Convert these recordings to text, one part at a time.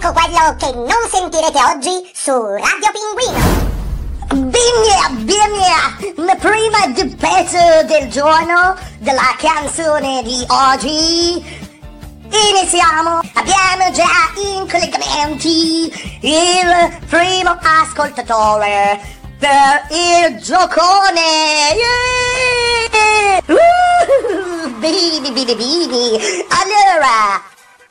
Ecco quello che non sentirete oggi su Radio Pinguino. Bene, prima del pezzo del giorno, della canzone di oggi, iniziamo. Abbiamo già in collegamenti il primo ascoltatore per il giocone. Bene. Allora,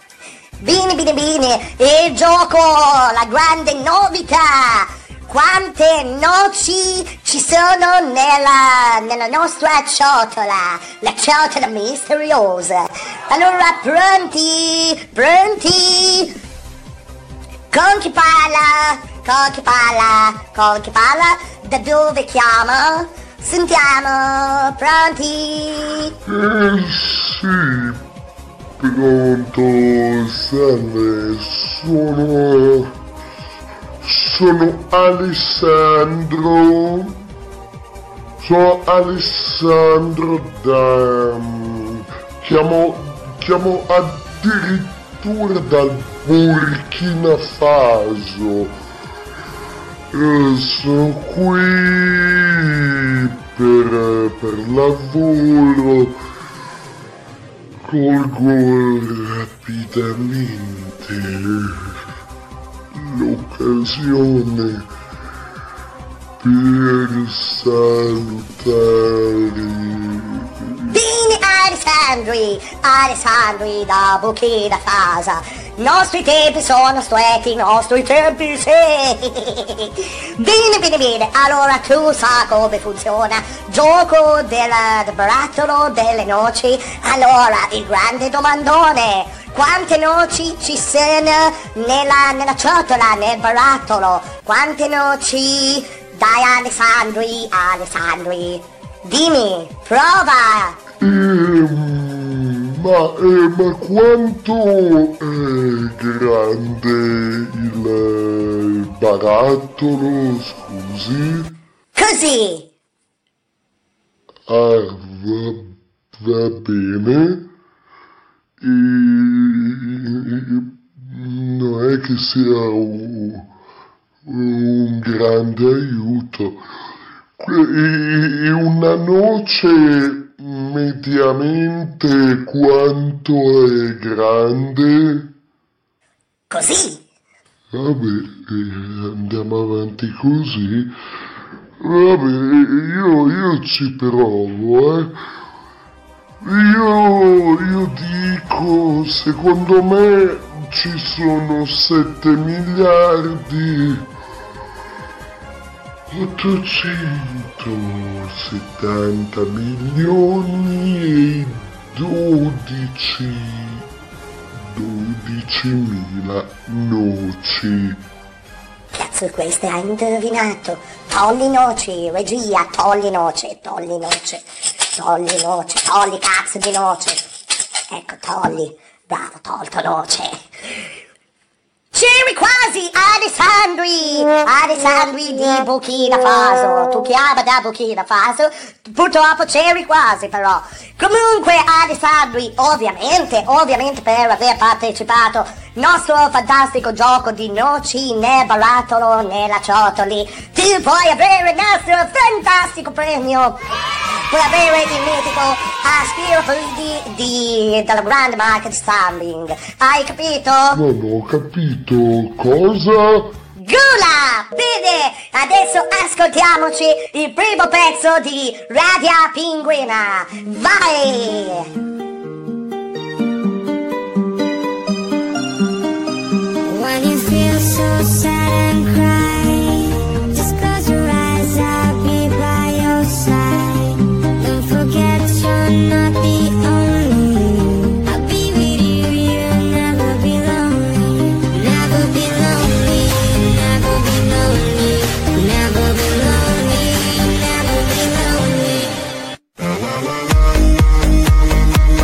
bene, il gioco, la grande novità. Quante noci ci sono nella nostra ciotola, la ciotola misteriosa. Allora, pronti? Con chi parla? Da dove chiama? Sentiamo, pronti? Sì, pronto, salve, sono Alessandro. Sono Alessandro chiamo addirittura dal Burkina Faso. Sono qui per lavoro. Colgo rapidamente l'occasione per salutare. Bene, Alessandri da Burkina Faso. Nostri tempi sono stretti, nostri tempi sì. Bene. Allora tu sai come funziona. Gioco del barattolo delle noci. Allora, il grande domandone. Quante noci ci sono nella ciotola, nel barattolo? Quante noci? Dai, Alessandri. Dimmi, prova. Ma quanto è grande il barattolo, scusi? Così. Va bene. Non è che sia un grande aiuto. E una noce mediamente quanto è grande? Così. Vabbè, andiamo avanti così. Vabbè, io ci provo, Io dico, secondo me ci sono 7 miliardi 870 milioni e 12.000 noci. Cazzo, queste hai indovinato. Tolli noci, regia, tolli cazzo di noce. Ecco, tolli. Bravo, tolto noce. C'eri quasi, Alessandri di Burkina Faso. Tu chiama da Burkina Faso, purtroppo c'eri quasi però. Comunque, Alessandri, ovviamente per aver partecipato nostro fantastico gioco di noci nel barattolo, nella ciotoli, tu puoi avere il nostro fantastico premio. Puoi avere il mitico aspirapolli della Grand Market Standing. Hai capito? Non ho capito. Cosa? Gula! Bene, adesso ascoltiamoci il primo pezzo di Radio Pinguina. Vai! When you feel so sad and cry, just close your eyes, I'll be by your side. Don't forget you're not the only. I'll be with you, you'll never be lonely. Never be lonely, never be lonely. Never be lonely, never be lonely.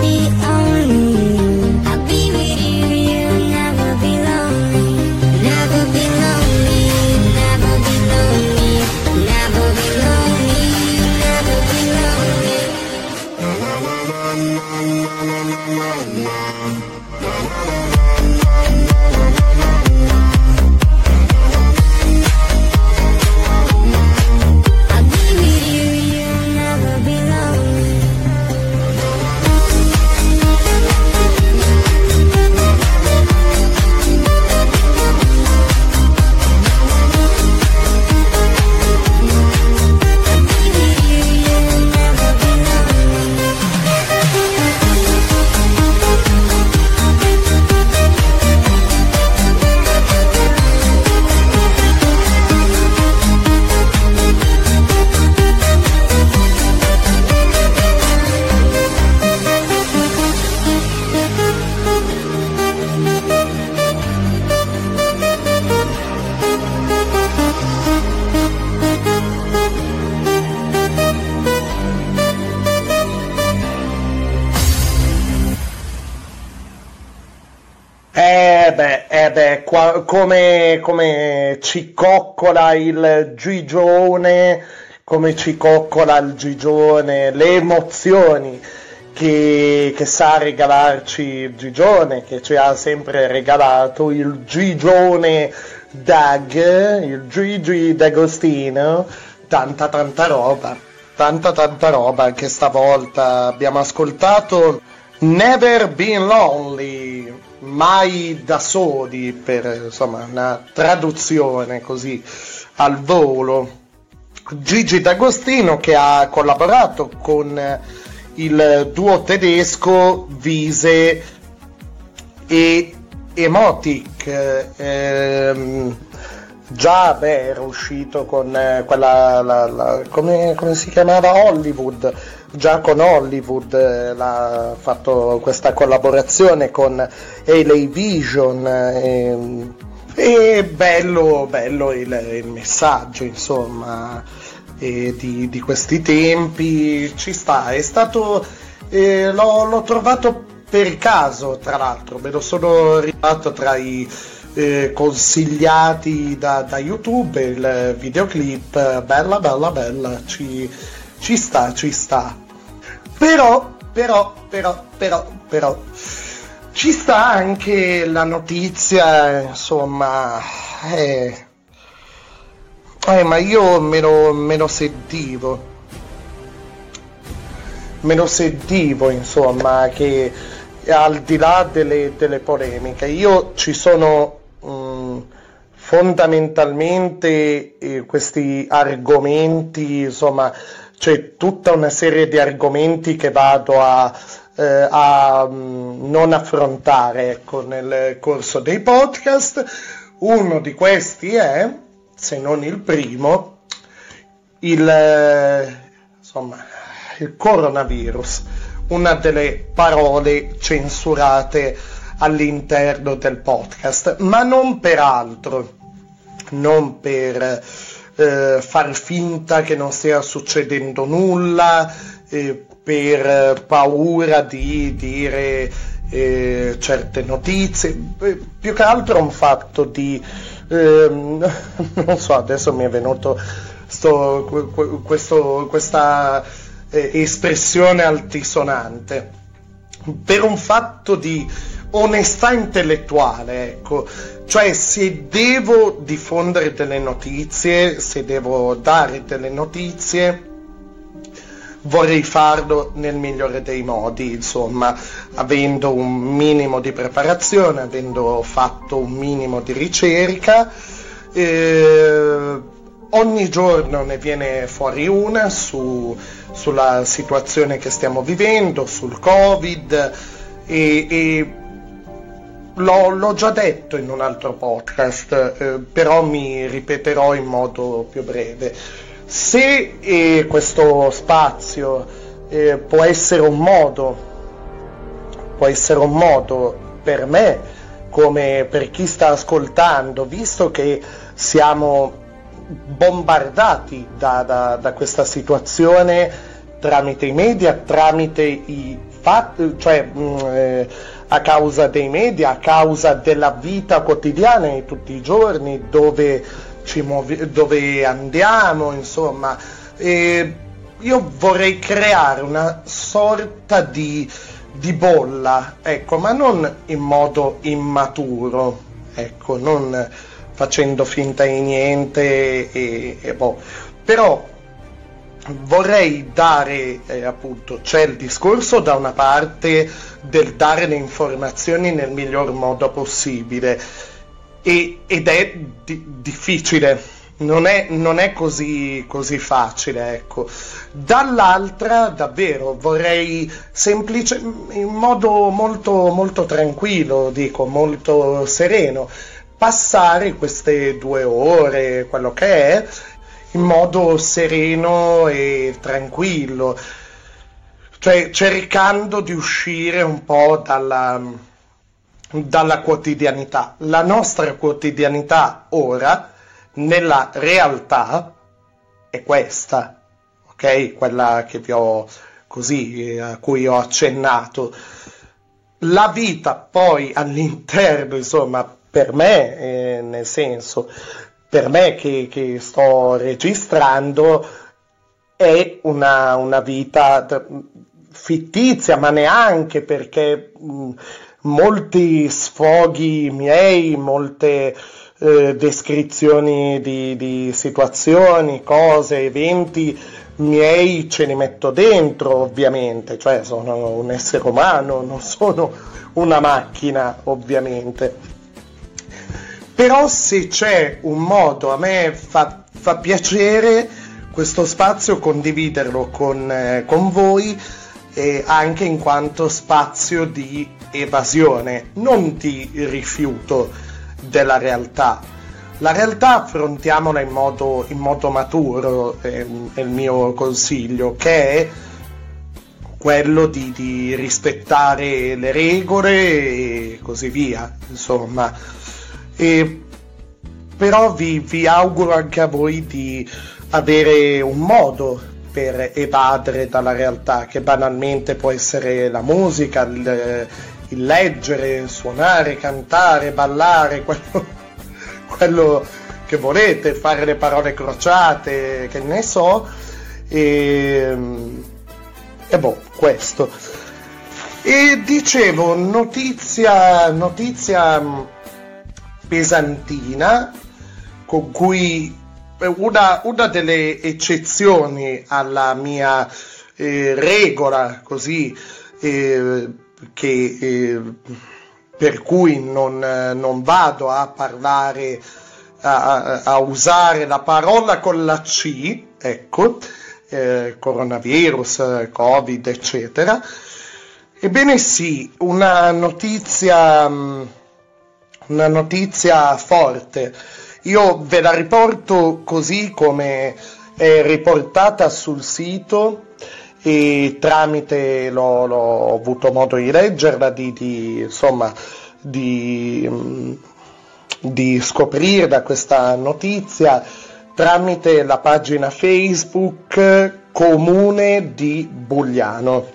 the only. I'll be with you, you'll never be lonely. Never be lonely, never be lonely, never be lonely, never be lonely. I'll be with you, you'll never be lonely. Come ci coccola il Gigione, come ci coccola il Gigione, le emozioni che sa regalarci il Gigione, che ci ha sempre regalato il Gigione Dag, il Gigi D'Agostino, tanta roba, anche stavolta abbiamo ascoltato Never Been Lonely, mai da soli, per insomma una traduzione così al volo. Gigi D'Agostino, che ha collaborato con il duo tedesco Wiese e Emotic, già era uscito con quella come si chiamava, Hollywood. Già con Hollywood ha fatto questa collaborazione con LA Vision, e bello il messaggio, insomma, di questi tempi. Ci sta, è stato l'ho trovato per caso, tra l'altro me lo sono arrivato tra i consigliati da YouTube, il videoclip, bella, ci sta, però ci sta anche la notizia, insomma, ma io me lo sentivo, insomma, che al di là delle polemiche, io ci sono fondamentalmente questi argomenti, insomma, c'è tutta una serie di argomenti che vado a non affrontare, ecco, nel corso dei podcast. Uno di questi è, se non il primo, il coronavirus, una delle parole censurate all'interno del podcast, ma non per altro, non per far finta che non stia succedendo nulla, per paura di dire certe notizie, più che altro un fatto di non so, adesso mi è venuto questa espressione altisonante, per un fatto di onestà intellettuale, ecco. Cioè, se devo diffondere delle notizie, se devo dare delle notizie, vorrei farlo nel migliore dei modi, insomma, avendo un minimo di preparazione, avendo fatto un minimo di ricerca. Ogni giorno ne viene fuori una sulla situazione che stiamo vivendo, sul Covid, e l'ho già detto in un altro podcast, però mi ripeterò in modo più breve. Se questo spazio può essere un modo per me, come per chi sta ascoltando, visto che siamo bombardati da questa situazione tramite i media, tramite i a causa dei media, a causa della vita quotidiana di tutti i giorni, dove dove andiamo, insomma. Io vorrei creare una sorta di bolla, ecco, ma non in modo immaturo, ecco, non facendo finta di niente però vorrei dare, appunto, c'è il discorso da una parte del dare le informazioni nel miglior modo possibile ed è difficile, non è così facile, ecco. Dall'altra davvero vorrei in modo molto, molto tranquillo, dico, molto sereno, passare queste 2 ore, quello che è, in modo sereno e tranquillo, cioè cercando di uscire un po' dalla quotidianità. La nostra quotidianità ora, nella realtà, è questa, ok? Quella che a cui ho accennato. La vita poi all'interno, insomma, per me, nel senso, per me che sto registrando, è una vita fittizia, ma neanche, perché molti sfoghi miei, molte descrizioni di situazioni, cose, eventi miei ce li metto dentro, ovviamente, cioè sono un essere umano, non sono una macchina, ovviamente. Però se c'è un modo, a me fa piacere questo spazio condividerlo con voi, anche in quanto spazio di evasione, non di rifiuto della realtà. La realtà affrontiamola in modo maturo, è il mio consiglio, che è quello di rispettare le regole e così via, insomma. Però vi auguro anche a voi di avere un modo per evadere dalla realtà, che banalmente può essere la musica, il leggere, suonare, cantare, ballare, quello che volete, fare le parole crociate, che ne so, questo. E dicevo, notizia pesantina, con cui una delle eccezioni alla mia regola, così, per cui non vado a parlare, a usare la parola con la C, ecco, coronavirus, Covid, eccetera. Ebbene sì, una notizia forte. Io ve la riporto così come è riportata sul sito, e tramite l'ho avuto modo di leggerla, di scoprire da questa notizia tramite la pagina Facebook Comune di Bugliano,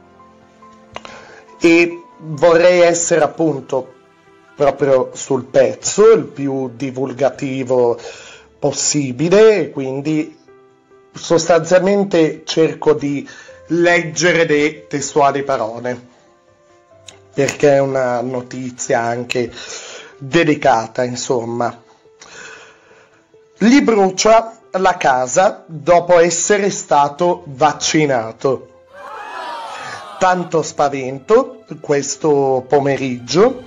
e vorrei essere appunto proprio sul pezzo, il più divulgativo possibile, quindi sostanzialmente cerco di leggere le testuali parole, perché è una notizia anche delicata, insomma. Gli brucia la casa dopo essere stato vaccinato. Tanto spavento questo pomeriggio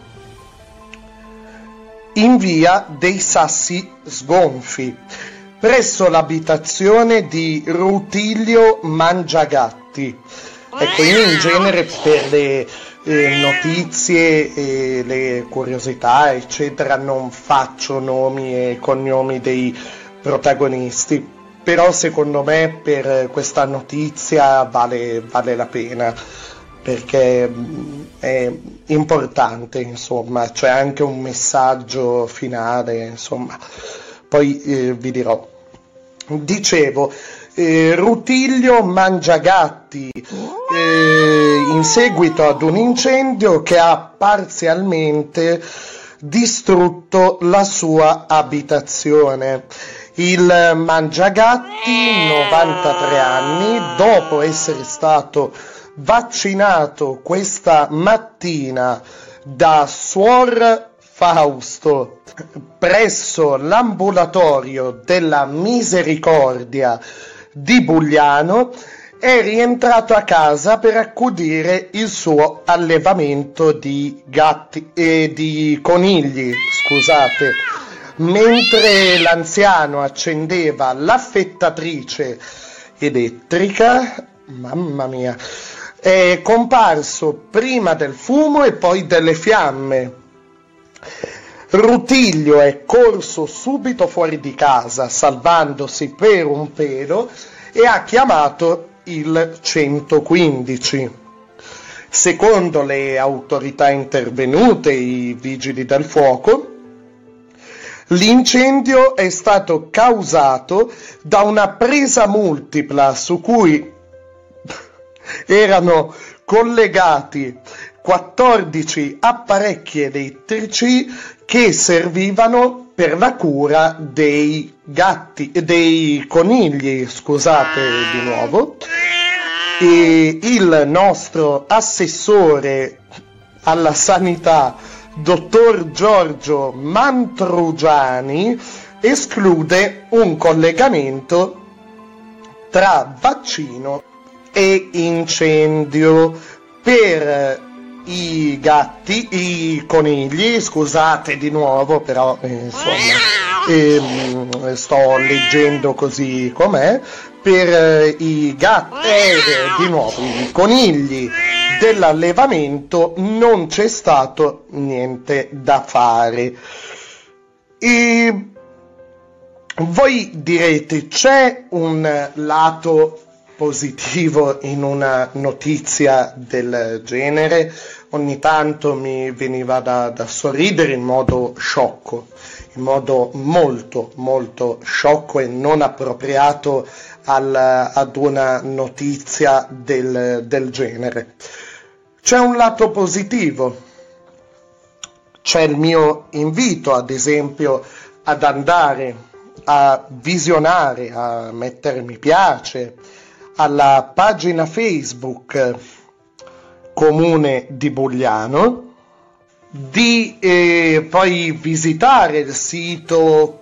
in via dei Sassi Sgonfi, presso l'abitazione di Rutilio Mangiagatti. Ecco, io in genere per le notizie e le curiosità, eccetera, non faccio nomi e cognomi dei protagonisti, però secondo me per questa notizia vale la pena, perché è importante, insomma, c'è anche un messaggio finale, insomma, poi vi dirò. Dicevo, Rutilio Mangiagatti, in seguito ad un incendio che ha parzialmente distrutto la sua abitazione. Il Mangiagatti, 93 anni, dopo essere stato vaccinato questa mattina da Suor Fausto presso l'ambulatorio della Misericordia di Bugliano, è rientrato a casa per accudire il suo allevamento di gatti e di conigli, scusate. Mentre l'anziano accendeva l'affettatrice elettrica, mamma mia, è comparso prima del fumo e poi delle fiamme. Rutiglio è corso subito fuori di casa, salvandosi per un pelo, e ha chiamato il 115. Secondo le autorità intervenute, i vigili del fuoco, l'incendio è stato causato da una presa multipla su cui erano collegati 14 apparecchi elettrici che servivano per la cura dei conigli, scusate di nuovo. E il nostro assessore alla sanità, dottor Giorgio Mantrugiani, esclude un collegamento tra vaccino e incendio. Per i conigli, scusate di nuovo, però insomma sto leggendo così com'è. Per i gatti, di nuovo, i conigli dell'allevamento non c'è stato niente da fare. E voi direte, c'è un lato positivo in una notizia del genere? Ogni tanto mi veniva da sorridere in modo sciocco, in modo molto molto sciocco e non appropriato ad una notizia del genere. C'è un lato positivo, c'è il mio invito, ad esempio, ad andare a visionare, a mettere mi piace alla pagina Facebook Comune di Bugliano, di poi visitare il sito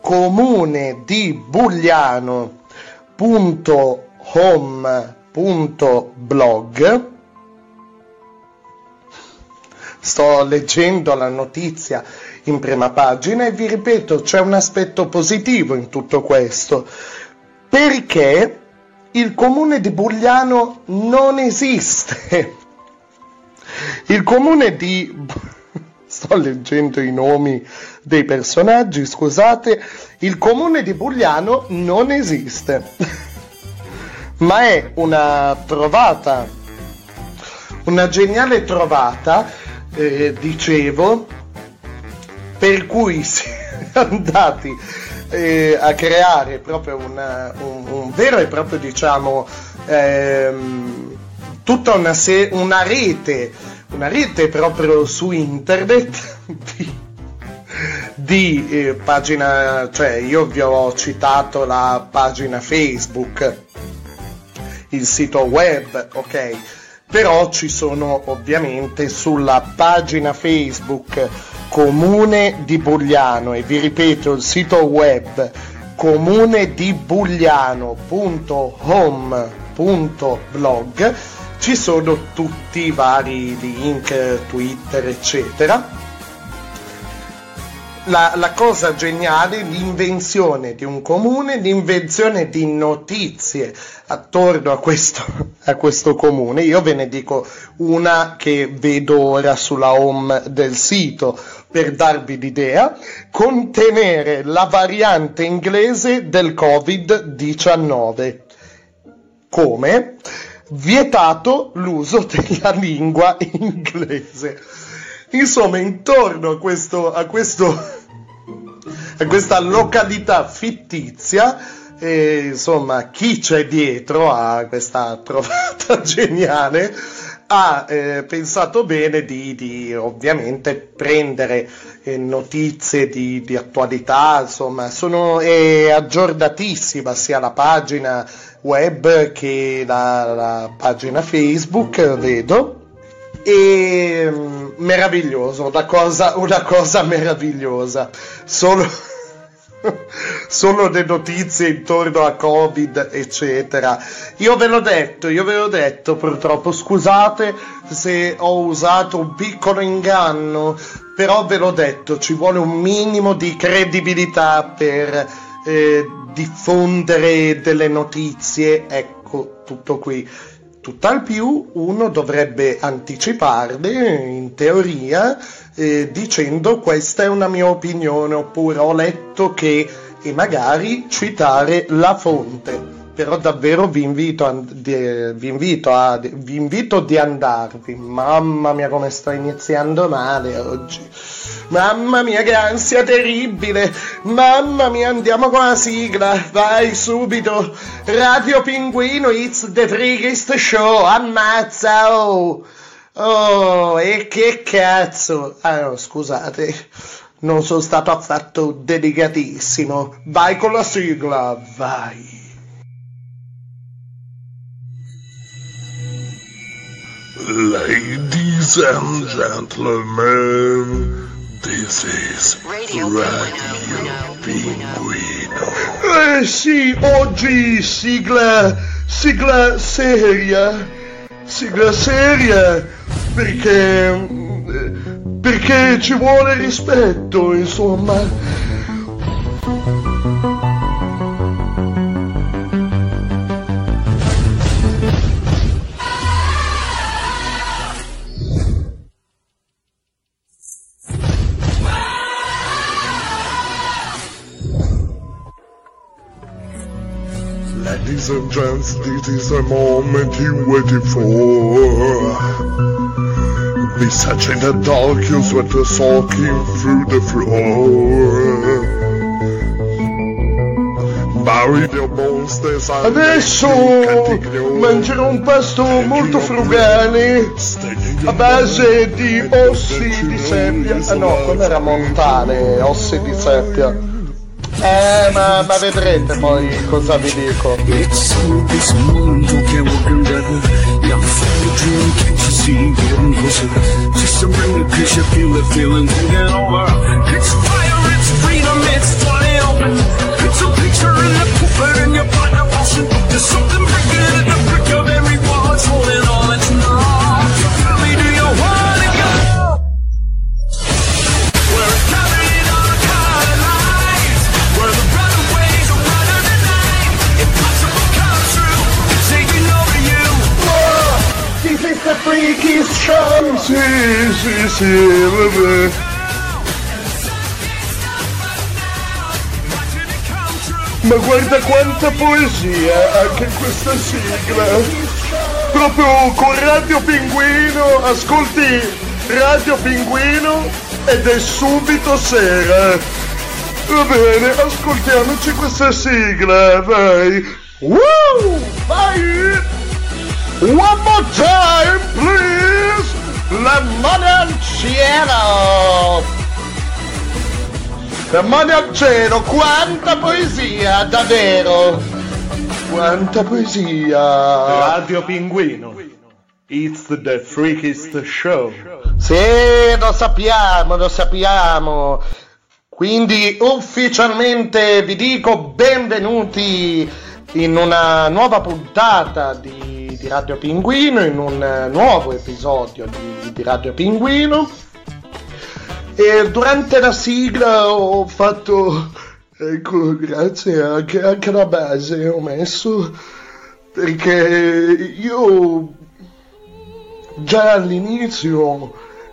comunedibugliano.home.blog. Sto leggendo la notizia in prima pagina e vi ripeto, c'è un aspetto positivo in tutto questo, perché il comune di Bugliano non esiste. Il comune di... sto leggendo i nomi dei personaggi, scusate. Il comune di Bugliano non esiste, ma è una trovata, una geniale trovata, dicevo, per cui si è andati a creare proprio un vero e proprio, diciamo, tutta una rete proprio su internet di pagina, cioè io vi ho citato la pagina Facebook, il sito web, ok, però ci sono ovviamente sulla pagina Facebook Comune di Bugliano, e vi ripeto il sito web comunedibugliano.home.blog, ci sono tutti i vari link, Twitter, eccetera. La cosa geniale, l'invenzione di un comune, l'invenzione di notizie attorno a questo comune. Io ve ne dico una che vedo ora sulla home del sito per darvi l'idea: contenere la variante inglese del Covid-19. Come? Vietato l'uso della lingua inglese. Insomma, intorno a questa località fittizia, insomma, chi c'è dietro a questa trovata geniale ha pensato bene di ovviamente prendere notizie di attualità, insomma, è aggiornatissima sia la pagina web che la pagina Facebook, vedo. E meraviglioso, una cosa meravigliosa. Solo le notizie intorno a Covid, eccetera. Io ve l'ho detto, purtroppo, scusate se ho usato un piccolo inganno, però ve l'ho detto, ci vuole un minimo di credibilità per diffondere delle notizie, ecco, tutto qui. Tutt'al più uno dovrebbe anticiparle, in teoria, dicendo questa è una mia opinione, oppure ho letto che, e magari citare la fonte. Però davvero vi invito di andarvi. Mamma mia, come sto iniziando male oggi. Mamma mia, che ansia terribile. Mamma mia, andiamo con la sigla. Vai subito. Radio Pinguino, it's the freakest show. Ammazza, oh. Oh, e che cazzo. Ah no, scusate. Non sono stato affatto delicatissimo. Vai con la sigla, vai. Ladies and gentlemen, this is Radio Pinguino. Sì, oggi sigla seria, perché ci vuole rispetto, insomma. Ladies and gents, this is the moment you waited for. Be such in the dark, you sweat the soaking through the floor. Bury the monsters. Adesso mangerò un pasto molto frugale a base di ossi di seppia. Ah no, quello era Montale, ossi di seppia. Ma vedrete poi cosa vi dico. It's this mondo che vuoi cambiare. You're floating, can't you see, getting closer. Just surrender, cause you feel the feeling taking over. It's fire, it's freedom, it's flying open. It's a picture in the pulpit and your blood emotion. There's something breaking in the brick of every wall. It's holding on, it's not. Tell me, do you wanna go? Where it's covered on a colored light. Where the runaways are running the night. Impossible come true. It's taking over you. This is the freakiest show. Sì, vabbè. Ma guarda quanta poesia anche questa sigla. Proprio con Radio Pinguino, ascolti Radio Pinguino ed è subito sera. Va bene, ascoltiamoci questa sigla, vai. Woo! Vai! One more time, please! La mano al cielo! La mano al cielo, quanta poesia, davvero! Quanta poesia! Radio Pinguino, it's the freakiest show. Sì, lo sappiamo. Quindi ufficialmente vi dico benvenuti in una nuova puntata di Radio Pinguino, in un nuovo episodio di Radio Pinguino. E durante la sigla ho fatto, ecco, grazie, anche la base ho messo, perché io già all'inizio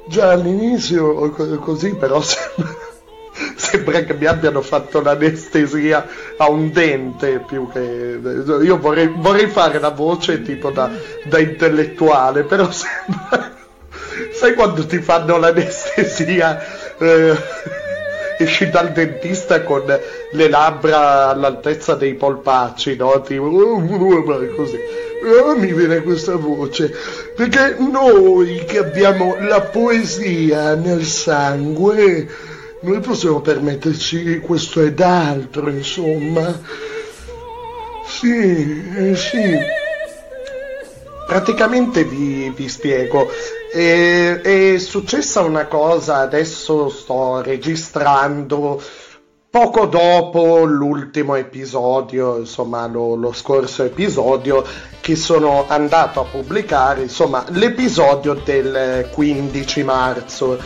così, però sembra che mi abbiano fatto l'anestesia a un dente, più che io vorrei fare la voce tipo da intellettuale, però sembra, sai quando ti fanno l'anestesia esci dal dentista con le labbra all'altezza dei polpacci, no? Tipo, così. Mi viene questa voce, perché noi che abbiamo la poesia nel sangue, noi possiamo permetterci questo ed altro, insomma. Sì. Praticamente vi spiego. È successa una cosa, adesso sto registrando poco dopo l'ultimo episodio, insomma lo scorso episodio, che sono andato a pubblicare, insomma l'episodio del 15 marzo.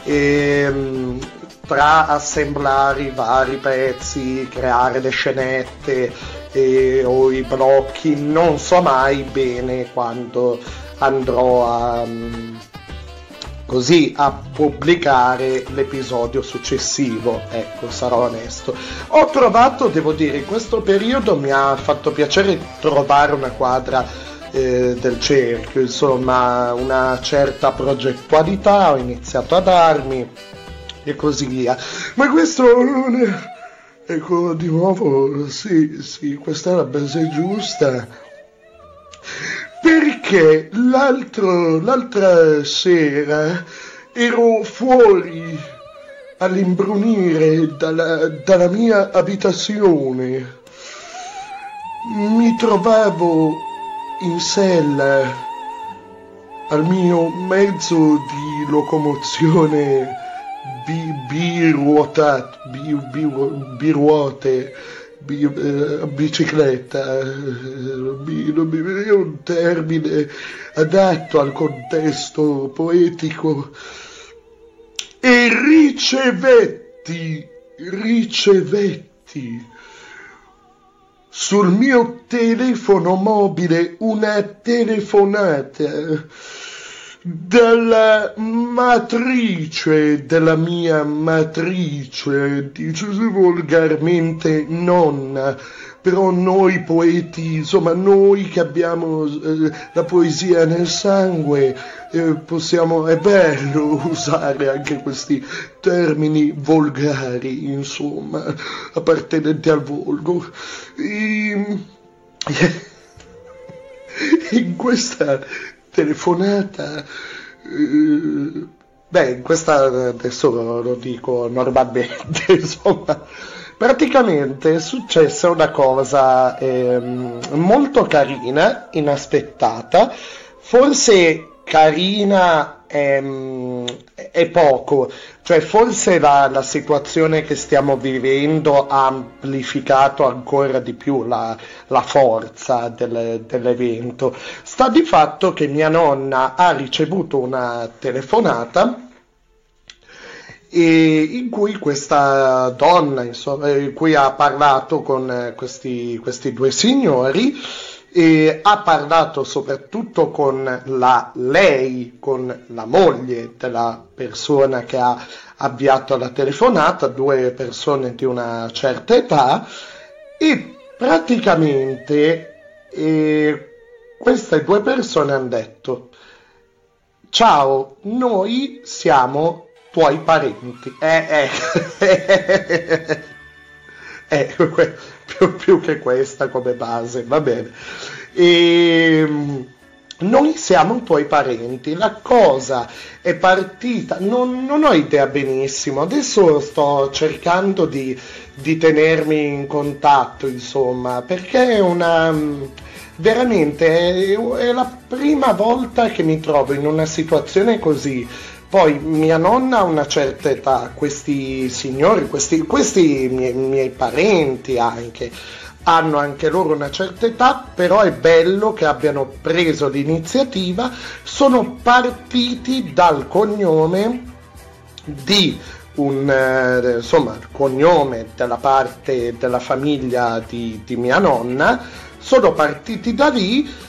Tra assemblare i vari pezzi, creare le scenette o i blocchi, non so mai bene quando andrò a pubblicare l'episodio successivo, ecco, sarò onesto. Ho trovato, devo dire, in questo periodo mi ha fatto piacere trovare una quadra del cerchio, insomma una certa progettualità ho iniziato a darmi e così via, ma questo non è, ecco, di nuovo, sì, questa è la base giusta, perché l'altra sera ero fuori all'imbrunire dalla mia abitazione, mi trovavo in sella al mio mezzo di locomozione biruote, bicicletta, non mi è un termine adatto al contesto poetico, e ricevetti sul mio telefono mobile una telefonata dalla matrice della mia matrice, dicesi volgarmente nonna, però noi poeti, insomma noi che abbiamo la poesia nel sangue, possiamo, è bello usare anche questi termini volgari, insomma, appartenenti al volgo. In questa telefonata, in questa adesso lo dico normalmente, insomma, praticamente è successa una cosa molto carina, inaspettata, forse carina è poco, cioè forse la situazione che stiamo vivendo ha amplificato ancora di più la forza dell'evento. Sta di fatto che mia nonna ha ricevuto una telefonata in cui questa donna, insomma, in cui ha parlato con questi due signori, e ha parlato soprattutto con la moglie della persona che ha avviato la telefonata, due persone di una certa età, e praticamente queste due persone hanno detto: ciao, noi siamo tuoi parenti. Più che questa come base, va bene. Noi siamo tuoi parenti. La cosa è partita, non ho idea benissimo, adesso sto cercando di tenermi in contatto, insomma, perché è veramente è la prima volta che mi trovo in una situazione così. Poi mia nonna ha una certa età, questi signori, questi miei parenti anche, hanno anche loro una certa età, però è bello che abbiano preso l'iniziativa, sono partiti dal cognome di il cognome della parte della famiglia di mia nonna, sono partiti da lì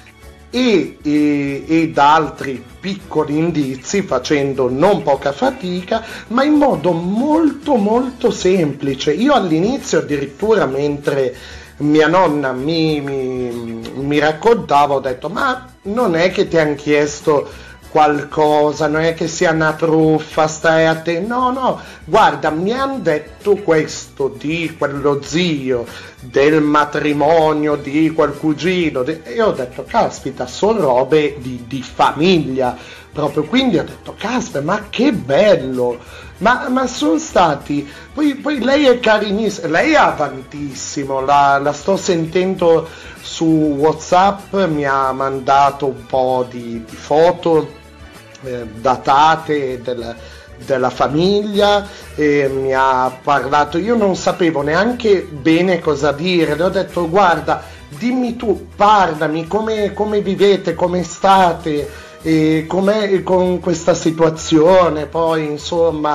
e da altri piccoli indizi, facendo non poca fatica, ma in modo molto molto semplice. Io all'inizio addirittura, mentre mia nonna mi raccontava, ho detto: ma non è che ti hanno chiesto qualcosa, non è che sia una truffa, stai a te, no, guarda, mi hanno detto questo di quello zio, del matrimonio di quel cugino, e ho detto, caspita, sono robe di famiglia, proprio, quindi ho detto, caspita, ma che bello, ma sono stati, poi lei è carinissima, lei è avantissimo, la sto sentendo su WhatsApp, mi ha mandato un po' di foto datate della famiglia, e mi ha parlato, io non sapevo neanche bene cosa dire, le ho detto, guarda, dimmi tu, parlami, come vivete, come state, e com'è con questa situazione, poi insomma,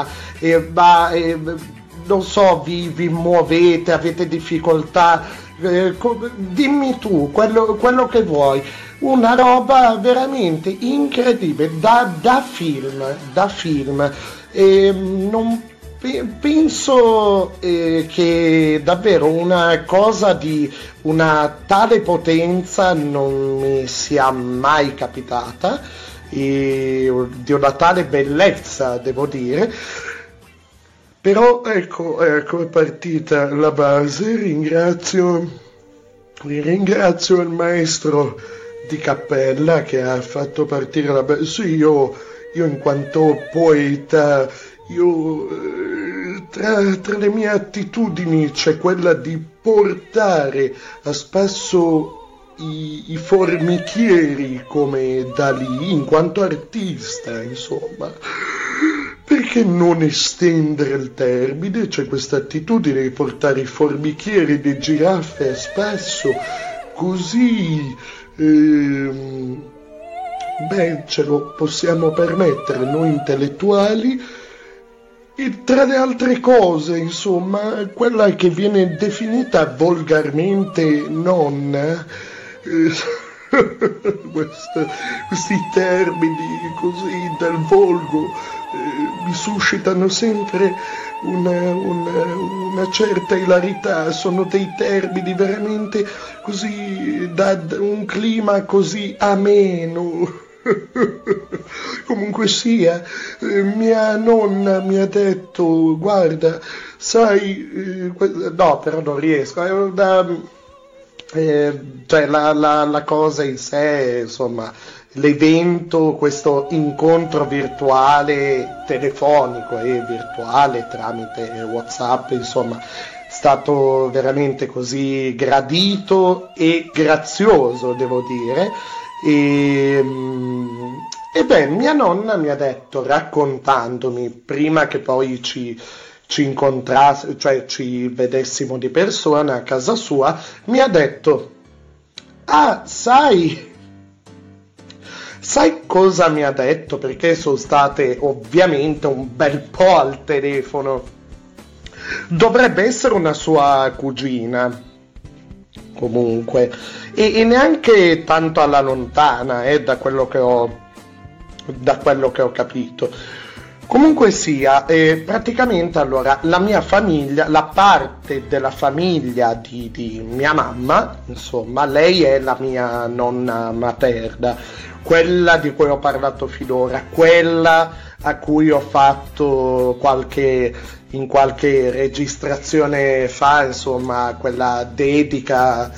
non so, vi muovete, avete difficoltà, dimmi tu quello che vuoi. Una roba veramente incredibile, da film. Non penso che davvero una cosa di una tale potenza non mi sia mai capitata, di una tale bellezza, devo dire. Però ecco, è partita la base, ringrazio il maestro di cappella che ha fatto partire la base. Sì, io in quanto poeta, tra le mie attitudini c'è quella di portare a spasso i formichieri come Dalì, in quanto artista, insomma. Perché non estendere il termine? C'è questa attitudine di portare i formichieri di giraffe a spasso, così ce lo possiamo permettere noi intellettuali. E tra le altre cose, insomma, quella che viene definita volgarmente nonna, questi termini così del volgo mi suscitano sempre una certa ilarità, sono dei termini veramente così, da un clima così ameno. Comunque sia, mia nonna mi ha detto, guarda, sai, no, però non riesco, cioè la cosa in sé, insomma, l'evento, questo incontro virtuale telefonico e virtuale tramite WhatsApp, insomma, è stato veramente così gradito e grazioso, devo dire. E mia nonna mi ha detto, raccontandomi, prima che poi ci incontrassimo, cioè ci vedessimo di persona a casa sua, mi ha detto, sai cosa mi ha detto? Perché sono state ovviamente un bel po' al telefono. Dovrebbe essere una sua cugina, comunque, e neanche tanto alla lontana, da quello che ho capito. Comunque sia, praticamente allora la mia famiglia, la parte della famiglia di mia mamma, insomma, lei è la mia nonna materna, quella di cui ho parlato finora, quella a cui ho fatto in qualche registrazione fa, insomma, quella dedica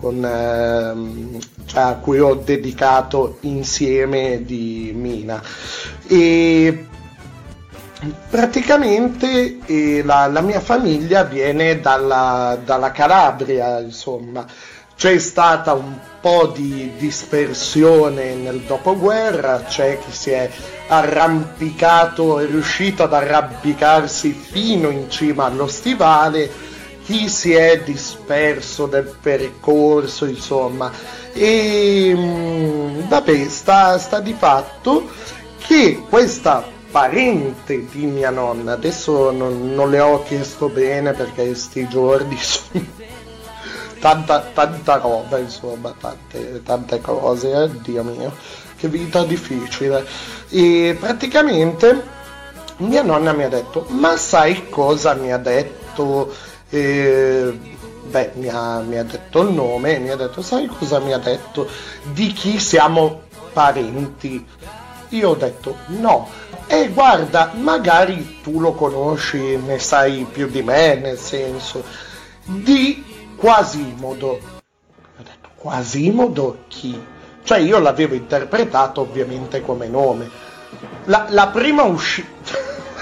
a cui ho dedicato Insieme di Mina. E praticamente la mia famiglia viene dalla Calabria, insomma. C'è stata un po' di dispersione nel dopoguerra, c'è chi si è arrampicato, è riuscito ad arrampicarsi fino in cima allo stivale, chi si è disperso nel percorso, insomma. E vabbè, sta di fatto che questa parente di mia nonna, adesso non le ho chiesto bene perché sti giorni sono tanta roba, insomma, tante cose, Dio mio, che vita difficile. E praticamente mia nonna mi ha detto, ma sai cosa mi ha detto? Mi ha detto il nome, mi ha detto, sai cosa mi ha detto? Di chi siamo parenti? Io ho detto no, e guarda, magari tu lo conosci, ne sai più di me, nel senso, di Quasimodo. Ho detto, Quasimodo chi? Cioè io l'avevo interpretato ovviamente come nome. La prima uscita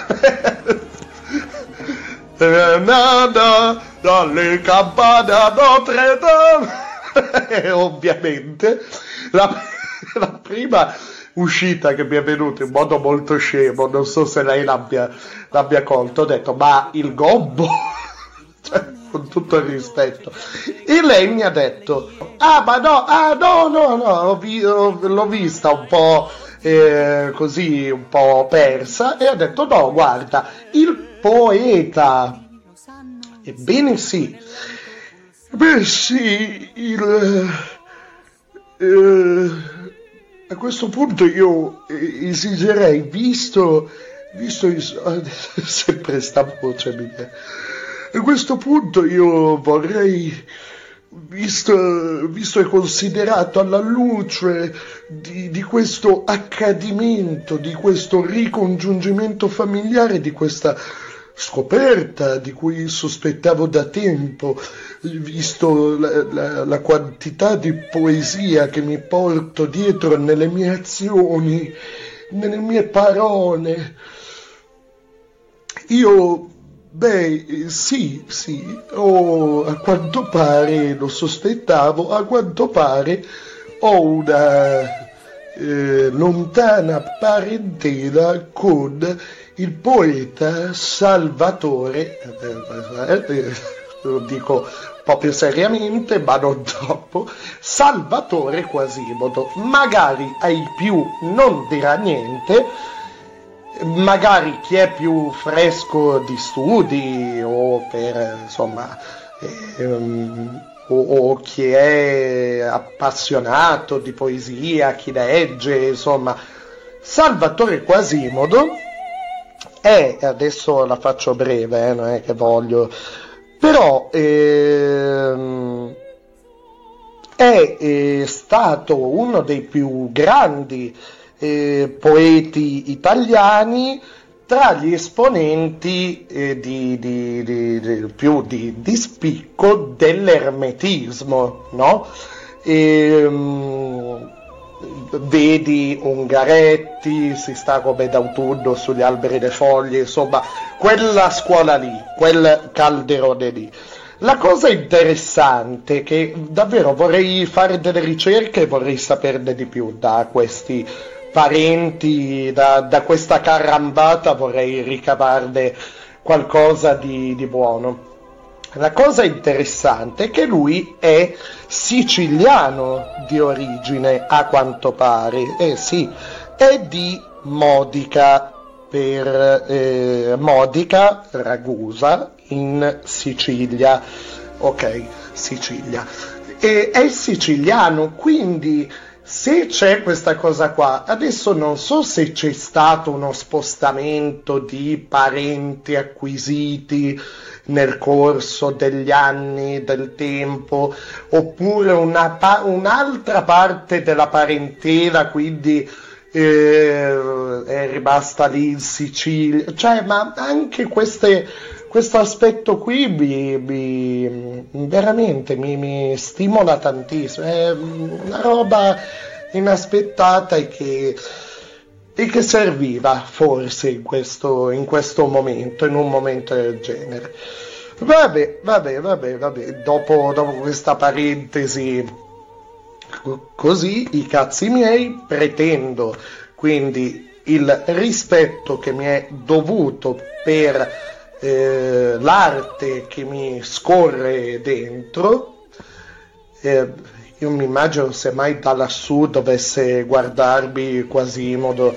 dalle campane a Notre Dame. Ovviamente la prima uscita che mi è venuta in modo molto scemo, non so se lei l'abbia colto, ho detto ma il gobbo? Cioè, con tutto il rispetto, e lei mi ha detto no, l'ho vista un po' così, un po' persa, e ha detto no, guarda, il poeta. Ebbene sì, beh sì, a questo punto io esigerei, visto sempre sta voce mia, a questo punto io vorrei, visto e considerato alla luce di questo accadimento, di questo ricongiungimento familiare, di questa scoperta di cui sospettavo da tempo, visto la quantità di poesia che mi porto dietro nelle mie azioni, nelle mie parole, io, sì, a quanto pare, lo sospettavo, a quanto pare ho una lontana parentela con il poeta Salvatore, lo dico proprio seriamente, ma non troppo, Salvatore Quasimodo. Magari ai più non dirà niente, magari chi è più fresco di studi o per insomma o chi è appassionato di poesia, chi legge, insomma, Salvatore Quasimodo è, adesso la faccio breve, non è che voglio, però è stato uno dei più grandi poeti italiani, tra gli esponenti più di spicco dell'ermetismo, no? Vedi Ungaretti, Si sta come d'autunno sugli alberi delle foglie, insomma, quella scuola lì, quel calderone lì. La cosa interessante, che davvero vorrei fare delle ricerche e vorrei saperne di più da questi parenti, da questa carambata vorrei ricavarne qualcosa di buono. La cosa interessante è che lui è siciliano di origine, a quanto pare, sì, è di Modica, Modica, Ragusa, in Sicilia, ok, Sicilia, e è siciliano, quindi se c'è questa cosa qua, adesso non so se c'è stato uno spostamento di parenti acquisiti nel corso degli anni, del tempo, oppure un'altra parte della parentela, quindi è rimasta lì in Sicilia, cioè, ma anche questo aspetto qui veramente mi stimola tantissimo, è una roba inaspettata e che serviva forse in questo momento, in un momento del genere. Vabbè, dopo questa parentesi così, i cazzi miei, pretendo quindi il rispetto che mi è dovuto per l'arte che mi scorre dentro. Io mi immagino, se mai da lassù dovesse guardarmi Quasimodo,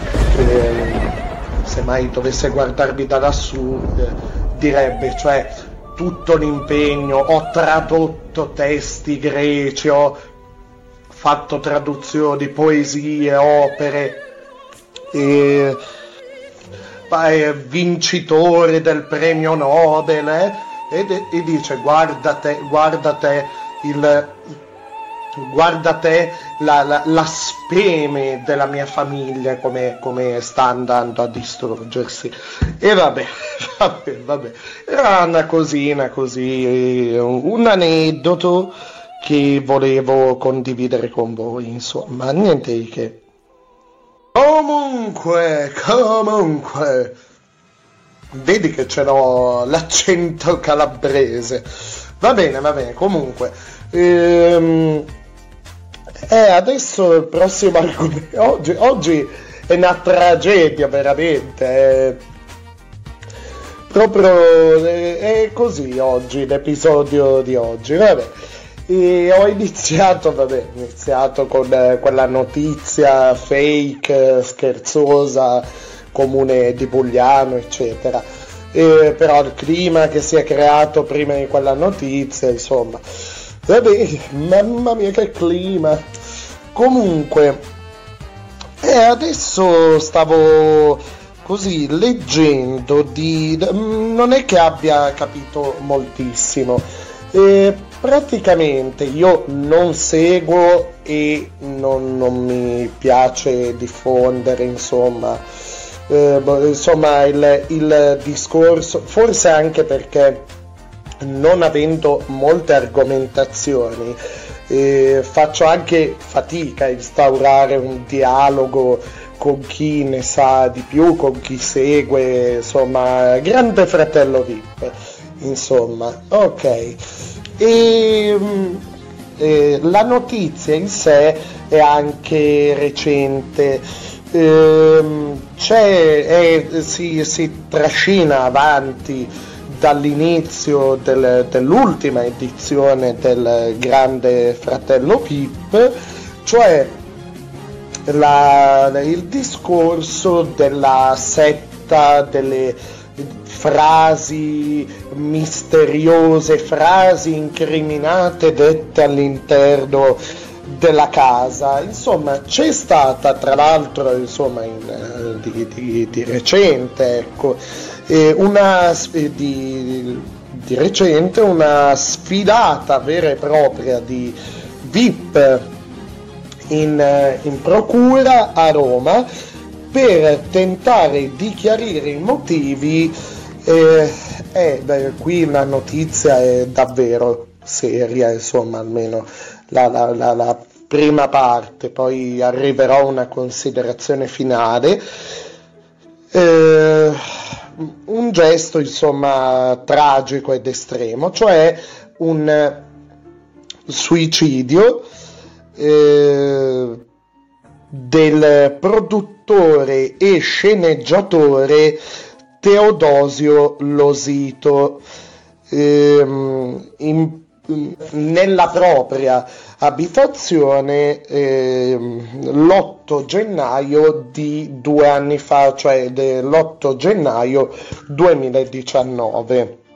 se mai dovesse guardarmi da lassù, direbbe, cioè, tutto l'impegno, ho tradotto testi greci, ho fatto traduzioni, poesie, opere, vincitore del premio Nobel, e dice guarda te la speme della mia famiglia come sta andando a distruggersi. E vabbè, era una cosina così, un aneddoto che volevo condividere con voi, insomma, niente di che. Comunque, vedi che ce l'ho l'accento calabrese. Va bene, comunque. Adesso il prossimo argomento. Oggi è una tragedia, veramente. Proprio è così oggi, l'episodio di oggi. Vabbè. E ho iniziato con quella notizia fake, scherzosa, comune di Bugliano, eccetera. Però il clima che si è creato prima di quella notizia, insomma, vabbè, mamma mia che clima. Comunque, adesso stavo così leggendo non è che abbia capito moltissimo. Praticamente io non seguo e non mi piace diffondere, insomma, il discorso, forse anche perché non avendo molte argomentazioni faccio anche fatica a instaurare un dialogo con chi ne sa di più, con chi segue, insomma, Grande Fratello VIP, insomma, ok. La notizia in sé è anche recente, si trascina avanti dall'inizio dell'ultima edizione del Grande Fratello VIP, cioè il discorso della setta delle frasi misteriose, frasi incriminate dette all'interno della casa. Insomma, c'è stata tra l'altro, insomma, di recente, ecco, di recente una sfilata vera e propria di VIP in procura a Roma per tentare di chiarire i motivi. Qui la notizia è davvero seria, insomma, almeno la prima parte, poi arriverò a una considerazione finale. Un gesto, insomma, tragico ed estremo, cioè un suicidio del produttore e sceneggiatore Teodosio Losito nella propria abitazione l'8 gennaio di 2 anni fa, cioè l'8 gennaio 2019.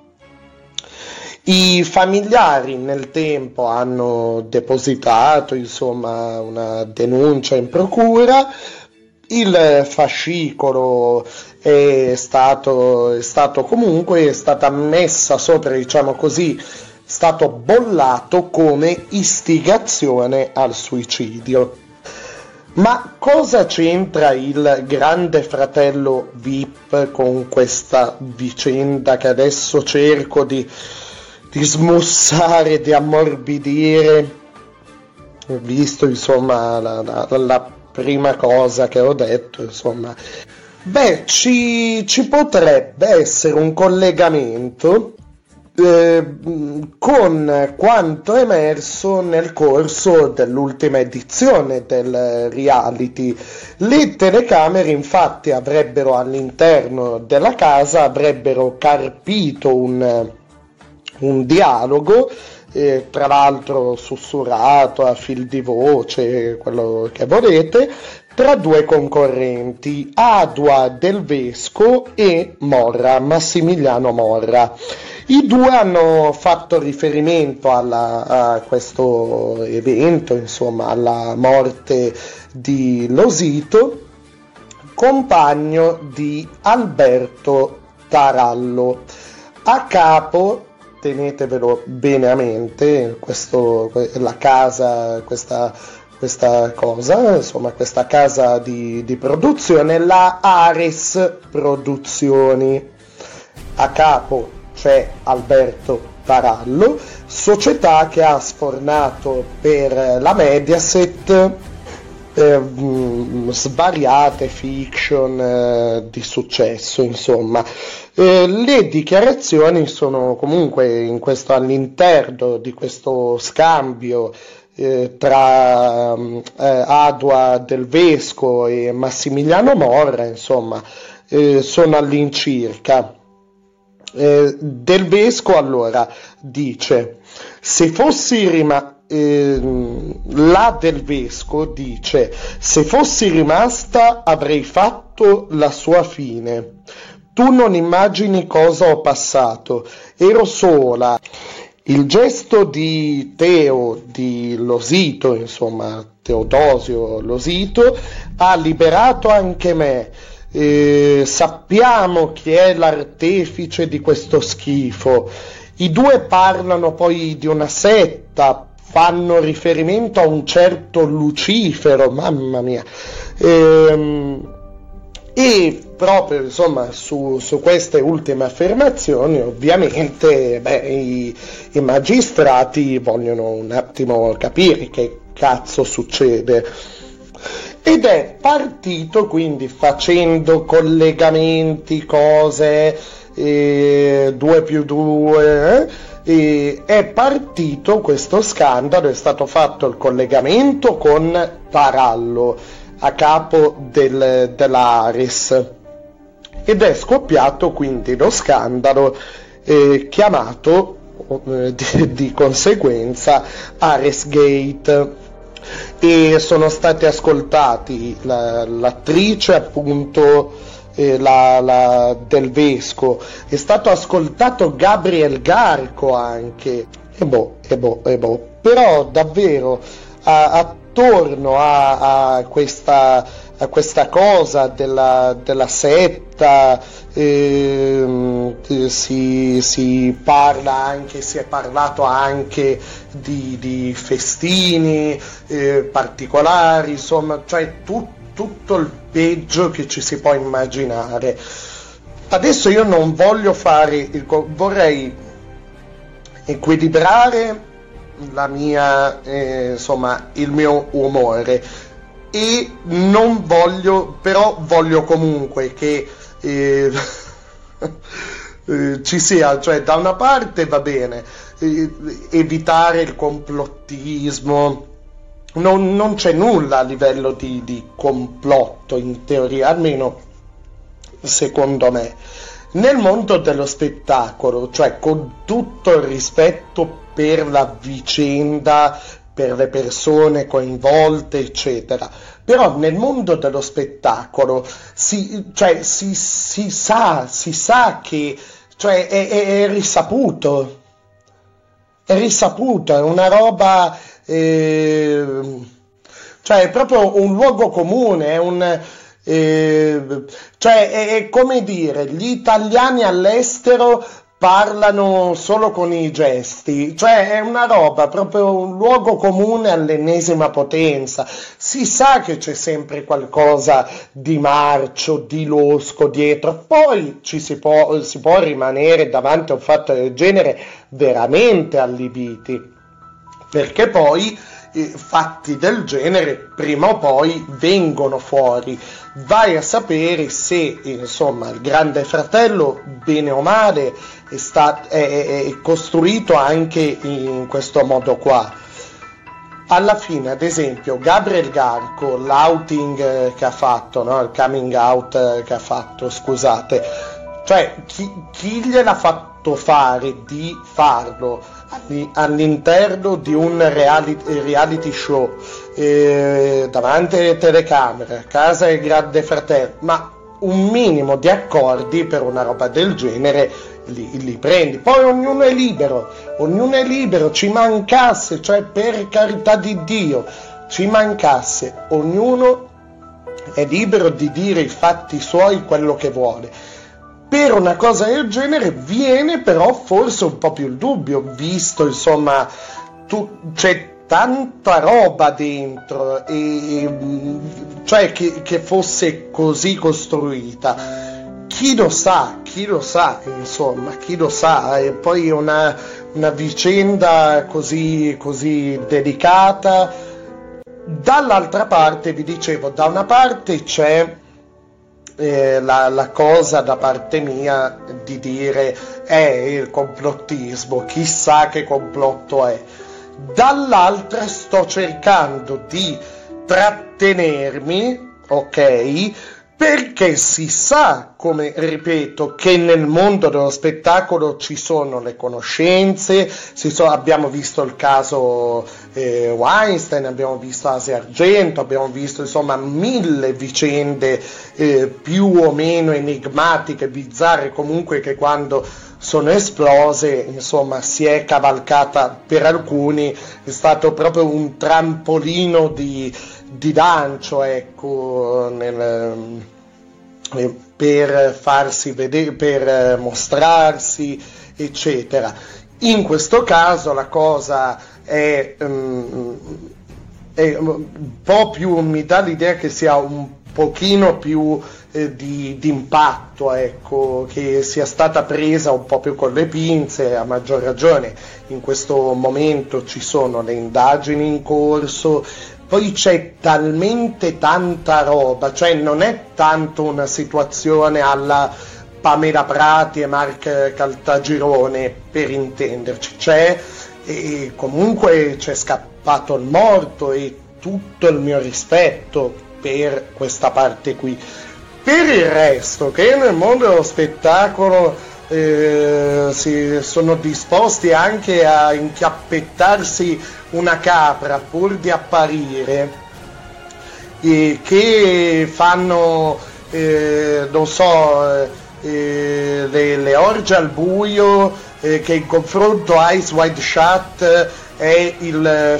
I familiari nel tempo hanno depositato, insomma, una denuncia in procura. Il fascicolo è stata messa sopra, diciamo così, è stato bollato come istigazione al suicidio. Ma cosa c'entra il Grande Fratello VIP con questa vicenda che adesso cerco di smussare, di ammorbidire, visto, insomma, la prima cosa che ho detto, insomma? Beh, ci potrebbe essere un collegamento con quanto emerso nel corso dell'ultima edizione del reality. Le telecamere, infatti, all'interno della casa avrebbero carpito un dialogo, tra l'altro sussurrato a fil di voce, quello che volete, tra due concorrenti, Adua Del Vesco e Morra, Massimiliano Morra. I due hanno fatto riferimento a questo evento, insomma, alla morte di Losito, compagno di Alberto Tarallo, a capo, tenetevelo bene a mente, la casa, questa questa cosa, insomma questa casa di produzione, la Ares Produzioni. A capo c'è Alberto Tarallo, società che ha sfornato per la Mediaset svariate fiction di successo, insomma. Le dichiarazioni sono comunque all'interno di questo scambio tra Adua Del Vesco e Massimiliano Morra, insomma, sono all'incirca. Del Vesco allora dice: se fossi la Del Vesco dice: se fossi rimasta avrei fatto la sua fine. Tu non immagini cosa ho passato, ero sola. Il gesto di Teo di Losito, insomma Teodosio Losito, ha liberato anche me. Sappiamo chi è l'artefice di questo schifo. I due parlano poi di una setta, fanno riferimento a un certo Lucifero, mamma mia. E proprio insomma su queste ultime affermazioni ovviamente i magistrati vogliono un attimo capire che cazzo succede, ed è partito quindi facendo collegamenti, cose 2+2, è partito questo scandalo, è stato fatto il collegamento con Tarallo a capo dell'Ares, ed è scoppiato quindi lo scandalo chiamato di conseguenza Aresgate, e sono stati ascoltati l'attrice appunto Del Vesco, è stato ascoltato Gabriel Garco anche, però davvero attorno a questa cosa della setta si parla anche, si è parlato anche di festini particolari, insomma, cioè tutto il peggio che ci si può immaginare. Adesso io non voglio vorrei equilibrare la mia il mio umore, e non voglio, però voglio comunque che ci sia, cioè da una parte va bene evitare il complottismo, non c'è nulla a livello di complotto in teoria, almeno secondo me. Nel mondo dello spettacolo, cioè con tutto il rispetto per la vicenda, per le persone coinvolte, eccetera, però nel mondo dello spettacolo si sa che, cioè è risaputo, è una roba, cioè è proprio un luogo comune, cioè è come dire, gli italiani all'estero parlano solo con i gesti, cioè è una roba, proprio un luogo comune all'ennesima potenza. Si sa che c'è sempre qualcosa di marcio, di losco dietro, poi si può rimanere davanti a un fatto del genere veramente allibiti, perché poi fatti del genere prima o poi vengono fuori. Vai a sapere se insomma il Grande Fratello, bene o male, è costruito anche in questo modo qua. Alla fine, ad esempio, Gabriel Garco, l'outing che ha fatto, no? Il coming out che ha fatto, scusate, cioè chi gliel'ha fatto fare di farlo all'interno di un reality show, davanti alle telecamere, a casa del Grande Fratello, ma un minimo di accordi per una roba del genere li prendi. Poi ognuno è libero, ci mancasse, cioè per carità di Dio, ci mancasse, ognuno è libero di dire i fatti suoi, quello che vuole. Per una cosa del genere viene però forse un po' più il dubbio, visto insomma c'è tanta roba dentro, cioè che fosse così costruita. Chi lo sa, insomma, chi lo sa. E poi una vicenda così delicata. Dall'altra parte, vi dicevo, da una parte c'è la cosa da parte mia di dire è il complottismo, chissà che complotto è. Dall'altra sto cercando di trattenermi, ok? Perché si sa, come ripeto, che nel mondo dello spettacolo ci sono le conoscenze, abbiamo visto il caso Weinstein, abbiamo visto Asia Argento, abbiamo visto insomma 1000 vicende più o meno enigmatiche, bizzarre, comunque che quando sono esplose, insomma, si è cavalcata, per alcuni è stato proprio un trampolino di lancio, ecco, per farsi vedere, per mostrarsi, eccetera. In questo caso la cosa è un po' più, mi dà l'idea che sia un pochino più di impatto, ecco, che sia stata presa un po' più con le pinze, a maggior ragione in questo momento ci sono le indagini in corso. Poi c'è talmente tanta roba, cioè non è tanto una situazione alla Pamela Prati e Mark Caltagirone, per intenderci, e comunque c'è scappato il morto, e tutto il mio rispetto per questa parte qui. Per il resto, che nel mondo dello spettacolo si sono disposti anche a inchiappettarsi una capra pur di apparire, che fanno non so, le orge al buio, che in confronto a Eyes Wide Shut è il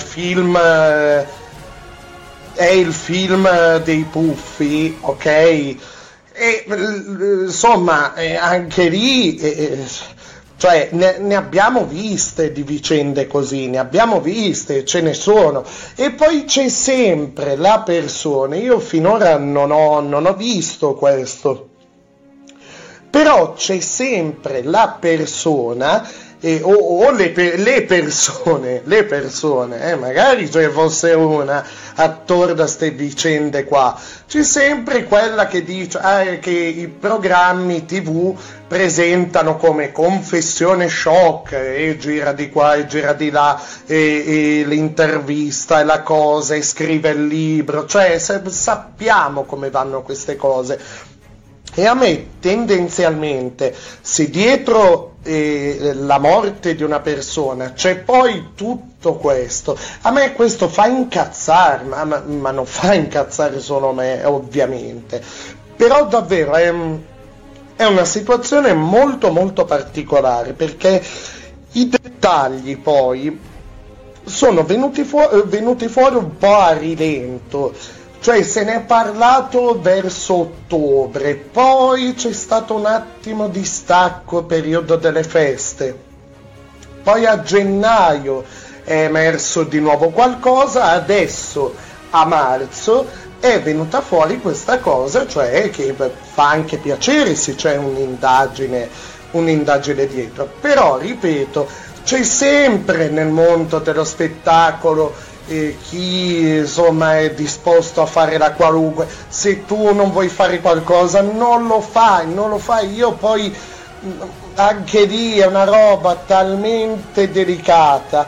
film dei Puffi, ok? E insomma, anche lì cioè ne abbiamo viste di vicende così, ne abbiamo viste, ce ne sono. E poi c'è sempre la persona, io finora non ho visto questo, però c'è sempre la persona o le persone, magari ce ne fosse una attorno a ste vicende qua. C'è sempre quella che dice che i programmi TV presentano come confessione shock, e gira di qua e gira di là, e l'intervista e la cosa, e scrive il libro, cioè sappiamo come vanno queste cose. E a me tendenzialmente, se dietro la morte di una persona c'è poi tutto questo, a me questo fa incazzare, ma non fa incazzare solo me, ovviamente, però davvero è una situazione molto molto particolare, perché i dettagli poi sono venuti fuori un po' a rilento. Cioè se ne è parlato verso ottobre, poi c'è stato un attimo di stacco, periodo delle feste, poi a gennaio è emerso di nuovo qualcosa, adesso a marzo è venuta fuori questa cosa, cioè che fa anche piacere se c'è un'indagine dietro. Però ripeto, c'è sempre nel mondo dello spettacolo chi insomma è disposto a fare la qualunque. Se tu non vuoi fare qualcosa non lo fai. Io poi anche lì è una roba talmente delicata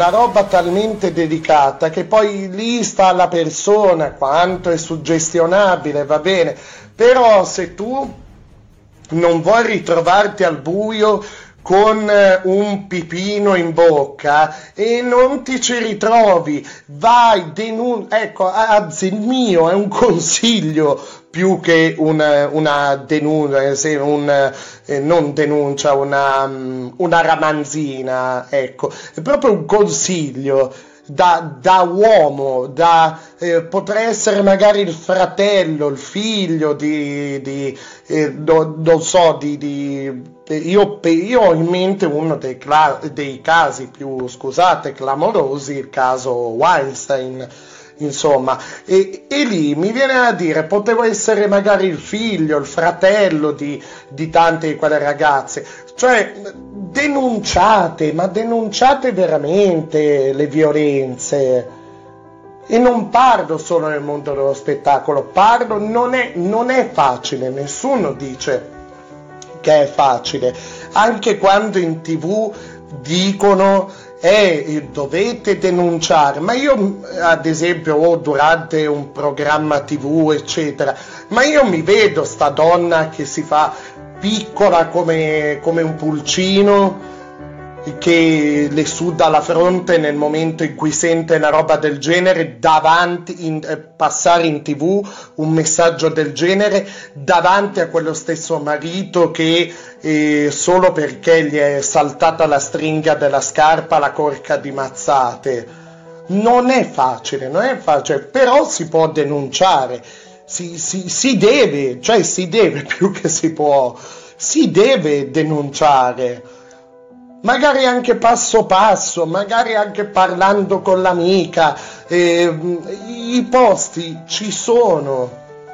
che poi lì sta la persona quanto è suggestionabile, va bene, però se tu non vuoi ritrovarti al buio con un pipino in bocca e non ti ci ritrovi, vai, ecco, anzi il mio è un consiglio più che una denuncia, non denuncia, una ramanzina, ecco, è proprio un consiglio. da uomo, potrei essere magari il fratello, il figlio non so, io ho in mente uno dei casi più, scusate, clamorosi, il caso Weinstein, insomma, e lì mi viene a dire, potevo essere magari il figlio, il fratello di tante di quelle ragazze, cioè denunciate veramente le violenze. E non parlo solo nel mondo dello spettacolo, non è facile, nessuno dice che è facile, anche quando in TV dicono dovete denunciare, ma io ad esempio durante un programma TV eccetera, ma io mi vedo sta donna che si fa piccola come un pulcino, che le suda la fronte nel momento in cui sente una roba del genere, passare in TV un messaggio del genere davanti a quello stesso marito che solo perché gli è saltata la stringa della scarpa la corca di mazzate. Non è facile, però si può denunciare, si deve più che si può, si deve denunciare. Magari anche passo passo, magari anche parlando con l'amica, i posti ci sono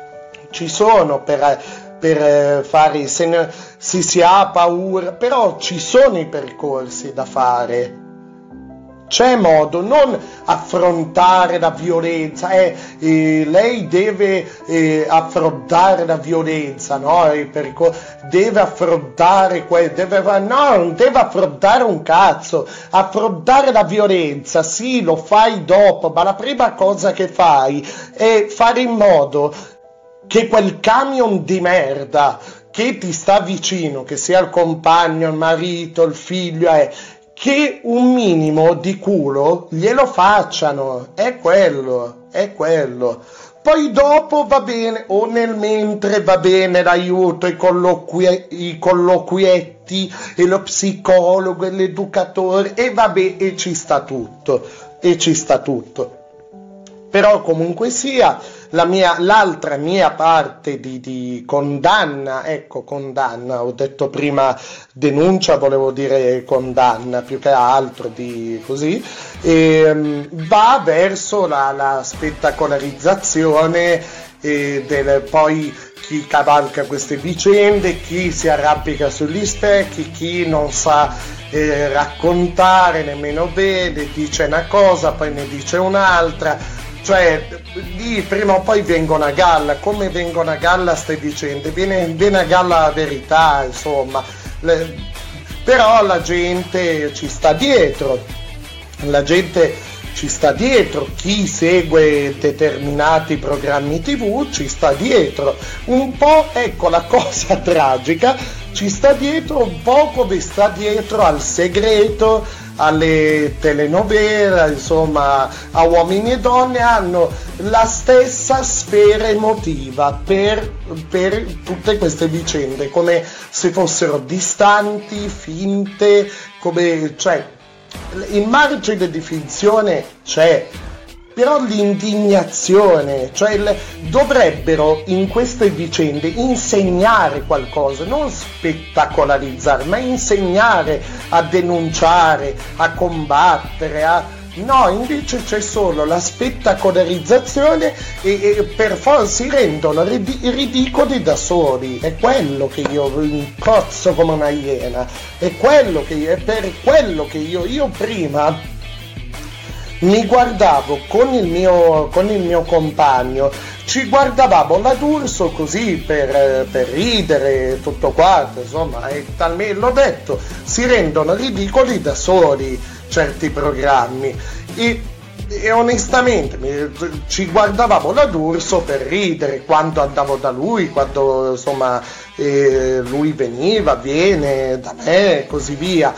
per fare, se si ha paura, però ci sono i percorsi da fare. C'è modo, non affrontare la violenza, lei deve affrontare la violenza, no? Deve affrontare non deve affrontare un cazzo, affrontare la violenza, sì, lo fai dopo, ma la prima cosa che fai è fare in modo che quel camion di merda che ti sta vicino, che sia il compagno, il marito, il figlio, che un minimo di culo glielo facciano, è quello. Poi dopo va bene, o nel mentre va bene l'aiuto, i colloquietti, e lo psicologo, e l'educatore, e vabbè, e ci sta tutto. Però comunque sia, l'altra mia parte di condanna, ho detto prima denuncia, volevo dire condanna più che altro di così, va verso la spettacolarizzazione poi chi cavalca queste vicende, chi si arrampica sugli specchi, chi non sa raccontare nemmeno bene, dice una cosa poi ne dice un'altra. Cioè, lì prima o poi vengono a galla, come vengono a galla ste vicende, viene a galla la verità, insomma, però la gente ci sta dietro, chi segue determinati programmi TV ci sta dietro, un po', ecco la cosa tragica, ci sta dietro un po' come sta dietro al Segreto, alle telenovela, insomma, a Uomini e Donne, hanno la stessa sfera emotiva per tutte queste vicende, come se fossero distanti, finte, cioè il margine di finzione c'è, però l'indignazione, cioè dovrebbero in queste vicende insegnare qualcosa, non spettacolarizzare, ma insegnare a denunciare, a combattere, no, invece c'è solo la spettacolarizzazione e per forza si rendono ridicoli da soli. È quello che io incozzo come una iena, è per quello che io prima mi guardavo con il mio compagno, ci guardavamo la D'Urso così per ridere, tutto quanto, insomma, e talmente l'ho detto, si rendono ridicoli da soli certi programmi e onestamente ci guardavamo la D'Urso per ridere quando andavo da lui, quando insomma lui viene da me e così via,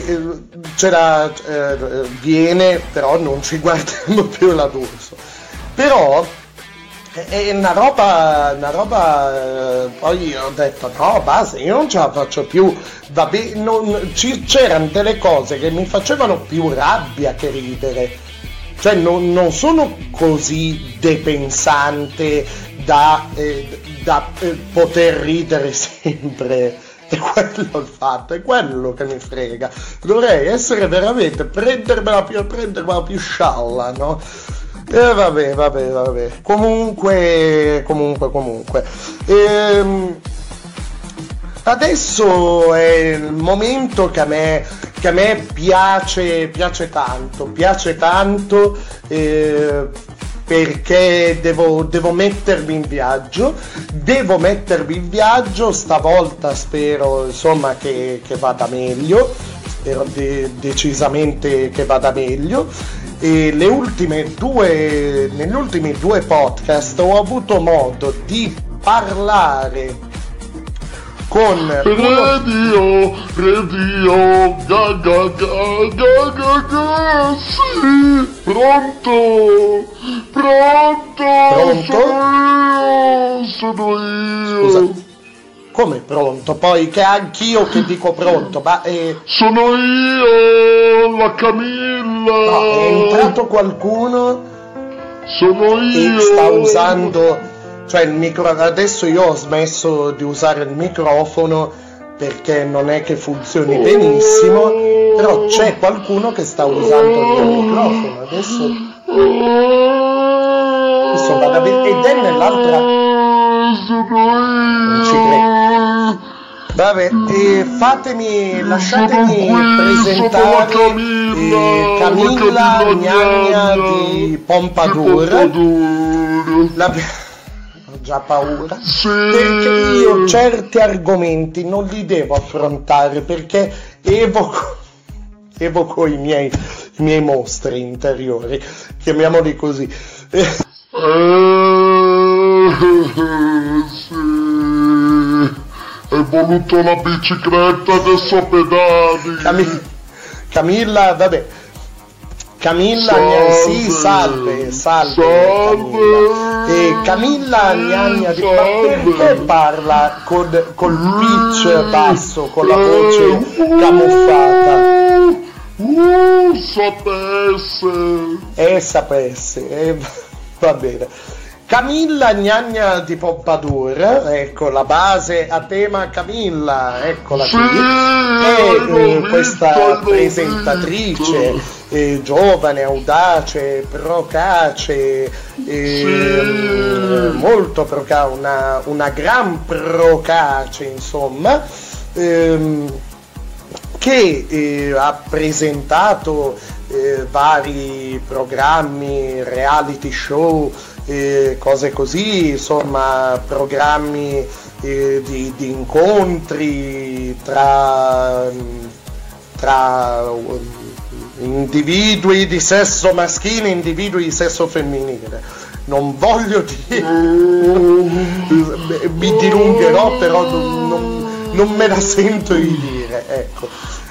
viene, però non ci guardiamo più la D'Urso, però è una roba poi ho detto no, basta, io non ce la faccio più, vabbè, c'erano delle cose che mi facevano più rabbia che ridere, cioè non sono così depensante da poter ridere sempre. È quello il fatto, è quello che mi frega. Dovrei essere veramente, prendermela più scialla, no? Vabbè. Comunque. Adesso è il momento che a me piace tanto, perché devo mettermi in viaggio, stavolta spero insomma che vada meglio, spero decisamente che vada meglio. E negli ultimi due podcast ho avuto modo di parlare con Radio, sì, pronto, sono io. Scusa, come pronto? Poi che anch'io che dico pronto, ma sono io, la Camilla. No, è entrato qualcuno Sono io. e sta usando, cioè il microfono. Adesso io ho smesso di usare il microfono perché non è che funzioni benissimo, però c'è qualcuno che sta usando il mio microfono. Adesso vado a vedere, ed è nell'altra. Non ci credo. Vabbè, lasciatemi presentare Camilla Gnagna di Pompadour. Ho già paura, perché io certi argomenti non li devo affrontare perché evoco i miei mostri interiori, chiamiamoli così. Sì. È voluto la bicicletta, adesso pedali. Camilla, vabbè. Camilla, sì, salve. Camilla Gnagna di perché parla col pitch basso, con la voce camuffata? Sapesse, va bene. Camilla Gnagna di Pompadour, ecco la base a tema Camilla, eccola qui, è questa presentatrice giovane, audace, procace, molto procace, una gran procace insomma, che ha presentato vari programmi, reality show, cose così, insomma programmi di incontri tra individui di sesso maschile e individui di sesso femminile. Non voglio dire, mi dilungherò, però non me la sento di dire, ecco.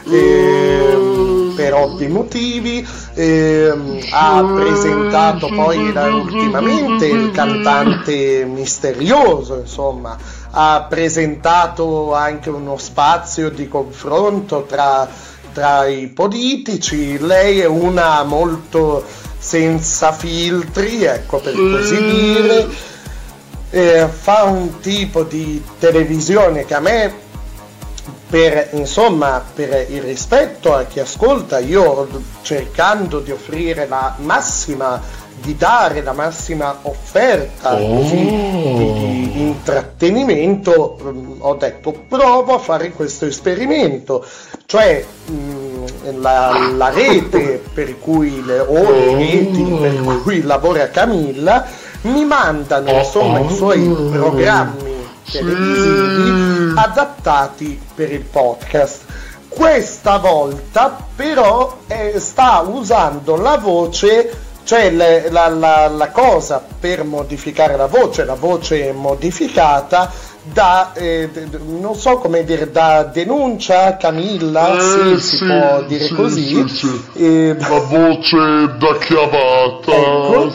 Per ovvi motivi. Ha presentato poi ultimamente il cantante misterioso, insomma ha presentato anche uno spazio di confronto tra i politici. Lei è una molto senza filtri, ecco, per così dire, fa un tipo di televisione che a me, per il rispetto a chi ascolta, io cercando di offrire di dare la massima offerta di intrattenimento, ho detto provo a fare questo esperimento, cioè la rete per cui le reti per cui lavora Camilla mi mandano insomma i suoi programmi televisivi adattati per il podcast. Questa volta però sta usando la voce, cioè la cosa per modificare la voce è modificata da non so come dire, da denuncia Camilla, si può dire così. La voce da chiavata, ecco.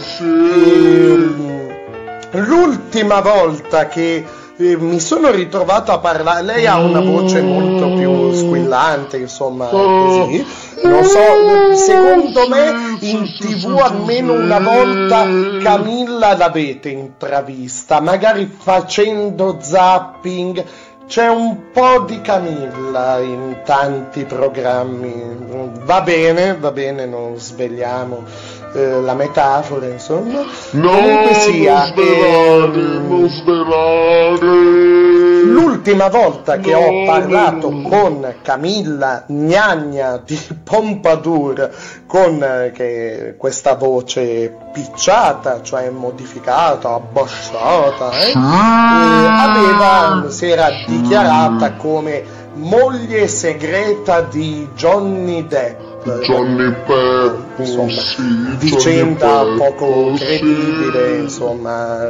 L'ultima volta che mi sono ritrovato a parlare, lei ha una voce molto più squillante, insomma, così. Non so, secondo me in TV almeno una volta Camilla l'avete intravista, magari facendo zapping. C'è un po' di Camilla in tanti programmi. Va bene, non svegliamo la metafora, insomma. Comunque sia, non svelare. l'ultima volta che ho parlato con Camilla Gnagna di Pompadour, con questa voce picciata, cioè modificata, abbasciata, si era dichiarata come moglie segreta di Johnny Depp. Johnny Depp, Insomma, sì, vicenda Johnny Depp, poco sì. credibile, insomma,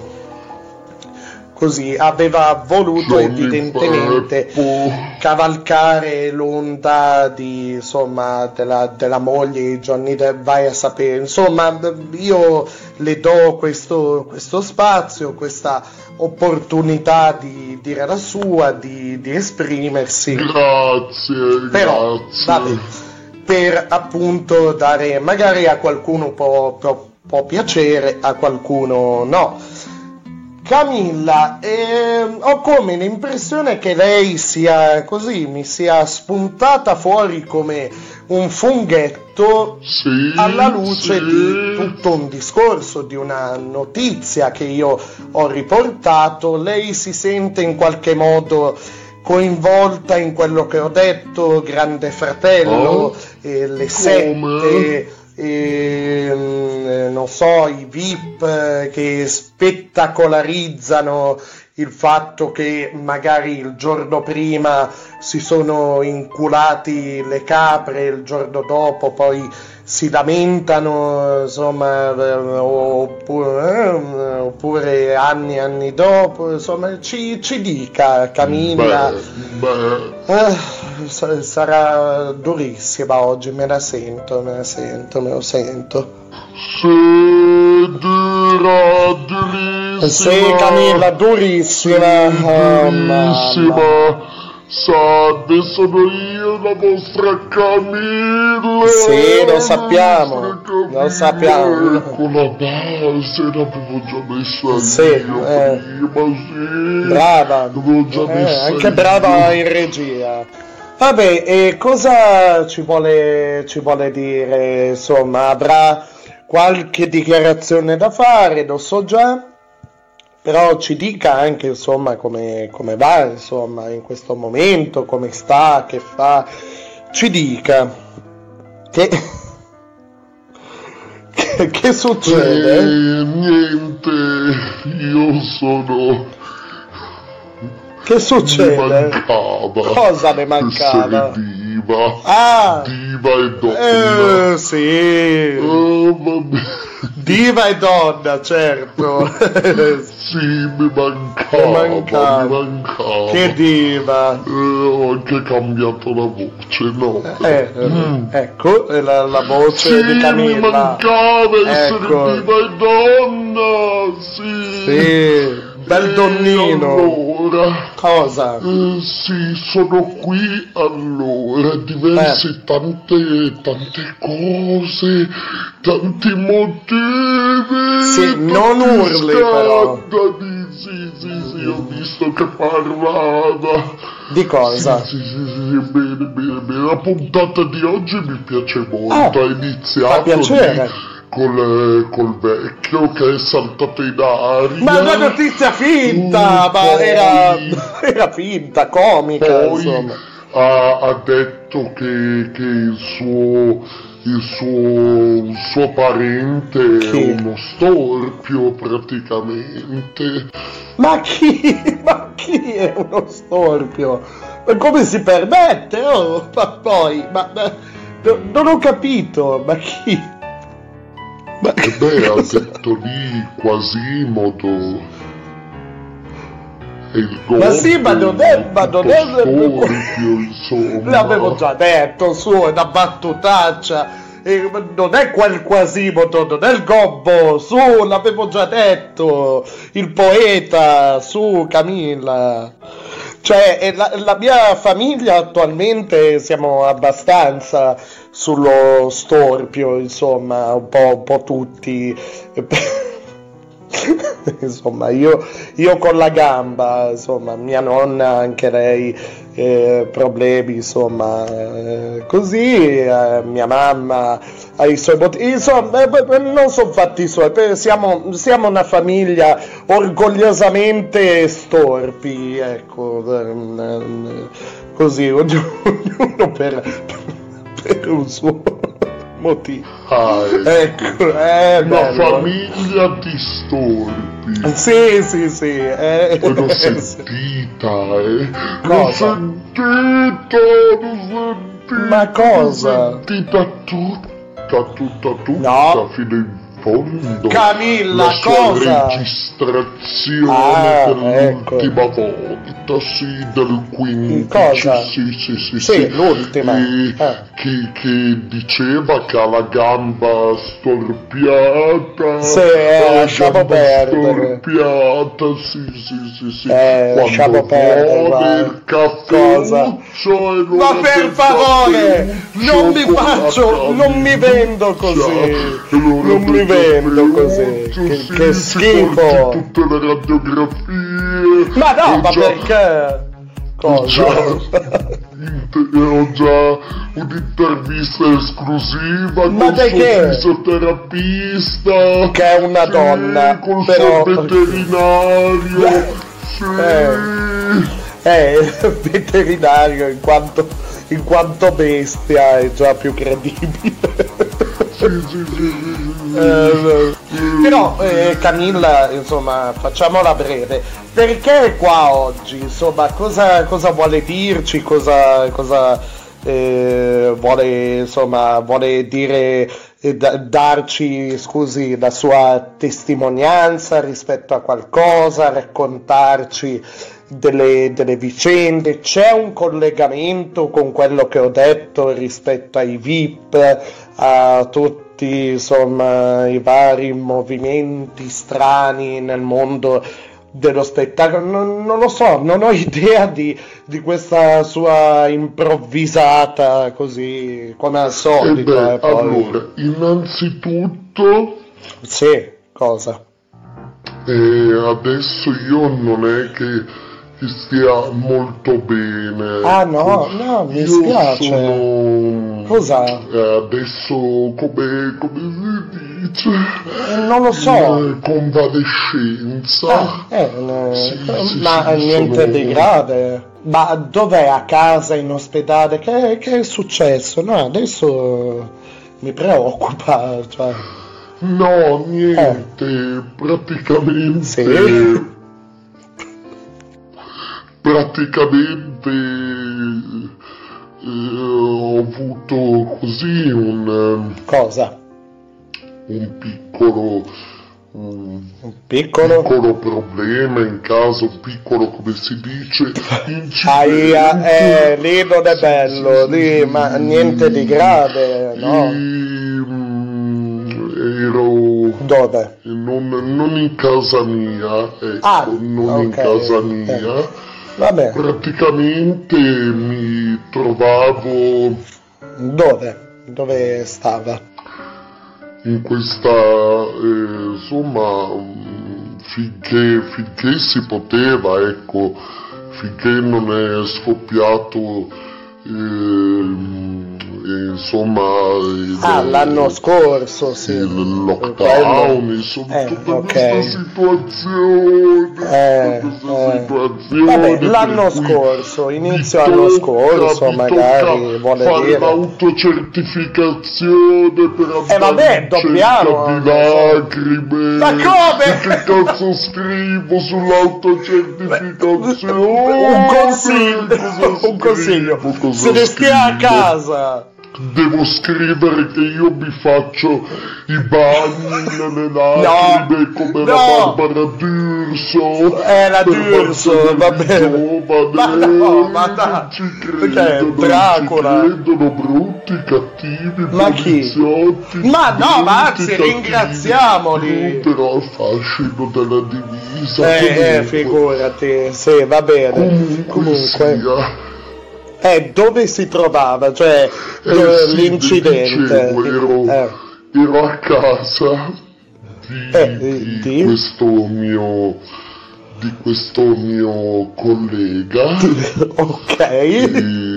così aveva voluto Johnny evidentemente Depp. cavalcare l'onda di, insomma, della moglie di Johnny Depp, vai a sapere. Insomma, io le do questo spazio, questa opportunità di dire la sua, di esprimersi. Grazie, Però, grazie. vabbè, per appunto dare, magari a qualcuno può piacere, a qualcuno no. Camilla, ho come l'impressione che lei sia così, mi sia spuntata fuori come un funghetto Sì, alla luce sì. di tutto un discorso, di una notizia che io ho riportato. Lei si sente in qualche modo coinvolta in quello che ho detto, Grande Fratello, le sette, non so, i VIP che spettacolarizzano il fatto che magari il giorno prima si sono inculati le capre, il giorno dopo poi si lamentano, insomma, oppure anni dopo, insomma, ci dica Camilla. Sarà durissima oggi, me lo sento. Sì, Camilla, durissima. Durissima. Salve, sono io, la vostra Camilla. Sì, lo sappiamo. Con la base l'avevo già messa Sì, io prima, sì. Brava. L'avevo già messa Anche io. brava in regia. Vabbè, e cosa ci vuole dire? Insomma, avrà qualche dichiarazione da fare, lo so già. Però ci dica anche, insomma, come va, insomma, in questo momento, come sta, che fa. Ci dica. Che succede? Niente, io sono... Che succede? Mi mancava. Cosa le mancava? Essere diva. Ah! Diva e donna. Sì. Vabbè. Diva e donna, certo. Sì, mi mancava. Che diva. Ho anche cambiato la voce, no? Ecco, la voce Sì, di mi Camilla. mancava essere Ecco. diva e donna. Sì. Bel donnino. Allora, Cosa? sì, sono qui allora, diverse tante cose, tanti motivi. Sì, non urli, però. Sì, ho visto che parlava. Di cosa? Sì, bene. La puntata di oggi mi piace molto, ha Fa iniziato piacere. col vecchio che è saltato in aria. Ma una notizia finta, ma era finta, comica, Poi insomma. ha detto che il suo parente Chi? è uno storpio praticamente. Ma chi è uno storpio? Ma come si permette? Oh, ma poi, non ho capito, ma chi? Beh, ha detto lì Quasimodo. E il Ma sì, ma non è storpio, insomma. l'avevo già detto, su, è una battutaccia. Non è quel Quasimodo, non è il gobbo, su, l'avevo già detto, il poeta, su, Camilla. Cioè, la mia famiglia attualmente siamo abbastanza sullo storpio, insomma, un po' tutti. Insomma, io con la gamba, insomma, mia nonna anche lei problemi, insomma, così, mia mamma ha i suoi motivi, insomma, non sono fatti i suoi, siamo una famiglia orgogliosamente storpi, ecco, così, ognuno per un suo motivo. Ecco, una famiglia di storpi. Sì. L'ho sentita, Cosa? L'ho sentita. Ma cosa? L'ho sentita tutta, No. fino in fondo. Camilla, la sua cosa? registrazione dell'ultima ecco. volta, sì, del 15. Cosa? Sì, l'ultima. Che diceva che ha la gamba storpiata. Sì, lasciamo gamba perdere. storpiata, sì. Lasciamo perdere, vuole guarda. il Cosa? caffeuccio e Ma per favore, non mi vendo così. Non mi vendo così. Che schifo. Tutte le radiografie. Ma no, ma perché? Cosa? Ho già un'intervista esclusiva Ma con il perché? suo fisioterapista, Che è una donna, col però- suo veterinario, Il veterinario in quanto bestia è già più credibile. Però Camilla, insomma, facciamola breve, perché è qua oggi? Insomma, cosa vuole dirci? Cosa vuole dire, darci, scusi, la sua testimonianza rispetto a qualcosa, raccontarci delle vicende? C'è un collegamento con quello che ho detto rispetto ai VIP, a tutti, insomma, i vari movimenti strani nel mondo dello spettacolo? Non lo so, non ho idea di questa sua improvvisata così, come al solito. Poi. allora, innanzitutto Sì, cosa? adesso io non è che stia molto bene. Ah no, mi Io spiace. sono Cosa? adesso come si dice? Non lo so. Convalescenza. Sì, Ma niente sono- di grave. Ma dov'è, a casa, in ospedale? Che è successo? No, adesso mi preoccupa, cioè. No, niente, praticamente. Sì? Praticamente ho avuto così un Cosa? piccolo Piccolo? problema in casa, un piccolo, come si dice, Aia, lì non è bello, lì, ma niente di grave, no? Ero Dove? non in casa mia, ecco, Ah, non in ok, casa mia. Vabbè, Praticamente mi trovavo dove stava? in questa, insomma, finché si poteva, ecco, finché non è scoppiato, insomma, L'anno scorso, sì. il lockdown, insomma, tutta ok. questa situazione, Vabbè, l'anno per cui scorso, inizio mi anno tocca- scorso, mi magari, tocca vuole fare dire. l'autocertificazione per andare vabbè, in dobbiamo, cerca di non so. lacrime. Ma come? E che cazzo scrivo sull'autocertificazione? Un consiglio, Cosa un consiglio. scrivo? Cosa Se ne stia a scrivo? casa. devo scrivere che io mi faccio i bagni nelle lacrime come la Barbara D'Urso. La D'Urso, va bene. Ma no, ma dai. Ci credono, Dracula. ci credono brutti, cattivi, Ma chi? poliziotti. Ma no, ma anzi, brutti, cattivi. ringraziamoli. Però il fascino della divisa. Figurati, sì, va bene. Comunque. Dove si trovava? Cioè, Sì, l'incidente. dicevo, ero a casa di questo mio collega. Ok.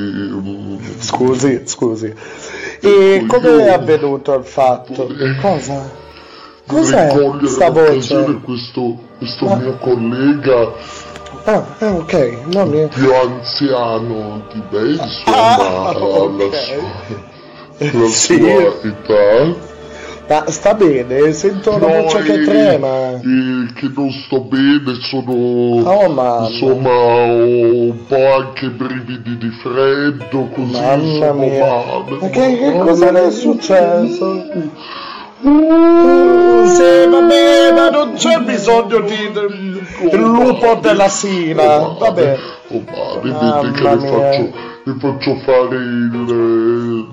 Scusi. E come è avvenuto il fatto? Cosa? Cos'è sta voce? Questo mio collega ok, no, più anziano di me, insomma, alla sua età. Ma sta bene? Sento una voce che trema. Che non sto bene, sono mamma. insomma, ho un po' anche brividi di freddo, così Mamma mia. male. Ma che cosa le è successo? Sì, vabbè, ma non c'è bisogno del lupo della Sila. Vabbè. Vedete che le faccio fare il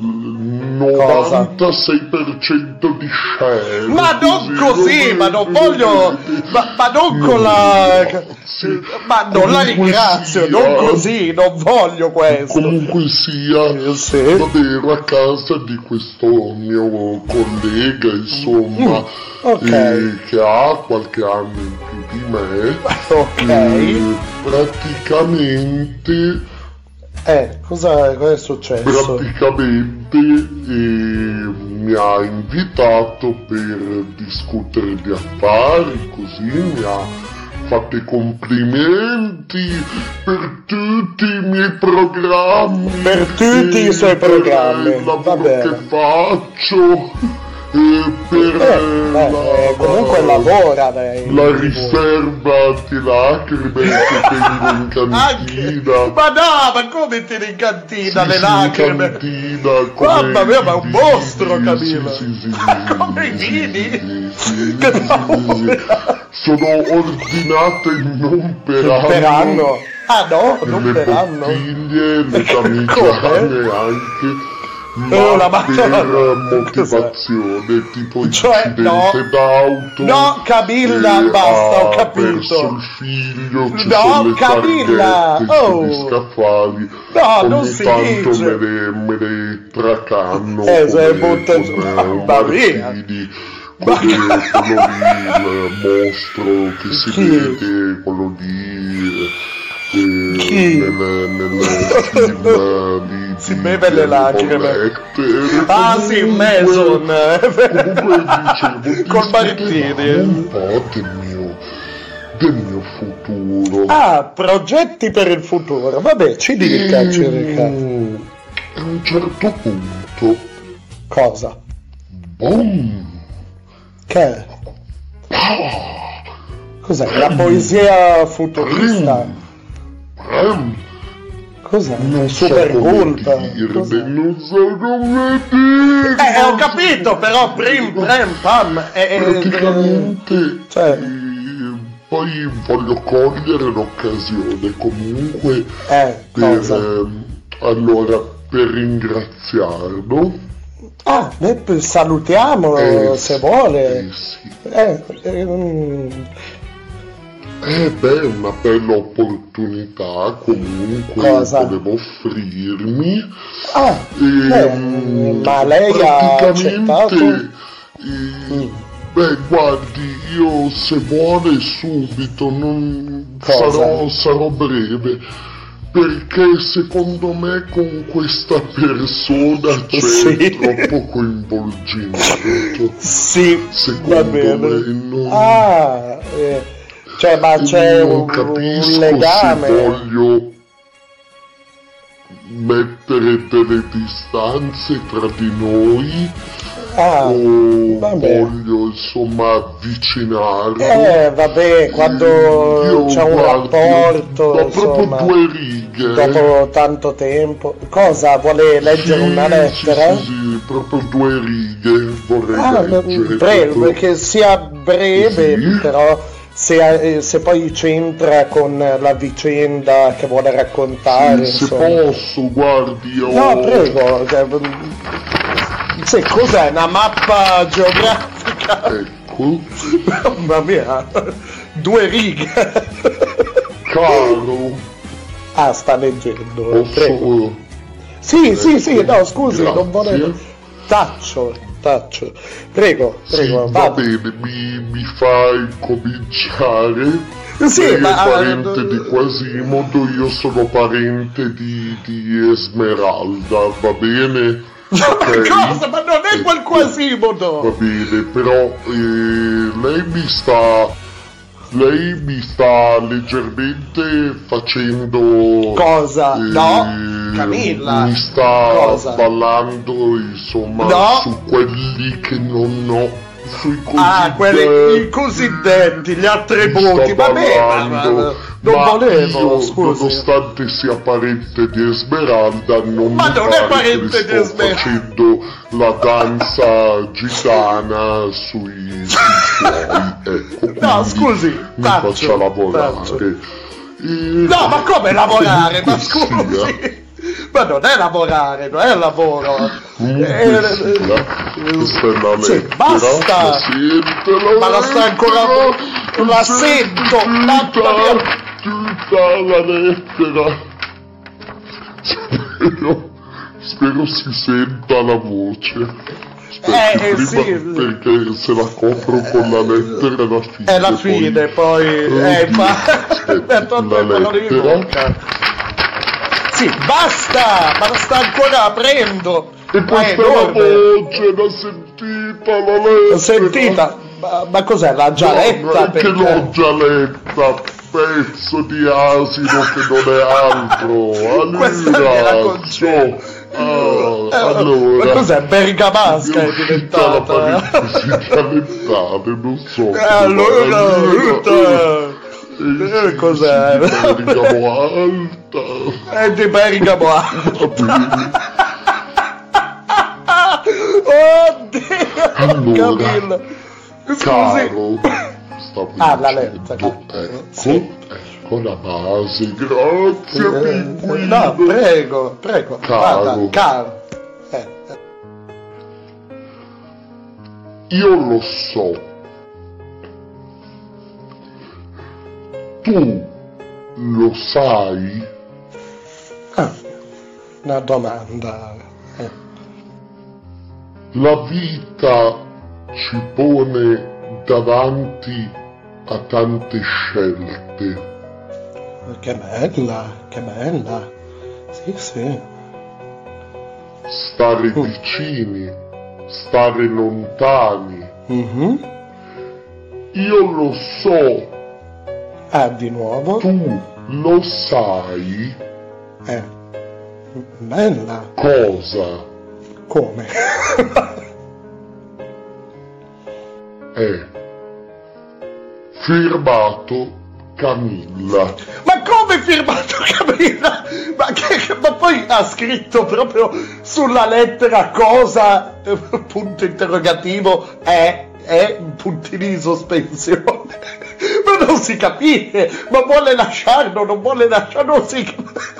96% di share. Ma non così, ma non voglio. Ma non con la. Ma non la ringrazio, non così, non voglio questo. Comunque sia, vabbè, ero a casa di questo mio collega, insomma, che ha qualche anno in più di me. Praticamente. Cosa è successo? Praticamente mi ha invitato per discutere di affari, così mi ha fatto i complimenti per tutti i miei programmi. Per tutti i suoi programmi. Il lavoro che faccio. Comunque lavora lei. La riserva di lacrime che tengo in cantina. Ma no, ma come tieni in cantina le lacrime? In cantina, Mamma mia, ma è un mostro, Camilla. Come i vini? Che paura. Sono ordinate non per anno. Per anno? Ah no, non per anno. Le damigiane anche. Ma per motivazione, tipo incidente d'auto. No, Camilla, basta, ho capito. Perso il figlio, ci sono le targhette sugli scaffali. No, non ogni si tanto dice. me le tracanno sei come Martini. Quello lì, il mostro che si vede, quello lì. Nel film di si beve le lacrime. Sì, Mason. Comunque Col Martini. Un po' del mio futuro. Progetti per il futuro. Vabbè, ci dica, A un certo punto. Cosa? Boom. Che? Cos'è? La poesia futurista? Cos'è? Non Super Gulp? Non so come dire. Ho capito, però prim pam. Praticamente. Poi voglio cogliere l'occasione comunque allora per ringraziarlo. Salutiamolo se vuole. Una bella opportunità comunque volevo offrirmi. Ma lei ha accettato? Guardi, io se vuole subito, non sarò breve, perché secondo me con questa persona c'è troppo coinvolgimento. Secondo me ma c'è non un capisco legame. se voglio mettere delle distanze tra di noi voglio insomma avvicinarlo. Vabbè, quando c'è un rapporto, da insomma, proprio 2 righe. dopo tanto tempo. Cosa, vuole leggere una lettera? Sì, proprio 2 righe vorrei leggere. Breve, perché sia breve, Sì. però se poi c'entra con la vicenda che vuole raccontare, Sì, se insomma. posso, guardi, io... No, prego. Sì, cos'è? Una mappa geografica? Ecco, Mamma mia, 2 righe. caro, Sta leggendo. Prego. posso... Sì, no, scusi, Grazie. non volevo. Taccio. Prego, Sì, va vada. bene, mi fai cominciare. Sì, Lei ma- è parente di Quasimodo, io sono parente di Esmeralda, va bene? Ma Ok? cosa? Ma non è quel Va Quasimodo! bene, però lei mi sta leggermente facendo... Cosa? No, Camilla. Mi sta Cosa? ballando, insomma, No. su quelli che non ho. Sui quelli i cosiddetti, gli attributi, vabbè, ma non volevo, io, scusi. nonostante sia parente di Esmeralda, non Ma mi non è pare parente che di sto Esmeralda. facendo la danza gitana sui suoi, ecco, No, quindi scusi, mi taccio, faccia lavorare. taccio. No, ma come lavorare? Ma Comunque sia, scusi! Ma non è lavorare, non è lavoro! comunque sia, questa è la sì, lettera, basta. la sente la Ma la sta ancora... lettera? La sento! Mamma mia! Tutta la lettera. Spero si senta la voce. Aspetti, sì. perché se la copro con la lettera è la fine. È la fine, poi... la lettera. Sì, basta! Ma la sta ancora aprendo! E questa è la voce, l'ha sentita la lettera. Sentita? Ma cos'è? L'ha già letta? No, che l'ho già letta, pezzo di asino che non è altro. Questa gliela concedo. Allora, ma cos'è? Bergamasca è la diventata? parentesi dialettale, non so. Cos'è? Bergamo alta. È di Bergamo alta. Va bene. Oddio! Allora, Camilla. Scusi. caro, stavo la dicendo, lettera. ecco, Sì. ecco la base, grazie pinguino. No, prego. Caro. Vada, caro. Io lo so. Tu lo sai? Una domanda. La vita ci pone davanti a tante scelte. Che bella. Sì. Stare vicini, stare lontani. Io lo so. Di nuovo? Tu lo sai? Bella. Cosa? Come? È firmato Camilla. Ma come firmato Camilla? Ma poi ha scritto proprio sulla lettera cosa, punto interrogativo, è puntini di sospensione. Ma non si capisce, ma vuole lasciarlo, non vuole lasciarlo, non si capisce.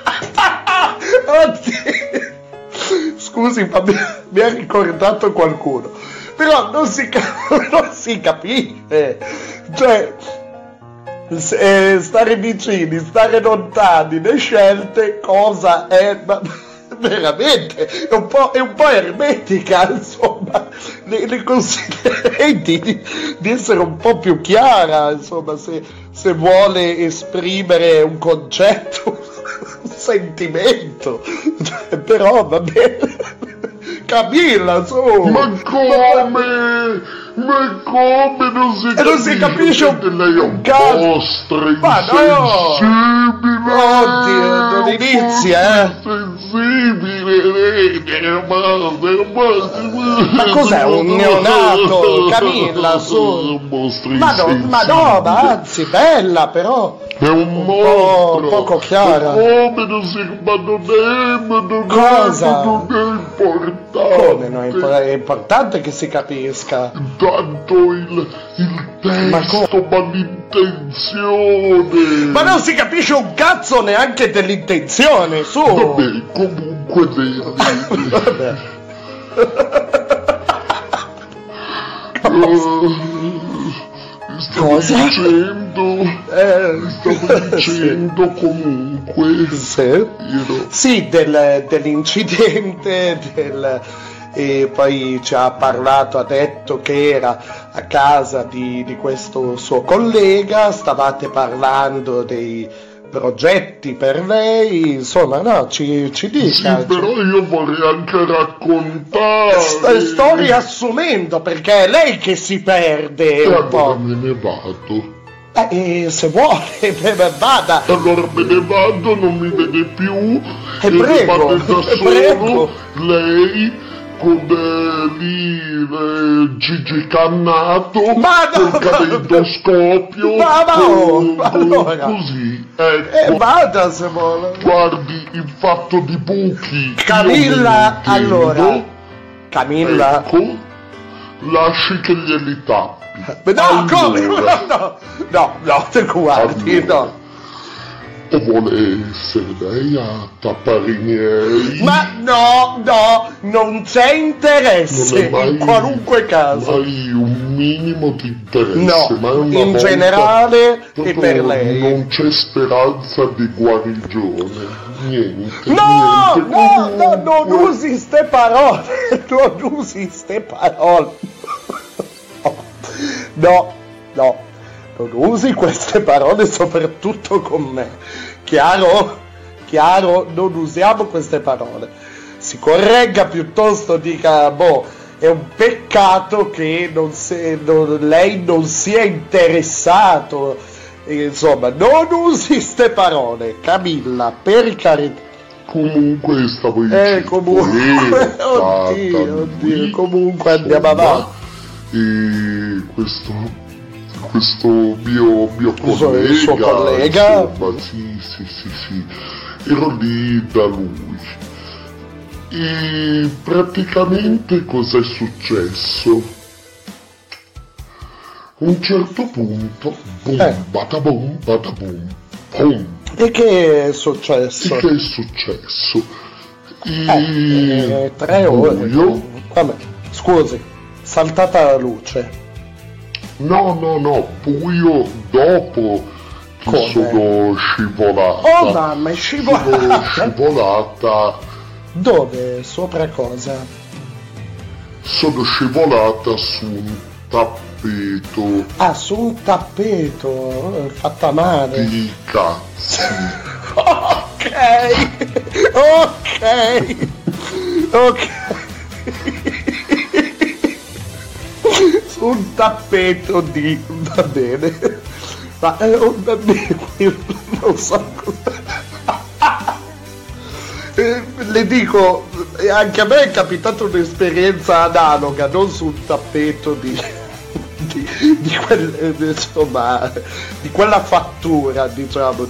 Oddio. Scusi, ma mi ha ricordato qualcuno, però non si capisce, cioè stare vicini, stare lontani, le scelte, cosa è, ma veramente è un po' ermetica, insomma, le consiglierei di essere un po' più chiara, insomma, se vuole esprimere un concetto, un sentimento, però va bene. Camilla, su! Ma come non si capisce che lei è un mostro Ma no! insensibile. Oddio, non inizi, Insensibile. Ma cos'è, un neonato, Camilla, su? Ma no, ma anzi, bella però. È un mostro, poco chiara. Come non è Cosa? Non è importante. Come no? È importante che si capisca. Tanto il testo, ma l'intenzione. Ma non si capisce un cazzo neanche dell'intenzione, su. Vabbè, comunque vedi. Stavo dicendo comunque sì, dell'incidente, e poi ci ha parlato, ha detto che era a casa di questo suo collega, stavate parlando dei progetti per lei, insomma, no, ci dica. Sì, però io vorrei anche raccontare. Sto riassumendo, perché è lei che si perde un po'. Me ne vado. Se vuole, vada. Allora me ne vado, non mi vede più. E prego, prego. Lei con Gigi Cannato, col caleidoscopio, allora. così, ecco. Vada se vuole. Guardi il fatto di Buchi. Camilla, allora. Camilla. Ecco, lasci che glieli tappi. No, allora. Come? No, te guardi, allora. No. O vuole essere lei a tappare i miei? Ma no, non c'è interesse, in qualunque caso. Mai un minimo di interesse. No, ma in generale e per lei. Non c'è speranza di guarigione. Niente. No, non usi ste parole. Non usi ste parole. No. Non usi queste parole soprattutto con me. Chiaro? Non usiamo queste parole. Si corregga piuttosto, dica, è un peccato che lei non sia interessato. Insomma, non usi ste parole, Camilla, per carità. Comunque stavo dicendo. Oddio, comunque andiamo avanti. E questo mio collega, il suo collega, insomma, sì, ero lì da lui e praticamente cos'è successo? A un certo punto, boom, boom. E che è successo? 3 ore. Vabbè, scusi, saltata la luce. No, buio dopo che sono scivolata. Oh mamma, è scivolata! Sono scivolata. Dove? Sopra cosa? Sono scivolata su un tappeto. Ah, su un tappeto? Fatta male. Di cazzi. Ok. Un tappeto di... va bene, ma non so cosa. Le dico, anche a me è capitata un'esperienza analoga, non su un tappeto di quella fattura, diciamo,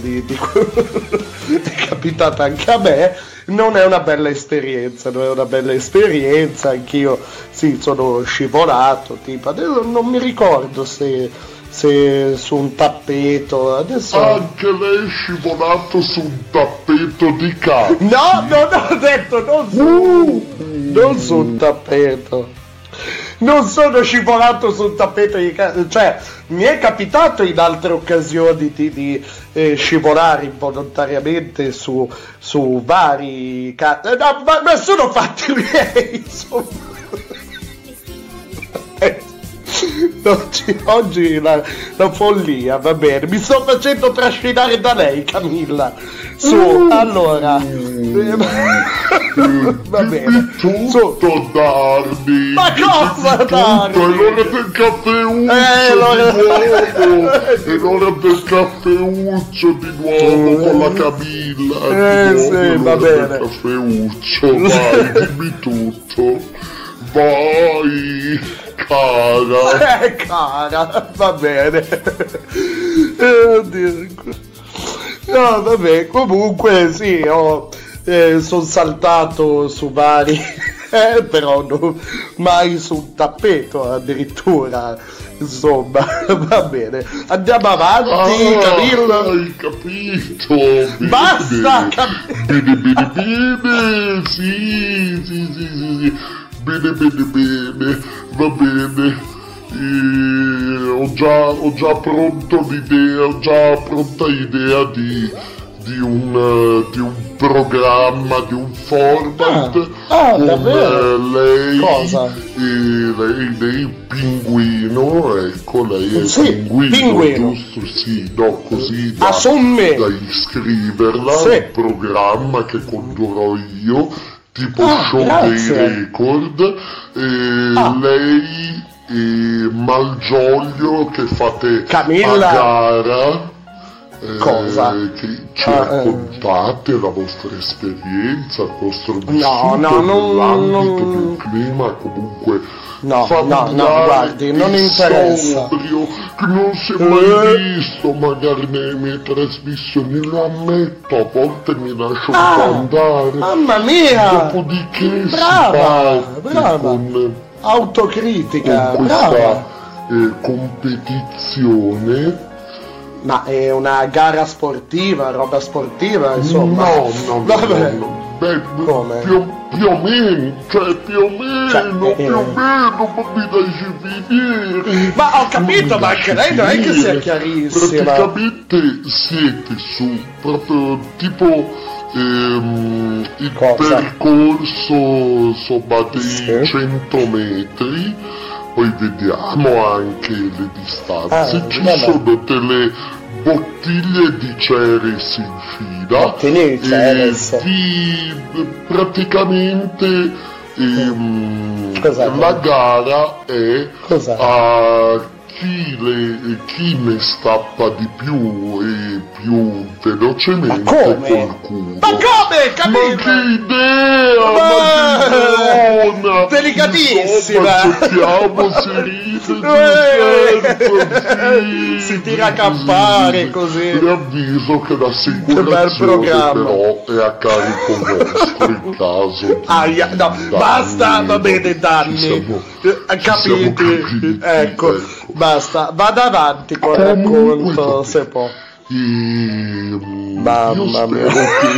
è capitata anche a me. Non è una bella esperienza, anch'io sì, sono scivolato, tipo, adesso non mi ricordo se su un tappeto, adesso... Anche lei è scivolato su un tappeto di cazzo. No, non ho detto, non su un tappeto. Non sono scivolato sul tappeto di cazzo, cioè mi è capitato in altre occasioni di scivolare involontariamente su vari cazzo. No, ma sono fatti miei, insomma. Oggi la follia, va bene, mi sto facendo trascinare da lei, Camilla. Allora, Va bene. Tutto Dardi. Ma cosa Dardi? È l'ora del caffeuccio è l'ora del caffeuccio di nuovo con la Camilla. Sì, va bene. Caffeuccio, vai, dimmi tutto. Vai, cara. Cara, va bene. Oddio. No, vabbè, comunque sì, sono saltato su vari, però mai su un tappeto addirittura, insomma, va bene. Andiamo avanti, Camillo. Hai capito? Basta, bene, sì. Bene, va bene. Ho già pronta idea di un programma, di un format con lei. Cosa? Lei Pinguino, ecco, lei è Pinguino, giusto? Sì, no, così da iscriverla, un programma che condurrò io, tipo show dei record, lei e Malgioglio che fate Camilla. a gara. Cosa? Che ci raccontate la vostra esperienza, il vostro vissuto nell'ambito del clima comunque familiare, guardi, non interessa. Sobrio, che non si è mai visto magari nelle mie trasmissioni, lo ammetto, a volte mi lascio un po' andare. Mamma mia! Dopodiché brava. con autocritica, con questa competizione. Ma è una gara sportiva, roba sportiva, insomma? No. Beh, come? Più o meno, ma mi dai finire. Ma ho capito, ma anche lei non è che sia chiarissima. Praticamente siete su proprio tipo il percorso, insomma, dei 100 metri. Poi vediamo anche le distanze. Ci sono delle bottiglie di Ceres in fila. Praticamente la gara è a chi ne stappa di più e più velocemente col culo. Ma come? Capito? Ma che idea! Ma delicatissima! Giochiamo, si ride, si tira a campare così. Vi avviso che l'assicurazione però è a carico vostro in caso no, basta, va bene, danni. Capiti? Ecco, basta, vada avanti con il racconto se può. Mamma mia.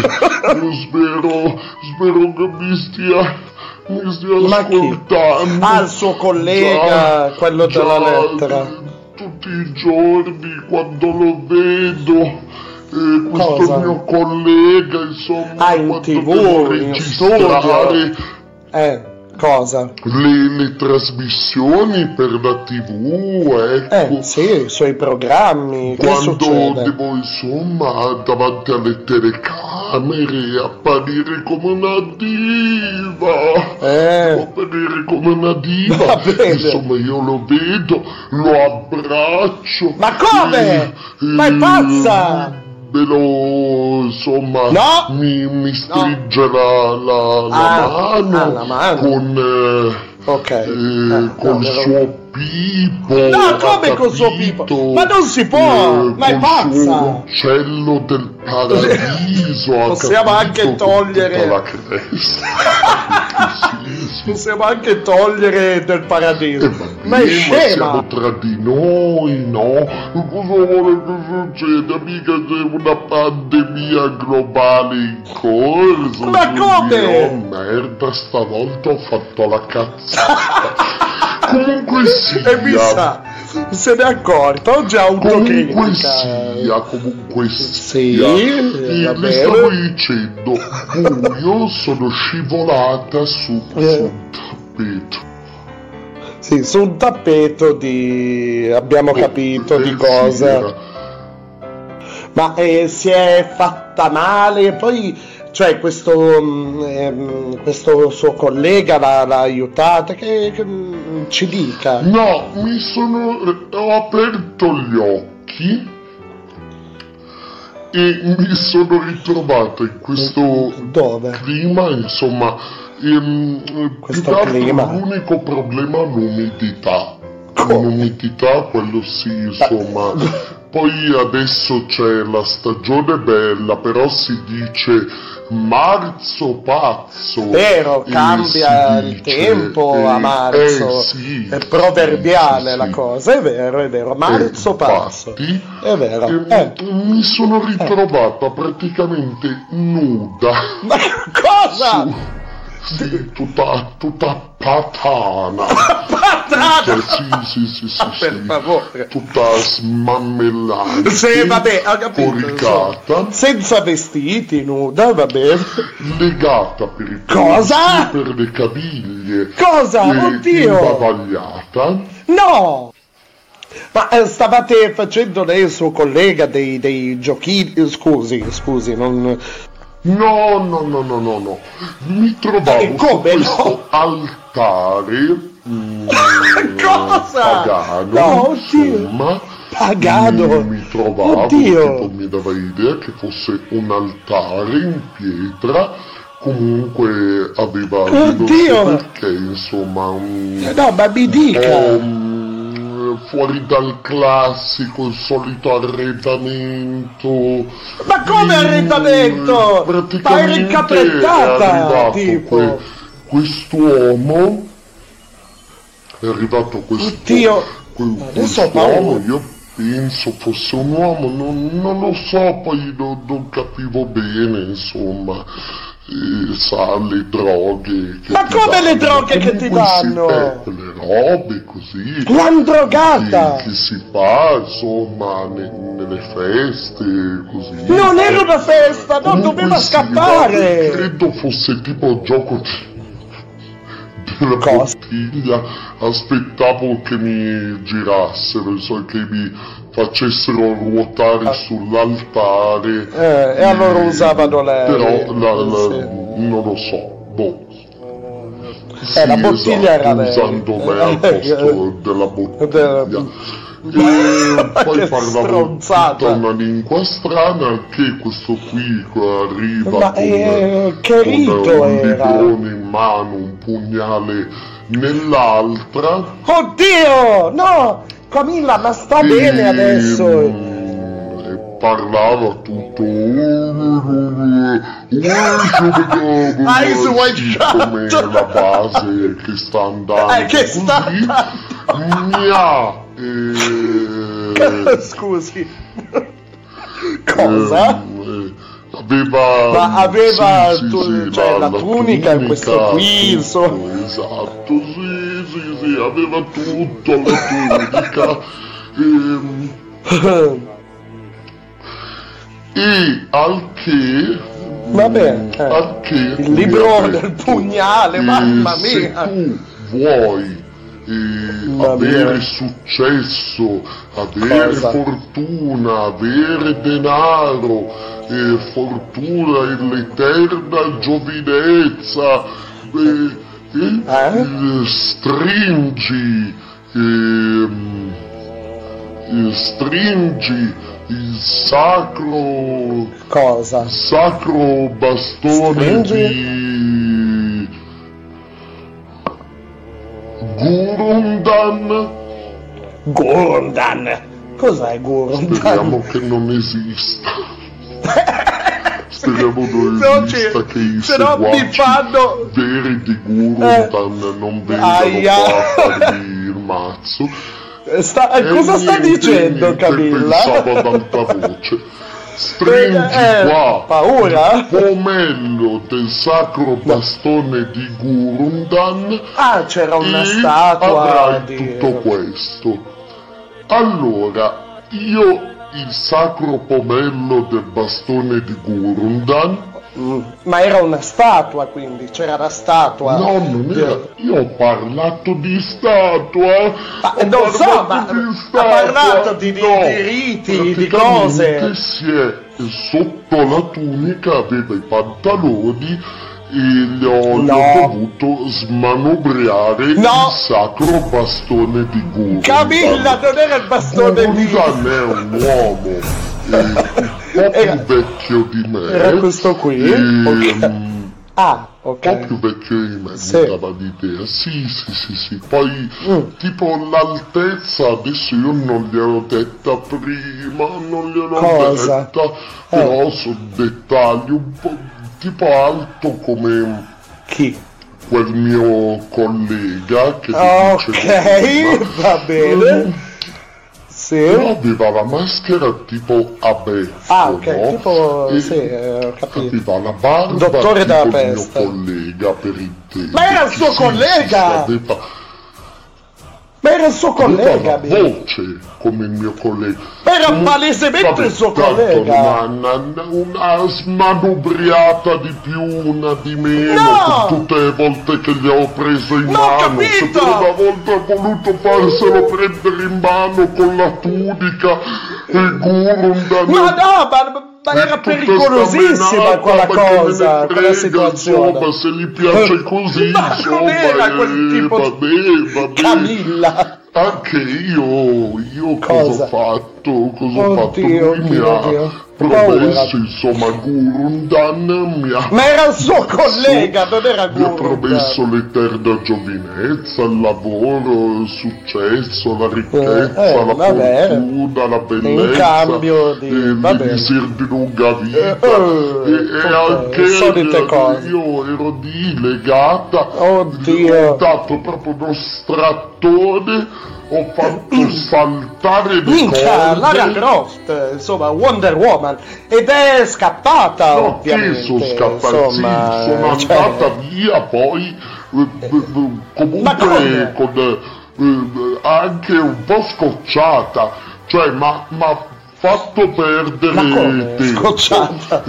Spero che mi stia ascoltando. Il suo collega, quello della lettera. Tutti i giorni quando lo vedo, questo mio collega, insomma, in TV, in registrare cosa? Le trasmissioni per la TV, ecco. Sì, i suoi programmi. Quando devo, insomma, davanti alle telecamere apparire come una diva. Apparire come una diva. Insomma, io lo vedo, lo abbraccio. Ma come? Ma è pazza! Insomma, mi stringe la mano con col suo pipo. No, come col suo pipo? Ma non si può, ma è pazza! Il suo uccello del paradiso. Possiamo anche togliere la cresta. Possiamo anche togliere del paradiso. Ma è scema! Siamo tra di noi, no? Cosa vuole che succeda? Mica c'è una pandemia globale in corso. Ma come? Oh merda, stavolta ho fatto la cazzata. Comunque sia. E mi sa, se ne è accorto, oggi ha autocritica. Comunque sia. E le stavo dicendo, io sono scivolata su un tappeto. Sì, su un tappeto abbiamo capito di cosa. Ma si è fatta male, poi Cioè questo suo collega l'ha aiutata, che ci dica. No, ho aperto gli occhi e mi sono ritrovato in questo clima, insomma, questo clima. L'unico problema è l'umidità. L'umidità, quello sì, insomma. Poi adesso c'è la stagione bella, però si dice marzo pazzo. Vero, cambia il tempo a marzo. Sì, è proverbiale sì, la cosa, è vero, marzo pazzo. È vero. Mi sono ritrovata praticamente nuda. Ma cosa? Sì, tutta patana. Patana? Sì. Per favore. Tutta smammellante. Sì, vabbè, ho capito. Coricata. Senza vestiti, nuda, va bene. Legata per i cosa? Per le caviglie. Cosa? Oddio. Imbavagliata. No! Ma stavate facendo lei e il suo collega dei giochini? Scusi, non... No. Mi trovavo su questo altare cosa? pagano, No, insomma. Pagano? Mi trovavo, tipo, mi dava idea che fosse un altare in pietra. Comunque aveva non so perché, insomma, no, ma mi dica. Fuori dal classico, il solito arredamento. Ma come arredamento? Ma è ricaprettata, tipo. Quest'uomo è arrivato quest'uomo, io penso fosse un uomo, non lo so, poi non capivo bene, insomma. Sa le droghe che ma come le droghe che ti danno? Le robe così l'han drogata che si fa insomma nelle feste così. Non era una festa, non doveva scappare. Credo fosse tipo il gioco della bottiglia. Aspettavo che mi girassero, che mi facessero ruotare sull'altare e allora usavano le... però non lo so, boh. Sì, la bottiglia era usando me al posto della bottiglia. E poi parlavo tutta una lingua strana, che questo qui arriva con un librone in mano, un pugnale nell'altra. Oddio, no! Camilla, ma sta bene adesso! E parlava tutto Eyes wide shut! Come la base che sta andando che sta scusi, cosa? Aveva cioè la tunica e questo qui, insomma. Esatto, sì, aveva tutto, la tunica. E al che... Vabbè, il libro del pugnale, mamma mia! Se tu vuoi avere successo, avere fortuna, avere denaro, fortuna e l'eterna giovinezza, stringi il sacro bastone di Gurundan. Cos'è Gurundan? Speriamo che non esista. Speriamo non esista, che i seguaci veri di Gurundan non vengano qua a farmi il mazzo. Cosa sta dicendo Camilla? Pensavo ad alta voce. Stringi qua paura? il pomello del sacro bastone di Gurundan. C'era una statua. Avrai tutto questo. Allora, io il sacro pomello del bastone di Gurundan Ma era una statua, quindi c'era la statua. No, non era. Io ho parlato di statua. Ma non so, ma ha parlato di riti, di cose. Sotto la tunica aveva i pantaloni e gli ho dovuto smanobriare il sacro bastone di Gurundan. Camilla, non era il bastone di Gurundan è un uomo un po' più vecchio di me. Era questo qui? Ok. Un po' più vecchio di me, mi dava l'idea. Sì. Poi tipo l'altezza, adesso io non gliel'ho detta prima, detta, però sono dettagli un po' tipo alto come chi? Quel mio collega che va bene. Però aveva la maschera tipo a beffa, tipo, ho capito. Aveva la barba Dottore tipo della il peste. mio collega per intendere. Ma era il suo collega! Ma era il suo collega, aveva la voce come il mio collega. Ma era palesemente il suo collega. Una smanobriata di più, una di meno, tutte le volte che gli ho preso in mano. Se per una volta ho voluto farselo prendere in mano con la tunica e Gurundan. Ma no, ma era pericolosissima quella cosa, quella situazione. Insomma, se gli piace così, ma insomma, non era quel tipo vabbè. Camilla. Anche io cosa ho fatto? Oddio, Lui mi ha promesso, insomma, Gurundan mi ha... Ma era il suo collega, non era Gurundan. Mi ha promesso l'eterna giovinezza, il lavoro, il successo, la ricchezza, la fortuna, la bellezza. In cambio di... l'elisir di lunga vita. E anche solite cose. Io ero lì legata. Oddio. Ho dato proprio uno strattone. Ho fatto saltare le corde. Lara Croft, insomma, Wonder Woman, ed è scappata, ovviamente. Sono scappata, insomma, sono andata via, poi comunque con anche un po' scocciata, cioè m'ha fatto perdere tempo. Scocciata?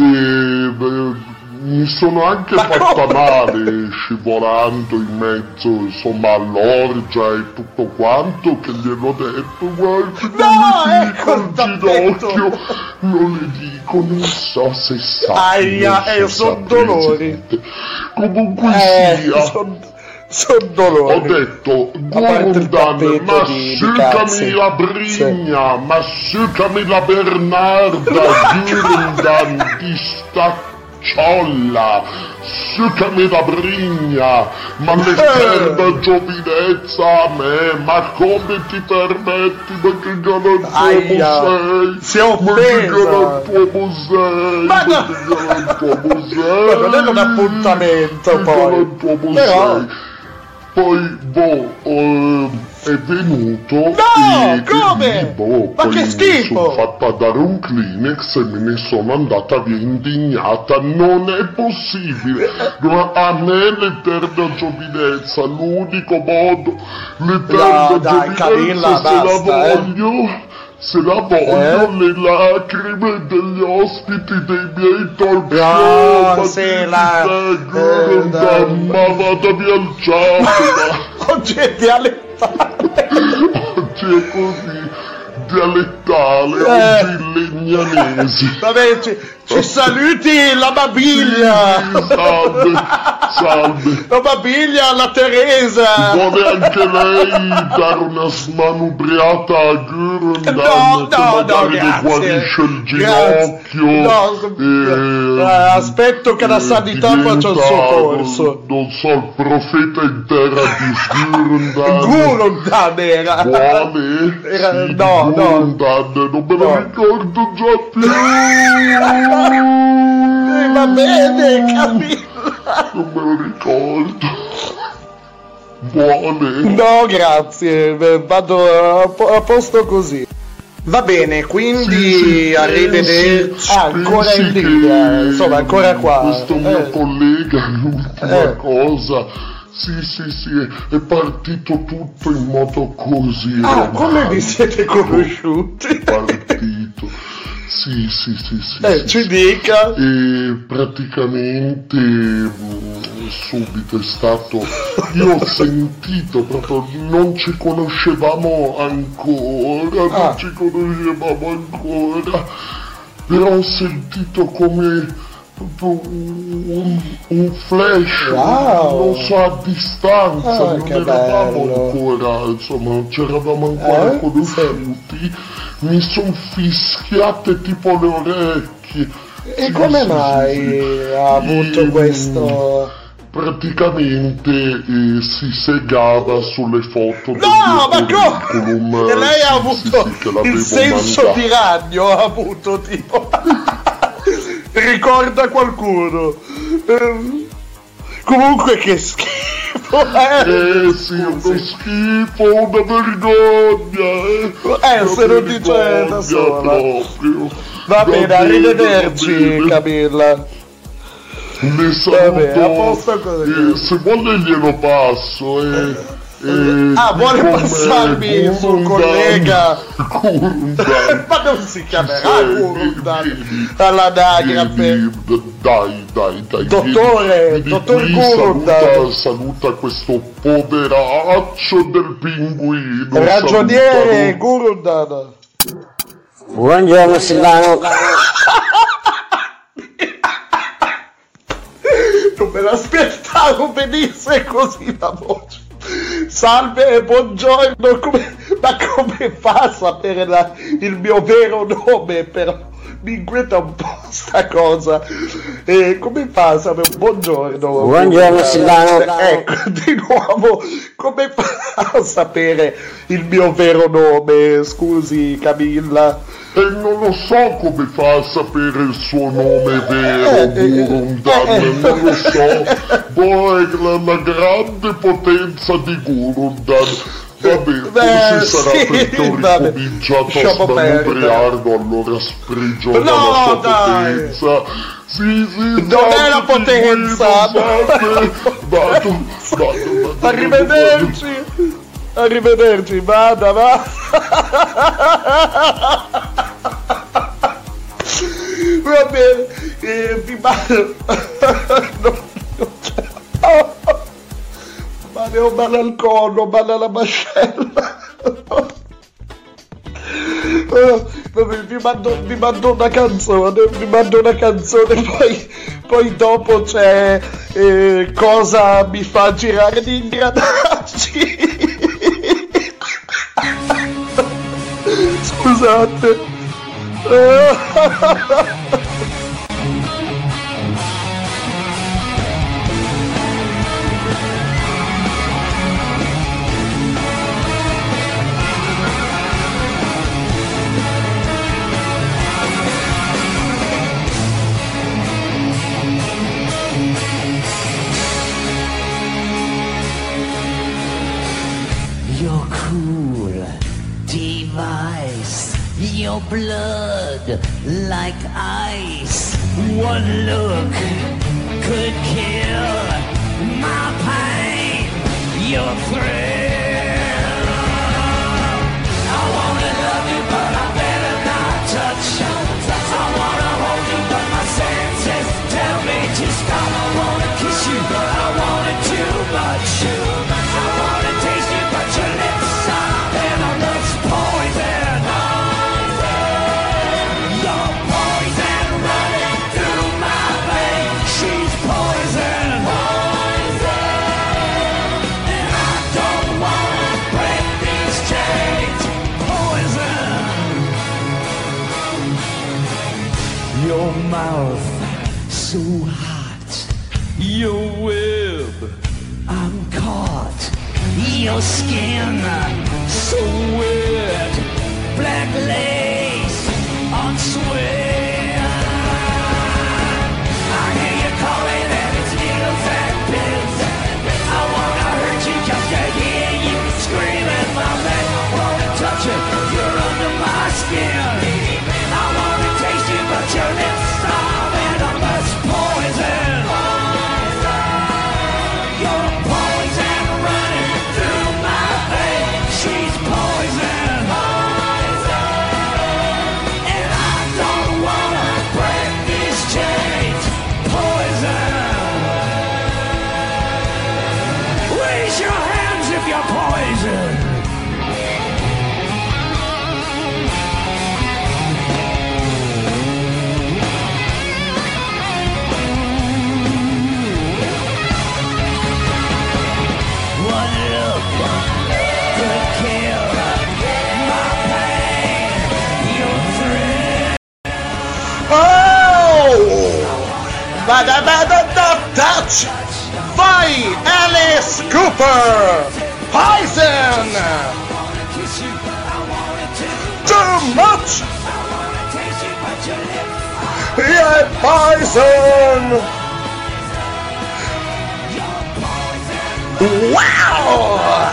Mi sono anche fatta male scivolando in mezzo, insomma, all'orgia e tutto quanto, che gliel'ho detto, guarda, col ginocchio, non le dico, non so se sa. Sono dolori. Comunque sia. Sono dolori. Ho detto, Gurundan, massucami la brigna, massucami la Bernarda, Gurundan, ti sta ciolla, succami la brigna, ma l'eterna giovinezza a me, ma come ti permetti, ma che galantuomo sei, si è offesa, ma che galantuomo sei, ma non è un appuntamento, poi sei. Poi, è venuto come? Ma che schifo! Mi sono fatta dare un Kleenex e me ne sono andata via indignata. Non è possibile. A me l'eterna giovinezza, l'unico modo, l'eterna giovinezza, se la voglio, le lacrime degli ospiti dei miei talk show, ma vada via il ciao. Oggi è dialettale. Oggi è così, dialettale, oggi legnanesi. Vabbè, ci saluti la Babiglia. Salve. La Babiglia, la Teresa. Vuole anche lei dare una smanobriata a Gurundan? No, grazie. Guarisce il ginocchio. Aspetto che la sanità faccia il suo corso. Non so, il profeta in terra di Gurundan. Gurundan era. Vuole? Gurundan, non me lo ricordo già più. Va bene, Camilla. Non me lo ricordo. Buone. No, grazie, vado a posto così. Va bene, quindi arrivederci. Ancora in linea, insomma, ancora qua. Questo mio collega, l'ultima cosa. Sì, è partito tutto in modo così. Come vi siete conosciuti? È partito. Sì. Ci dica. E praticamente subito è stato, io ho sentito proprio, non ci conoscevamo ancora, però ho sentito come un flash, non so, a distanza, non eravamo ancora, insomma, non ci eravamo ancora conosciuti, mi sono fischiate tipo le orecchie. E come mai ha avuto questo? Praticamente si segava sulle foto. No, ma come? E lei ha avuto il senso di ragno, ha avuto tipo. Ricorda qualcuno. Comunque che schifo, sì, uno schifo, una vergogna. Se non dice da sola. Proprio. Va bene, arrivederci Camilla. Ne saluto. A posto così. Se vuole glielo passo. Vuole passarmi il suo collega Gurundan. Ma non si chiamerà Gurundan all'anagrafe. Dai. Dottor Gurundan. Saluta questo poveraccio del pinguino. Ragioniere Gurundan. Buongiorno Silvano. Non me l'aspettavo venisse così la voce. Salve e buongiorno, ma come fa a sapere il mio vero nome? Però mi inquieta un po' sta cosa. Come fa a sapere? Buongiorno. Buongiorno Silvano. Ecco, di nuovo, come fa a sapere il mio vero nome? Scusi Camilla. E non lo so come fa a sapere il suo nome vero, Gurundan, non lo so. Poi la grande potenza di Gurundan. Vabbè, forse sarà perché ho ricominciato a smanubriarlo, allora sprigio la sua potenza. Sì, non è la potenza! Vado. Arrivederci, vada. Va bene, vi mando. Ma ne ho male al collo, male alla mascella. Vi mando una canzone, poi dopo c'è cosa mi fa girare gli ingranaggi. Scusate. Your cool device, your blood like ice. One look could kill my pain, your thrill. I wanna love you, but I better not touch you. I wanna hold you, but my senses tell me to stop. I wanna kiss you, but I want it too much. I wanna taste you, but your lips are venomous poison. Your poison running through my veins. She's poison. And I don't wanna break these chains. Poison. Your mouth so hot, your web, I'm caught. Your skin so wet, black lace on sweat. I hear you calling and it's needles and pins. I wanna hurt you just to hear you screaming. My man, I wanna touch you, you're under my skin. I wanna taste you, but your lips are venomous poison. Your poison running through my veins. She's poison. And I don't Touch! Vai, Alice Cooper! Poison! Too much! Yeah, Poison! Wow!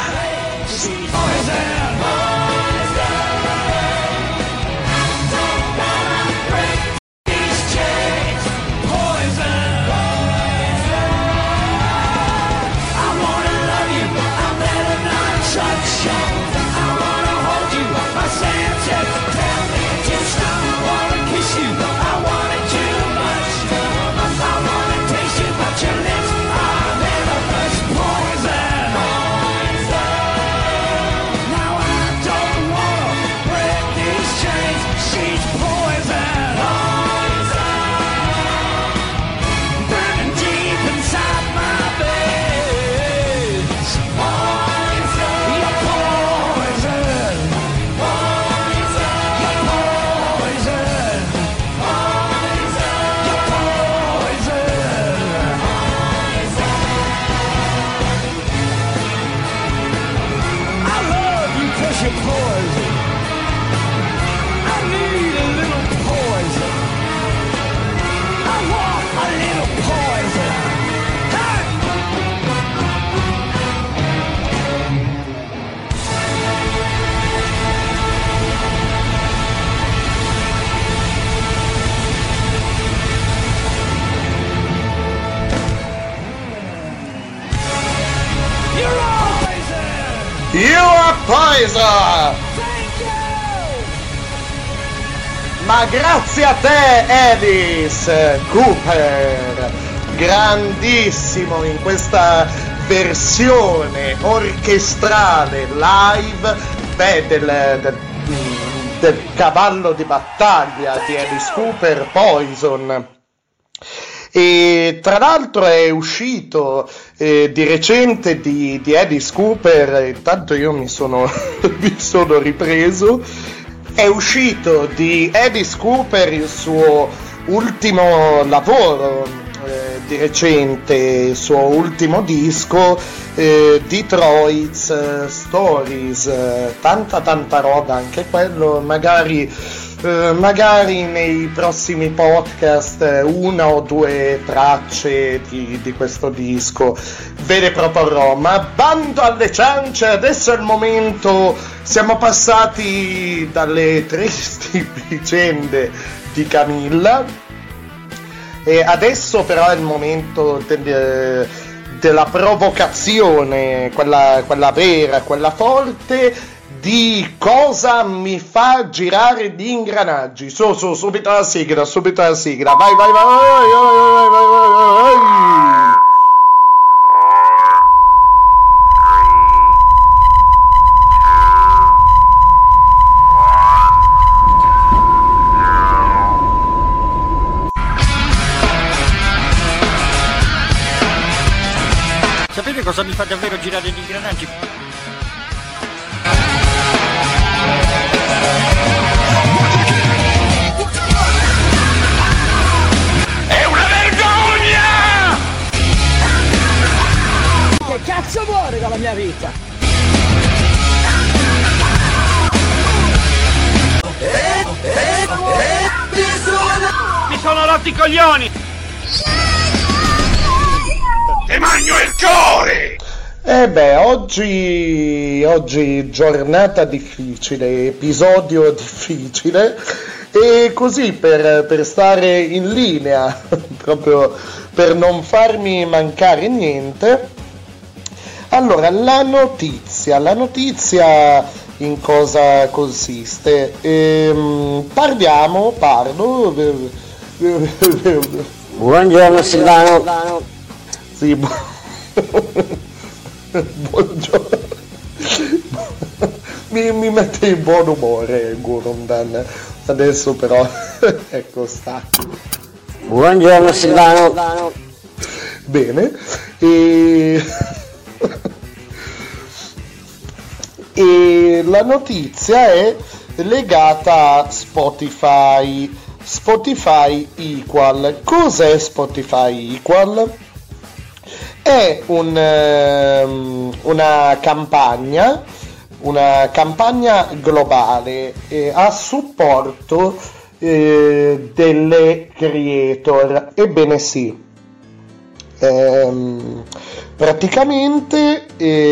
You are Poison! Ma grazie a te, Alice Cooper, grandissimo in questa versione orchestrale live del cavallo di battaglia di Alice Cooper, Poison. E tra l'altro è uscito di recente di Alice Cooper, intanto io mi sono ripreso, è uscito di Alice Cooper il suo ultimo lavoro di recente, il suo ultimo disco, Detroit's Stories, tanta roba anche quello, magari nei prossimi podcast una o due tracce di questo disco ve le proporrò, ma bando alle ciance, adesso è il momento, siamo passati dalle tristi vicende di Camilla e adesso però è il momento della provocazione, quella vera, quella forte, di cosa mi fa girare gli ingranaggi. Subito la sigla, vai. Sapete cosa mi fa davvero girare gli ingranaggi? Che cazzo vuole dalla mia vita? Mi sono rotti i coglioni! Te magno il cuore! Oggi giornata difficile, episodio difficile, e così per stare in linea, proprio per non farmi mancare niente. Allora, la notizia in cosa consiste? Parlo. Buongiorno Silvano. Sì, buongiorno. Mi mette in buon umore Gurundan. Adesso però, ecco sta. Buongiorno Silvano. Bene. E la notizia è legata a Spotify. Spotify Equal. Cos'è Spotify Equal? È una campagna globale a supporto delle creator. Ebbene sì, praticamente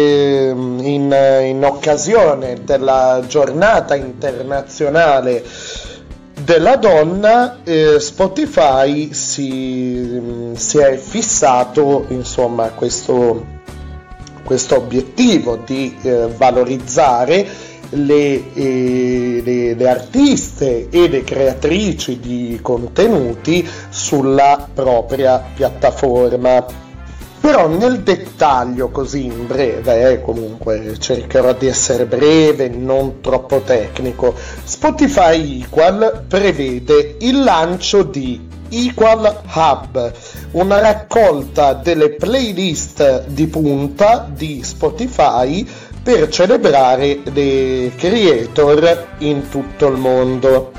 in occasione della giornata internazionale della donna, Spotify si è fissato, insomma, questo obiettivo di valorizzare le artiste e le creatrici di contenuti sulla propria piattaforma. Però nel dettaglio, così in breve, comunque cercherò di essere breve, non troppo tecnico, Spotify Equal prevede il lancio di Equal Hub, una raccolta delle playlist di punta di Spotify per celebrare le creator in tutto il mondo.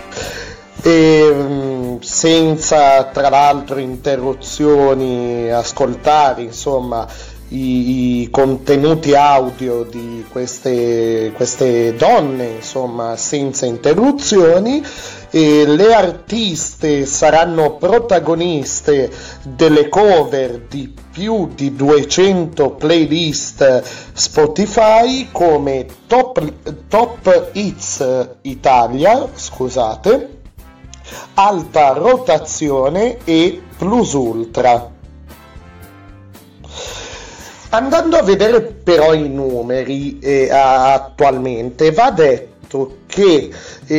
E senza tra l'altro interruzioni ascoltare, insomma, i contenuti audio di queste donne, insomma, senza interruzioni. E le artiste saranno protagoniste delle cover di più di 200 playlist Spotify come Top Hits Italia, Alta Rotazione e Plus Ultra. Andando a vedere però i numeri attualmente, va detto che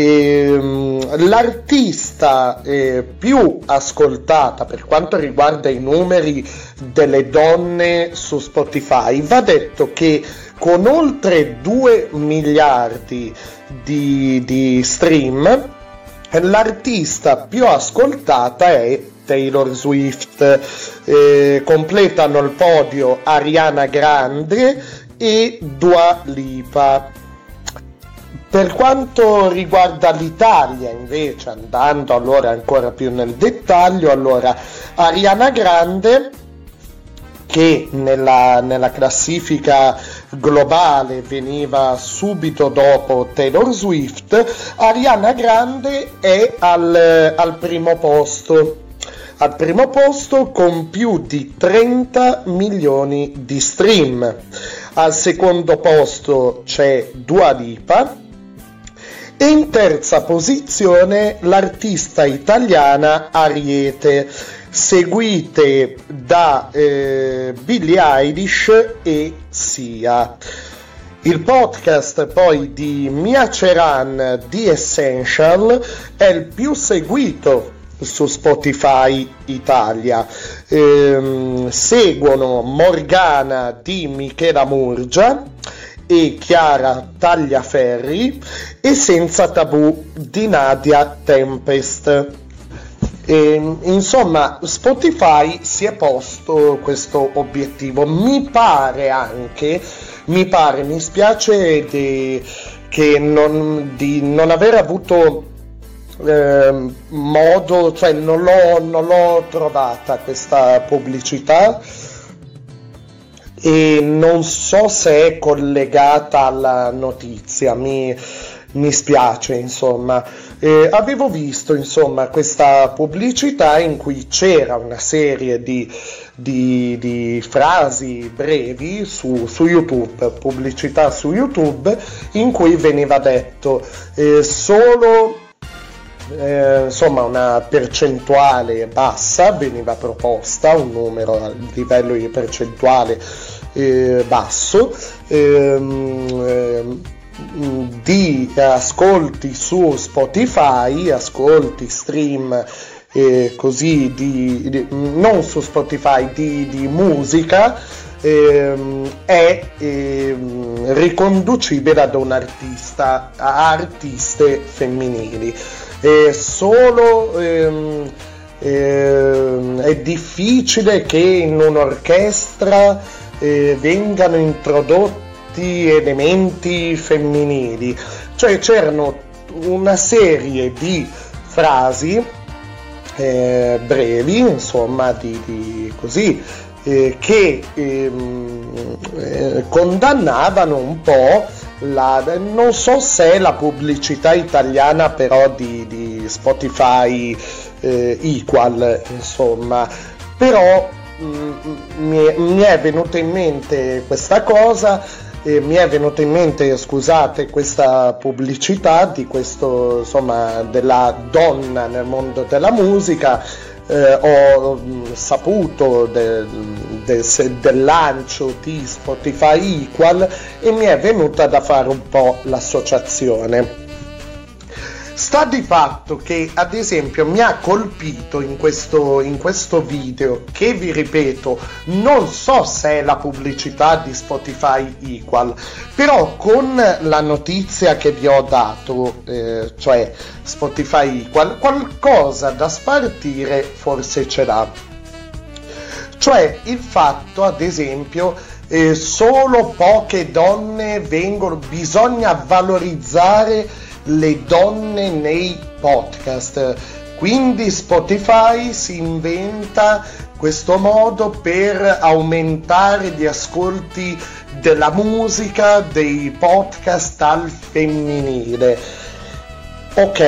l'artista più ascoltata per quanto riguarda i numeri delle donne su Spotify, va detto che con oltre 2 miliardi di stream, l'artista più ascoltata è Taylor Swift. Completano il podio Ariana Grande e Dua Lipa. Per quanto riguarda l'Italia, invece, andando allora ancora più nel dettaglio, allora Ariana Grande, che nella classifica globale veniva subito dopo Taylor Swift, Ariana Grande è al primo posto con più di 30 milioni di stream. Al secondo posto c'è Dua Lipa e in terza posizione l'artista italiana Ariete, seguite da Billie Eilish e Sia. Il podcast poi di Mia Ceran di Essential è il più seguito su Spotify Italia. Seguono Morgana di Michela Murgia e Chiara Tagliaferri e Senza Tabù di Nadia Tempest. Insomma, Spotify si è posto questo obiettivo. Mi spiace di non aver avuto modo, cioè non l'ho trovata questa pubblicità e non so se è collegata alla notizia, mi spiace, insomma. Avevo visto, insomma, questa pubblicità in cui c'era una serie di frasi brevi su YouTube, pubblicità su YouTube, in cui veniva detto solo insomma una percentuale bassa veniva proposta, un numero a livello di percentuale basso di ascolti su Spotify, ascolti stream così non su Spotify, di musica è riconducibile ad un artista, a artiste femminili. Solo è difficile che in un'orchestra vengano introdotti elementi femminili, cioè c'erano una serie di frasi brevi, insomma, così, che condannavano un po' non so se la pubblicità italiana però di Spotify Equal, insomma, però mi è venuta in mente questa cosa, mi è venuta in mente, scusate, questa pubblicità di questo, insomma, della donna nel mondo della musica. Ho saputo del lancio di Spotify Equal e mi è venuta da fare un po' l'associazione. Sta di fatto che, ad esempio, mi ha colpito in questo video, che vi ripeto, non so se è la pubblicità di Spotify Equal, però con la notizia che vi ho dato, cioè Spotify Equal, qualcosa da spartire forse ce l'ha. Cioè il fatto, ad esempio, solo poche donne bisogna valorizzare le donne nei podcast, quindi Spotify si inventa questo modo per aumentare gli ascolti della musica, dei podcast al femminile. Ok,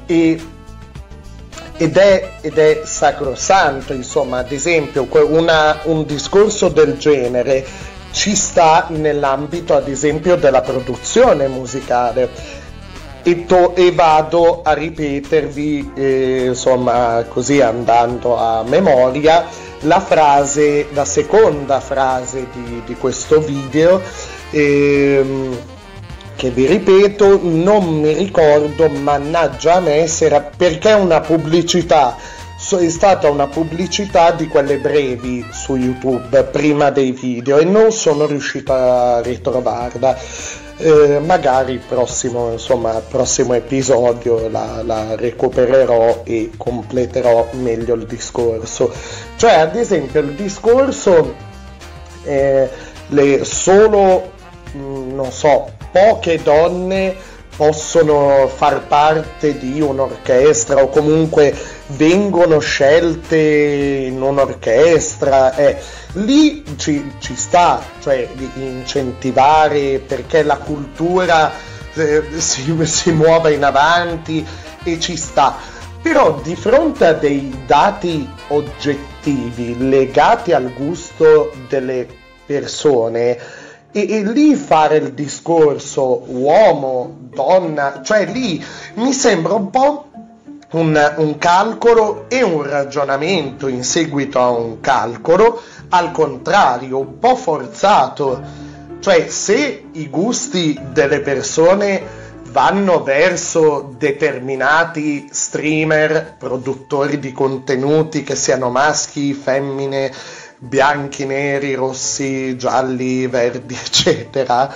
ed è sacrosanto, insomma, ad esempio un discorso del genere ci sta nell'ambito, ad esempio, della produzione musicale. E vado a ripetervi, insomma, così andando a memoria, la seconda frase di questo video, che vi ripeto, non mi ricordo, mannaggia a me, perché è una pubblicità, è stata una pubblicità di quelle brevi su YouTube prima dei video e non sono riuscito a ritrovarla. Magari prossimo episodio la recupererò e completerò meglio il discorso. Cioè, ad esempio, il discorso non so, poche donne possono far parte di un'orchestra o comunque vengono scelte in un'orchestra, lì ci sta, cioè di incentivare perché la cultura si muova in avanti e ci sta, però di fronte a dei dati oggettivi legati al gusto delle persone e lì fare il discorso uomo, donna, cioè lì mi sembra un po' un calcolo e un ragionamento in seguito a un calcolo al contrario, un po' forzato. Cioè, se i gusti delle persone vanno verso determinati streamer, produttori di contenuti, che siano maschi, femmine, bianchi, neri, rossi, gialli, verdi, eccetera,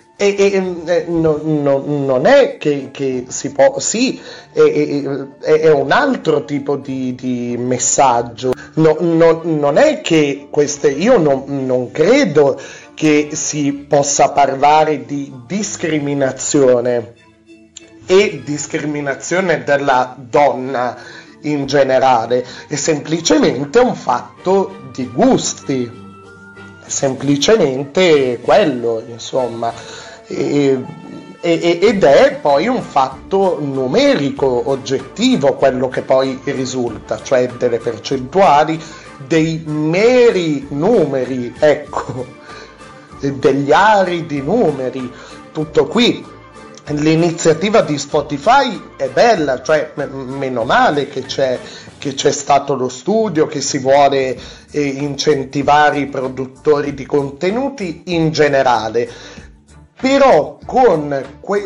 non è che si può, sì, è un altro tipo di messaggio. Non è che io non credo che si possa parlare di discriminazione e discriminazione della donna in generale, è semplicemente un fatto di gusti, semplicemente quello, insomma, ed è poi un fatto numerico, oggettivo, quello che poi risulta, cioè delle percentuali, dei meri numeri, ecco, degli aridi numeri, tutto qui. L'iniziativa di Spotify è bella, cioè meno male che c'è stato lo studio, che si vuole incentivare i produttori di contenuti in generale, però con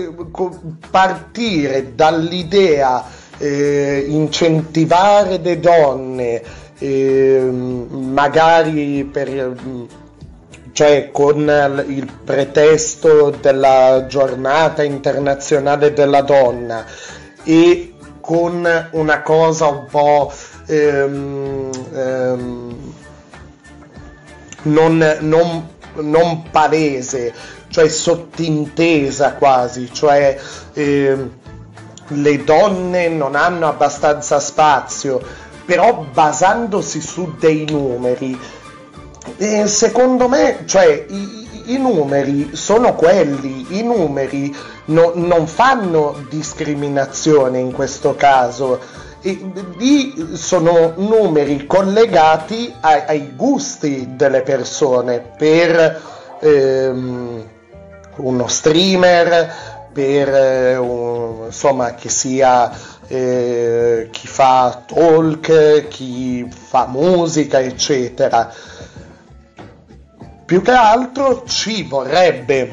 partire dall'idea incentivare le donne, magari cioè con il pretesto della giornata internazionale della donna e con una cosa un po' non palese, cioè sottintesa quasi, cioè le donne non hanno abbastanza spazio però basandosi su dei numeri. Secondo me, cioè, i numeri sono quelli, i numeri non fanno discriminazione in questo caso, sono numeri collegati ai gusti delle persone, per uno streamer, per insomma, che sia chi fa talk, chi fa musica, eccetera. Più che altro ci vorrebbe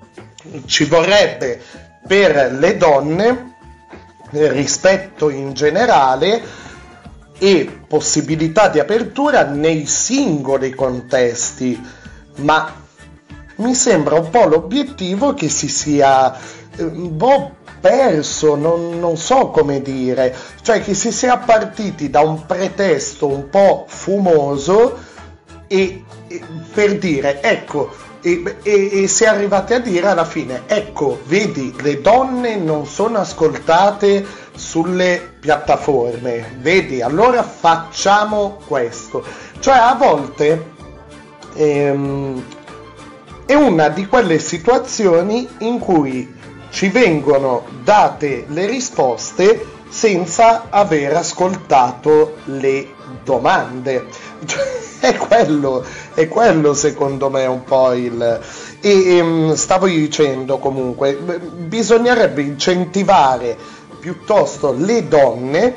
per le donne rispetto in generale e possibilità di apertura nei singoli contesti, ma mi sembra un po' l'obiettivo che si sia perso, non so come dire, cioè che si sia partiti da un pretesto un po' fumoso e per dire, ecco, e si è arrivati a dire alla fine, ecco, vedi, le donne non sono ascoltate sulle piattaforme, vedi, allora facciamo questo. Cioè a volte è una di quelle situazioni in cui ci vengono date le risposte senza aver ascoltato le domande. È quello secondo me un po' stavo dicendo, comunque bisognerebbe incentivare piuttosto le donne,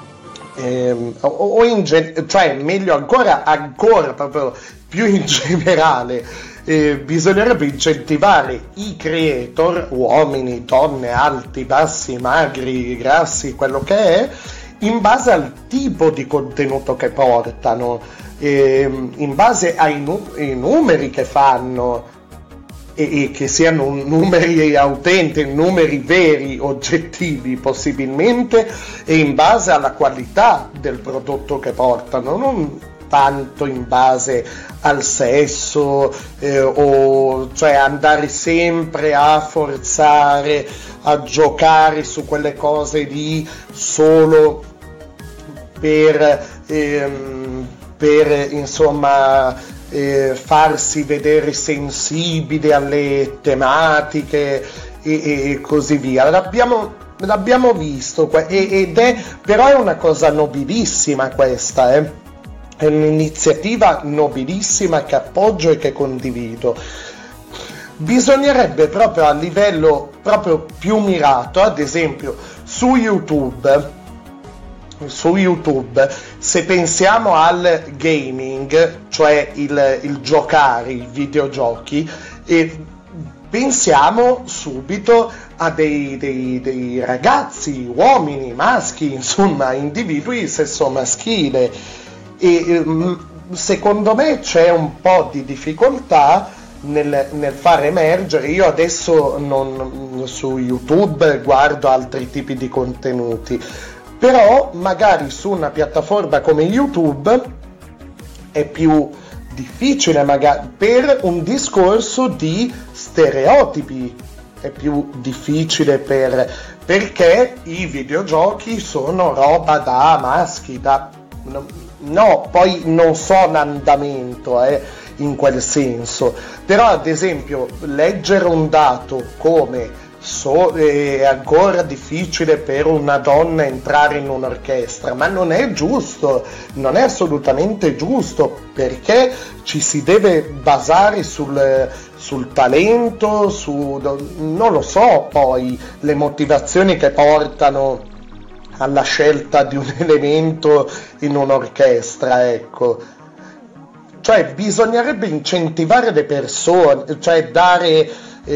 cioè meglio ancora proprio più in generale, bisognerebbe incentivare i creator, uomini, donne, alti, bassi, magri, grassi, quello che è, in base al tipo di contenuto che portano, in base ai numeri che fanno, e che siano numeri autentici, numeri veri, oggettivi possibilmente, e in base alla qualità del prodotto che portano, non tanto in base al sesso, o cioè andare sempre a forzare, a giocare su quelle cose lì solo per insomma farsi vedere sensibile alle tematiche e così via. L'abbiamo visto, però è una cosa nobilissima questa, è un'iniziativa nobilissima che appoggio e che condivido. Bisognerebbe proprio a livello proprio più mirato, ad esempio su YouTube, se pensiamo al gaming, cioè il giocare, i videogiochi, e pensiamo subito a dei ragazzi, uomini, maschi, insomma individui di sesso maschile, e secondo me c'è un po' di difficoltà nel far emergere. Io adesso su YouTube guardo altri tipi di contenuti, però magari su una piattaforma come YouTube è più difficile, magari per un discorso di stereotipi è più difficile, perché i videogiochi sono roba da maschi, no, poi non so l'andamento in quel senso, però ad esempio leggere un dato come è ancora difficile per una donna entrare in un'orchestra, ma non è giusto, non è assolutamente giusto, perché ci si deve basare sul talento, non lo so, poi le motivazioni che portano alla scelta di un elemento in un'orchestra, ecco. Cioè bisognerebbe incentivare le persone, cioè dare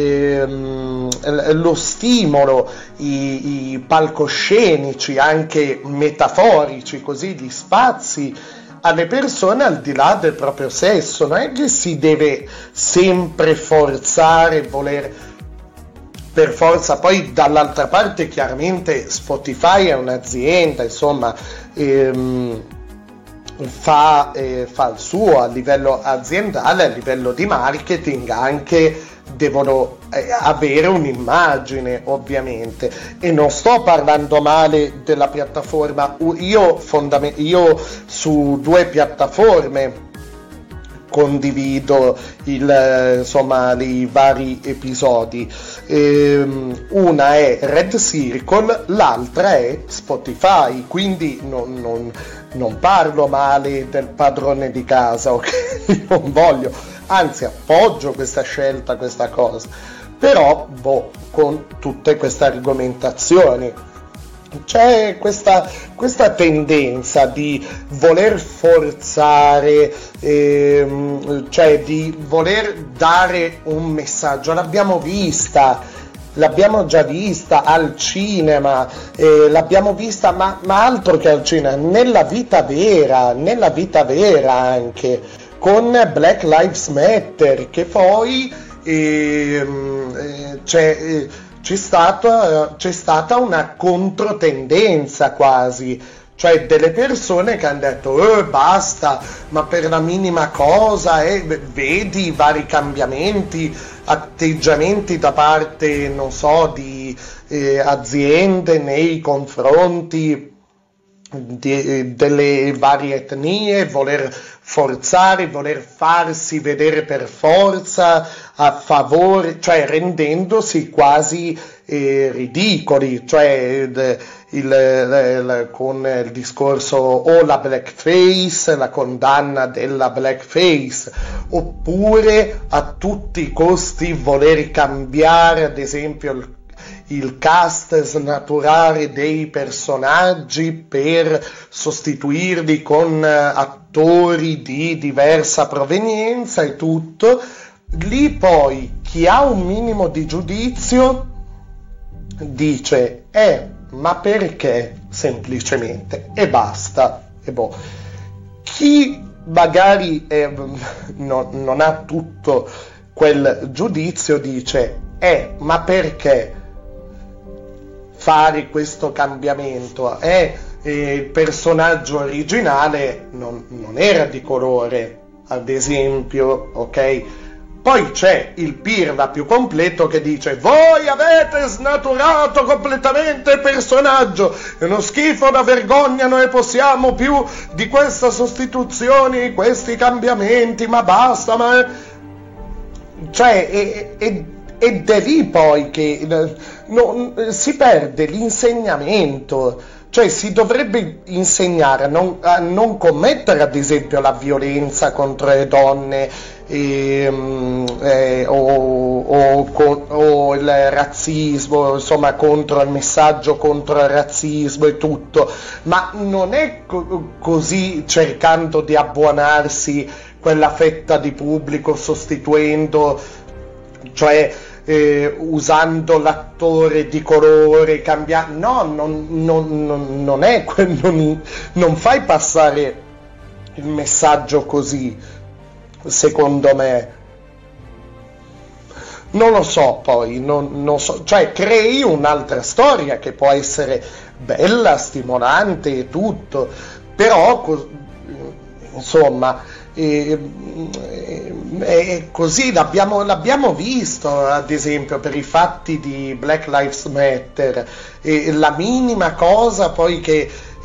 lo stimolo, i palcoscenici, anche metaforici, così, gli spazi alle persone al di là del proprio sesso. Non è che si deve sempre forzare, voler per forza. Poi dall'altra parte chiaramente Spotify è un'azienda, insomma, fa il suo a livello aziendale, a livello di marketing anche devono avere un'immagine, ovviamente, e non sto parlando male della piattaforma. Io su 2 piattaforme condivido i vari episodi. Una è Red Circle, l'altra è Spotify, quindi non parlo male del padrone di casa, ok? Non voglio, anzi appoggio questa scelta, questa cosa, però con tutte queste argomentazioni c'è questa tendenza di voler forzare, cioè di voler dare un messaggio. L'abbiamo già vista al cinema, l'abbiamo vista, ma altro che al cinema, nella vita vera anche, con Black Lives Matter, che poi c'è stata una controtendenza quasi, cioè delle persone che hanno detto basta, ma per la minima cosa, vedi i vari cambiamenti, atteggiamenti da parte, non so, di aziende nei confronti delle varie etnie, voler forzare, voler farsi vedere per forza a favore, cioè rendendosi quasi ridicoli, cioè con il discorso o la blackface, la condanna della blackface, oppure a tutti i costi voler cambiare ad esempio il cast, snaturare dei personaggi per sostituirli con attori di diversa provenienza e tutto. Lì poi chi ha un minimo di giudizio dice ma perché, semplicemente, e basta, e chi magari non ha tutto quel giudizio dice ma perché fare questo cambiamento? Il personaggio originale non era di colore, ad esempio, ok? Poi c'è il pirla più completo che dice voi avete snaturato completamente il personaggio, è uno schifo, una vergogna, non ne possiamo più di queste sostituzioni, questi cambiamenti, ma basta, cioè ed è lì poi che si perde l'insegnamento, cioè si dovrebbe insegnare a non commettere ad esempio la violenza contro le donne o il razzismo, insomma contro il messaggio contro il razzismo e tutto, ma non è così cercando di abbuonarsi quella fetta di pubblico, sostituendo, cioè usando l'attore di colore, non è non fai passare il messaggio così, secondo me. Non lo so, poi non so, cioè crei un'altra storia che può essere bella, stimolante e tutto, però insomma così l'abbiamo visto ad esempio per i fatti di Black Lives Matter, la minima cosa poi che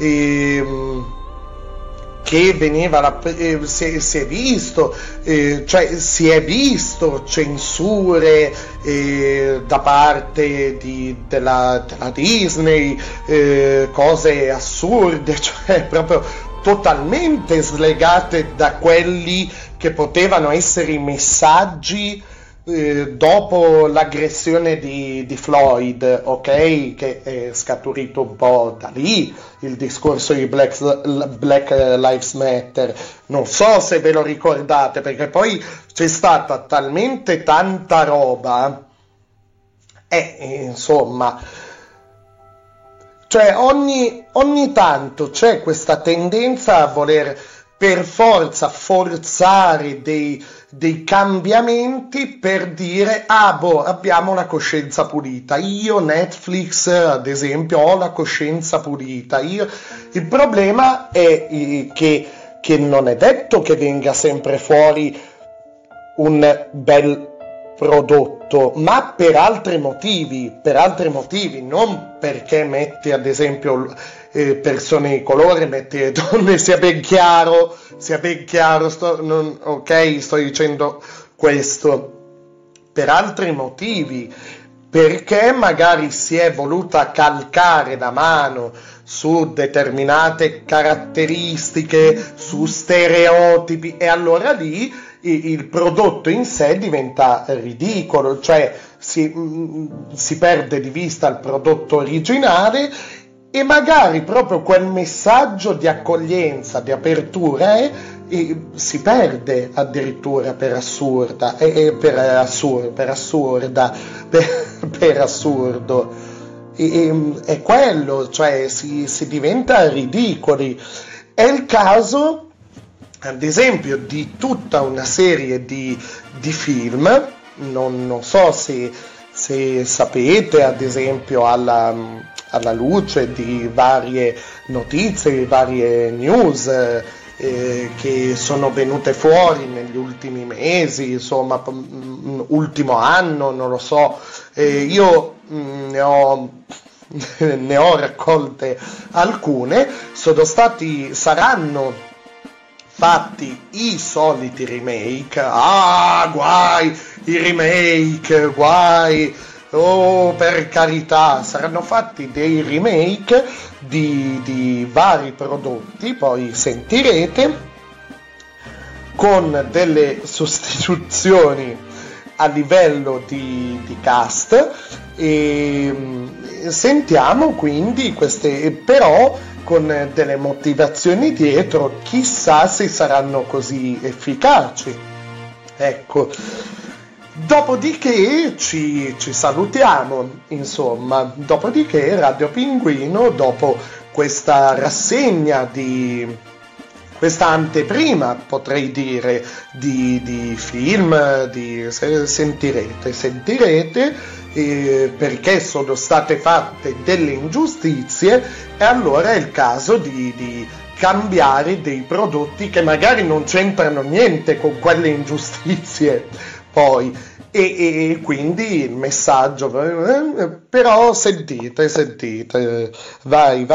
veniva si è visto, cioè si è visto censure da parte della Disney, cose assurde, cioè proprio totalmente slegate da quelli che potevano essere i messaggi dopo l'aggressione di Floyd, ok? Che è scaturito un po' da lì il discorso di Black Lives Matter. Non so se ve lo ricordate, perché poi c'è stata talmente tanta roba, insomma, cioè ogni tanto c'è questa tendenza a voler per forza forzare dei cambiamenti per dire abbiamo la coscienza pulita, io Netflix ad esempio ho la coscienza pulita, il problema è che che non è detto che venga sempre fuori un bel prodotto, ma per altri motivi, non perché metti ad esempio persone di colore, metti le donne, sia ben chiaro, sto dicendo questo, per altri motivi, perché magari si è voluta calcare da mano su determinate caratteristiche, su stereotipi, e allora lì il prodotto in sé diventa ridicolo, cioè si perde di vista il prodotto originale e magari proprio quel messaggio di accoglienza, di apertura si perde addirittura per assurdo. È quello, cioè si diventa ridicoli. È il caso, ad esempio, di tutta una serie di film, non so se sapete, ad esempio, alla luce di varie notizie, di varie news che sono venute fuori negli ultimi mesi, insomma, ultimo anno, non lo so, io ne ho raccolte alcune. Saranno fatti i soliti remake. Guai, i remake, guai, oh, per carità, saranno fatti dei remake di vari prodotti, poi sentirete, con delle sostituzioni a livello di cast, e sentiamo quindi queste, però con delle motivazioni dietro, chissà se saranno così efficaci. Ecco, dopodiché ci salutiamo, insomma, dopodiché Radio Pinguino, dopo questa rassegna questa anteprima, potrei dire, di film, sentirete, perché sono state fatte delle ingiustizie, e allora è il caso di cambiare dei prodotti che magari non c'entrano niente con quelle ingiustizie, poi, e quindi il messaggio, però sentite, vai.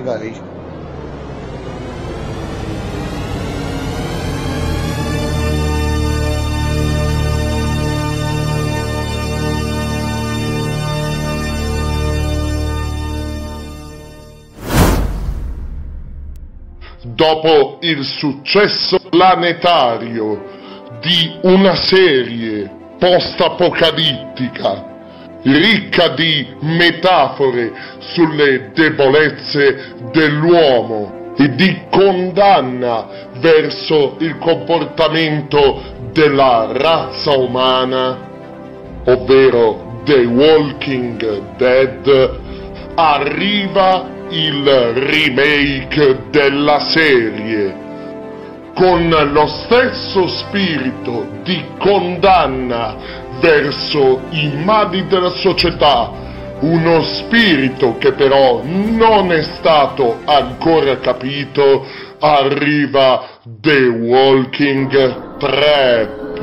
Dopo il successo planetario di una serie post-apocalittica ricca di metafore sulle debolezze dell'uomo e di condanna verso il comportamento della razza umana, ovvero The Walking Dead, arriva il remake della serie, con lo stesso spirito di condanna verso i mali della società, uno spirito che però non è stato ancora capito. Arriva The Walking Trap.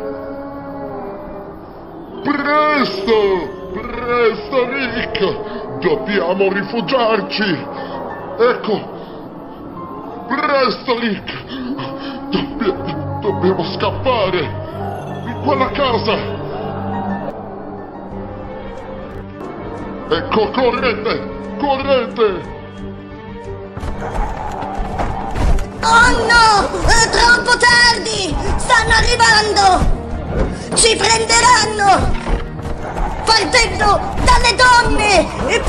Presto Rick! Dobbiamo rifugiarci! Ecco! Presto, Rick! Dobbiamo scappare! In quella casa! Ecco, correte! Oh no! È troppo tardi! Stanno arrivando! Ci prenderanno! Partendo dalle donne! E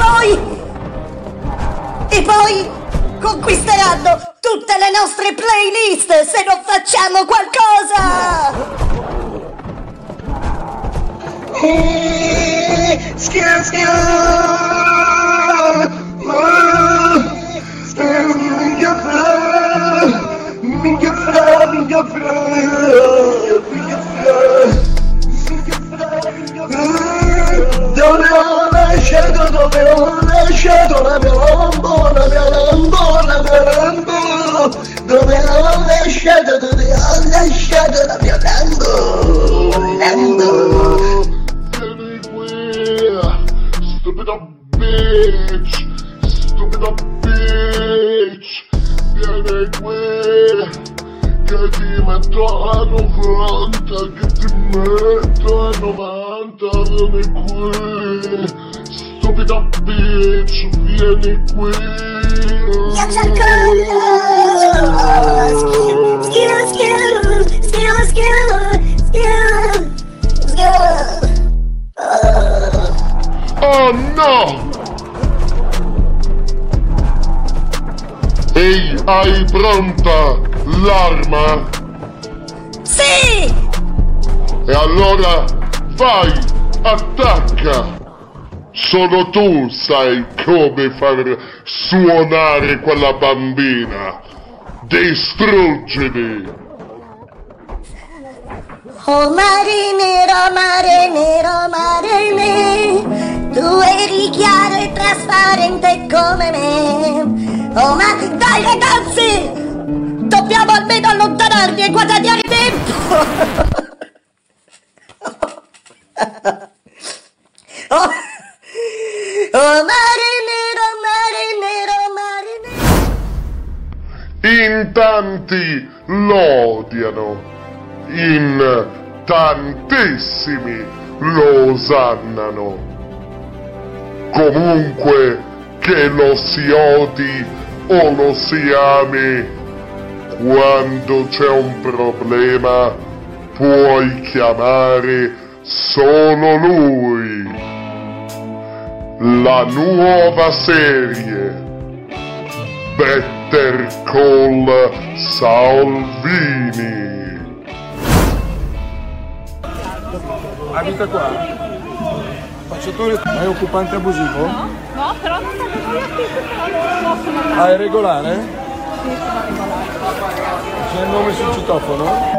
poi conquisteranno tutte le nostre playlist se non facciamo qualcosa! Dove ho lasciato la mia lampo, la mia lampo. dove ho lasciato la mia Lambo. Vieni qui, stupido bitch, vieni qui, che ti metto a 90, che ti metto a 90, vieni qui, stupida bitch, vieni qui. Oh no! Ehi, hai pronta l'arma? Sì! E allora vai, attacca! Solo tu sai come far suonare quella bambina! Distruggili! Oh mare nero, mare nero, mare nero, tu eri chiaro e trasparente come me. Oh ma dai ragazzi, dobbiamo almeno allontanarli e guadagnare tempo. Oh mare nero, mare nero, mare nero. In tanti lo odiano, in tantissimi lo osannano. Comunque che lo si odi o lo si ami, quando c'è un problema puoi chiamare solo lui. La nuova serie Better Call Salvini. Abita qua? Facciatore, ma è occupante abusivo? No, però non sta con gli affitto, però non posso mandare. Ah, è regolare? Sì, sono regolare. C'è il nome sul citofono?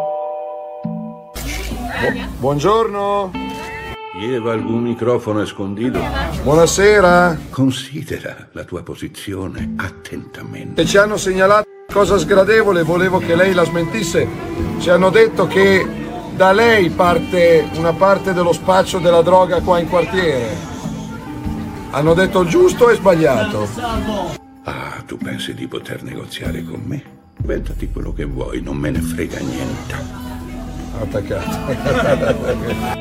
Buongiorno. Lleva algún microfono escondido. Buonasera. Considera la tua posizione attentamente. E ci hanno segnalato cosa sgradevole, volevo che lei la smentisse. Ci hanno detto che da lei parte una parte dello spaccio della droga qua in quartiere. Hanno detto giusto e sbagliato. Ah, tu pensi di poter negoziare con me? Inventati quello che vuoi, non me ne frega niente. Attaccato.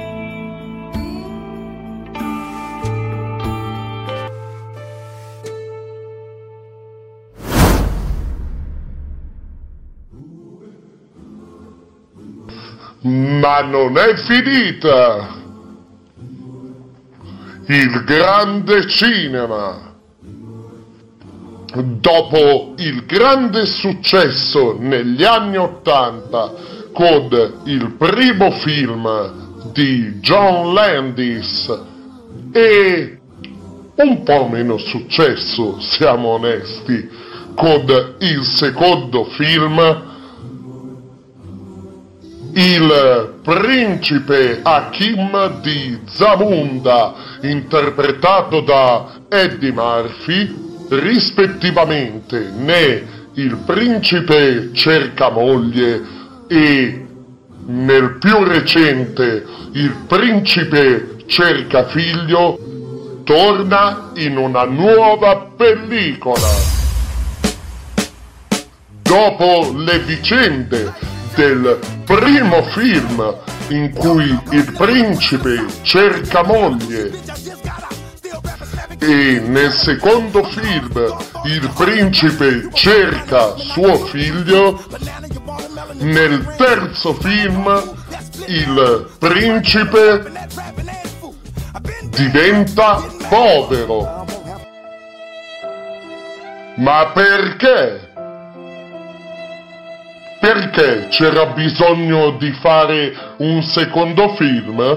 Ma non è finita! Il grande cinema! Dopo il grande successo negli anni '80 con il primo film di John Landis e un po' meno successo, siamo onesti, con il secondo film, il principe Hakim di Zamunda, interpretato da Eddie Murphy, rispettivamente né il principe cercamoglie e nel più recente il principe cercafiglio, torna in una nuova pellicola. Dopo le vicende del primo film in cui il principe cerca moglie e nel secondo film il principe cerca suo figlio, nel terzo film il principe diventa povero. Ma perché? Perché c'era bisogno di fare un secondo film?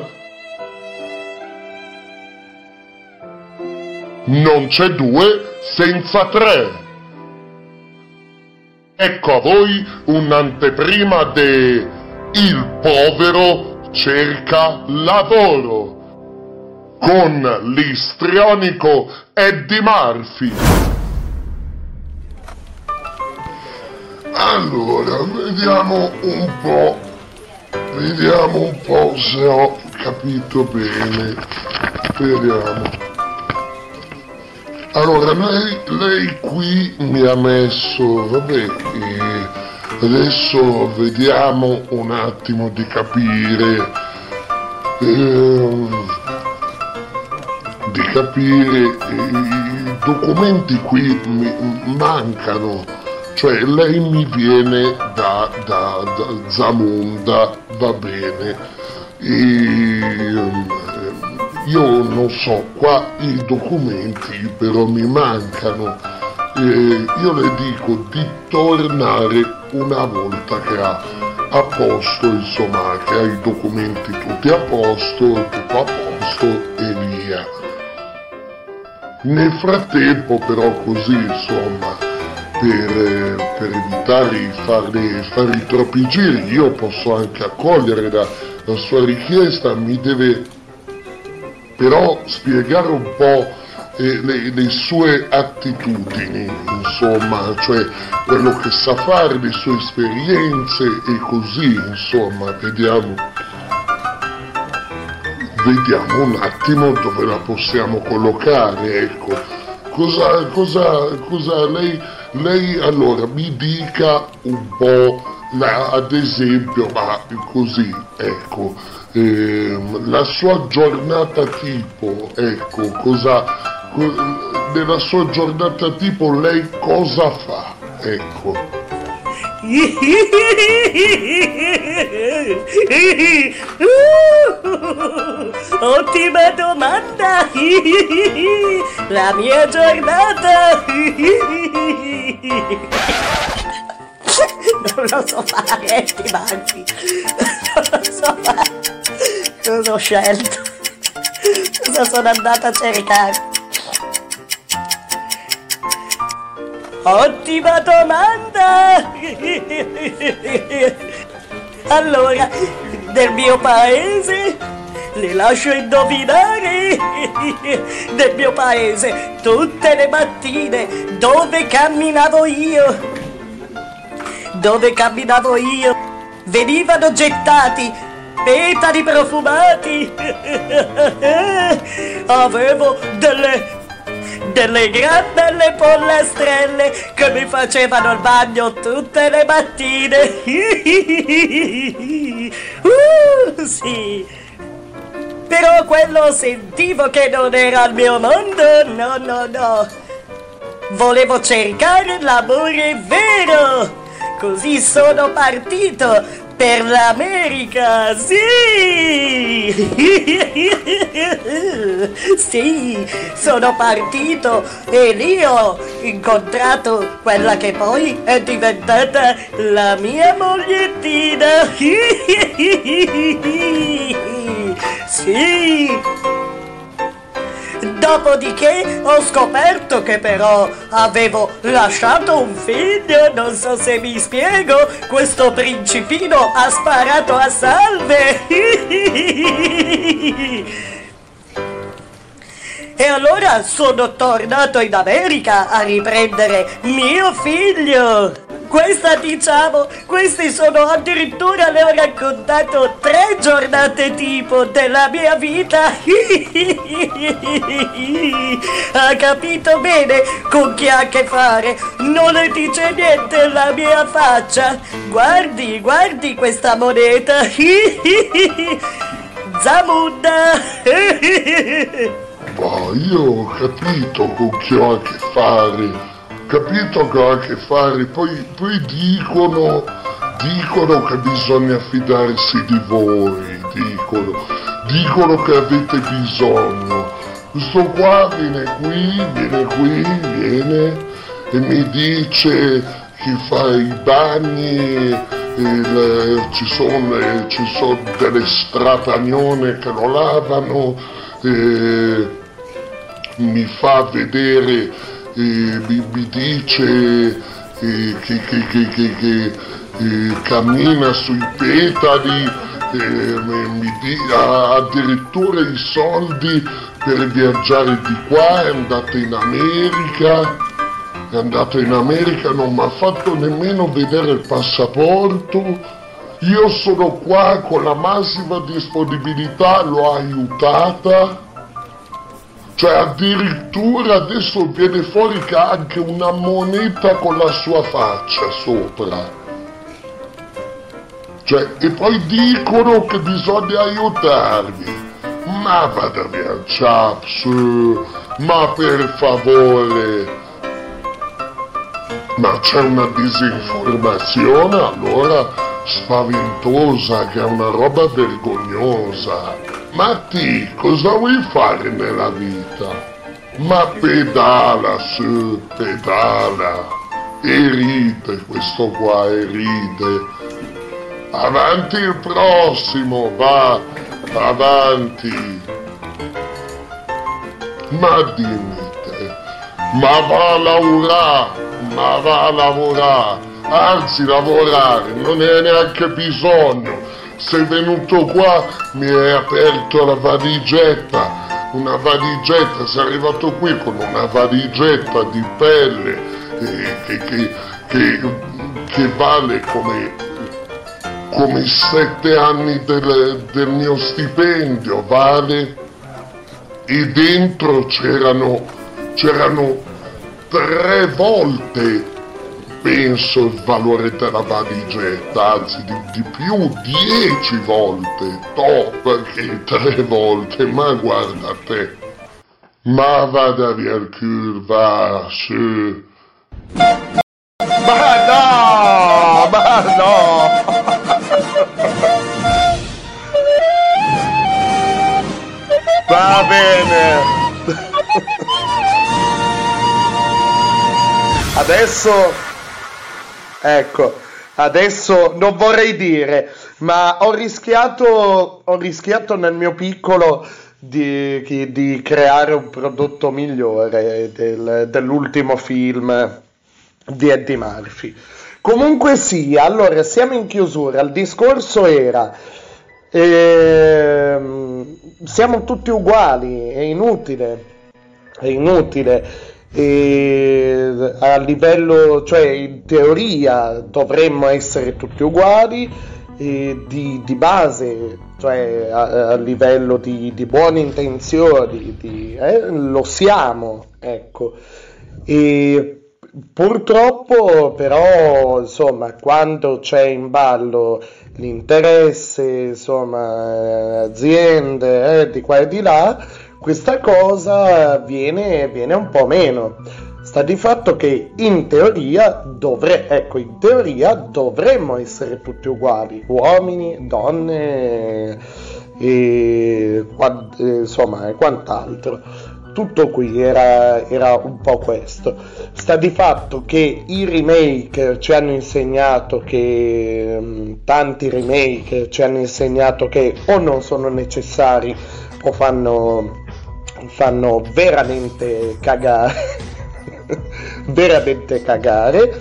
Non c'è due senza tre. Ecco a voi un'anteprima de Il povero cerca lavoro con l'istrionico Eddie Murphy. Allora, vediamo un po' se ho capito bene. Vediamo. Allora, lei qui mi ha messo, vabbè, adesso vediamo un attimo di capire, i documenti qui mi mancano, cioè lei mi viene da Zamunda, va bene, io non so, qua i documenti però mi mancano, io le dico di tornare una volta che ha a posto, insomma, che ha i documenti tutti a posto, tutto a posto e via. Nel frattempo però così, insomma, per evitare di fargli troppi giri, io posso anche accogliere la sua richiesta, mi deve però spiegare un po' le sue attitudini, insomma, cioè quello che sa fare, le sue esperienze e così, insomma, vediamo un attimo dove la possiamo collocare, ecco. Cosa lei allora mi dica un po', ad esempio, ma così, ecco, la sua giornata tipo, ecco, nella sua giornata tipo lei cosa fa, ecco. Ottima domanda! La mia giornata! Non lo so fare, ti manchi! Non lo so fare! Cosa ho scelto? Cosa sono andata a cercare? Ottima domanda! Allora, nel mio paese, le lascio indovinare, nel mio paese, tutte le mattine, dove camminavo io, venivano gettati petali profumati, avevo delle gran belle pollastrelle che mi facevano il bagno tutte le mattine. Sì. Però quello sentivo che non era il mio mondo, no. Volevo cercare l'amore vero. Così sono partito per l'America, sì! Sì, sono partito e lì ho incontrato quella che poi è diventata la mia mogliettina. Sì! Dopodiché ho scoperto che però avevo lasciato un figlio, non so se mi spiego, questo principino ha sparato a salve. E allora sono tornato in America a riprendere mio figlio. Questi sono addirittura, le ho raccontato 3 giornate tipo della mia vita. Ha capito bene con chi ha a che fare? Non le dice niente la mia faccia. Guardi questa moneta. Zamunda. Ma io ho capito con chi ho a che fare. Poi dicono che bisogna fidarsi di voi, dicono che avete bisogno. Questo qua viene qui e mi dice che fa i bagni, ci sono delle stratagnone che lo lavano, mi fa vedere, mi dice che cammina sui petali, ha addirittura i soldi per viaggiare di qua, è andato in America, è andato in America, non mi ha fatto nemmeno vedere il passaporto. Io sono qua con la massima disponibilità, l'ho aiutata. Cioè addirittura adesso viene fuori che ha anche una moneta con la sua faccia sopra. Cioè, e poi dicono che bisogna aiutarmi. Ma vada via, Chaps, ma per favore. Ma c'è una disinformazione allora spaventosa, che è una roba vergognosa. Ma ti, cosa vuoi fare nella vita? Ma pedala su, pedala. E ride questo qua, e ride. Avanti il prossimo, va, avanti. Ma dimmi te, ma va a lavorare, anzi lavorare, non ne hai neanche bisogno. Sei venuto qua, mi hai aperto la valigetta, una valigetta, sei arrivato qui con una valigetta di pelle che vale come 7 anni del mio stipendio, vale? E dentro c'erano 3 volte, penso, il valore della valigetta, anzi di più, 10 volte, perché 3 volte, ma guarda te, ma vada via il culo, va, su. Ma no! Va bene. Adesso non vorrei dire, ma ho rischiato nel mio piccolo di creare un prodotto migliore dell'ultimo film di Eddie Murphy. Comunque sia, allora siamo in chiusura. Il discorso era siamo tutti uguali, è inutile, a livello, cioè in teoria dovremmo essere tutti uguali, di base, cioè a livello di buone intenzioni, lo siamo, ecco. E purtroppo però, insomma, quando c'è in ballo l'interesse, insomma, aziende di qua e di là, questa cosa viene un po' meno. Sta di fatto che in teoria dovremmo essere tutti uguali, uomini, donne e quant'altro. Tutto qui era un po' questo. Sta di fatto che i remake ci hanno insegnato che tanti remake ci hanno insegnato che o non sono necessari o fanno veramente cagare. Veramente cagare.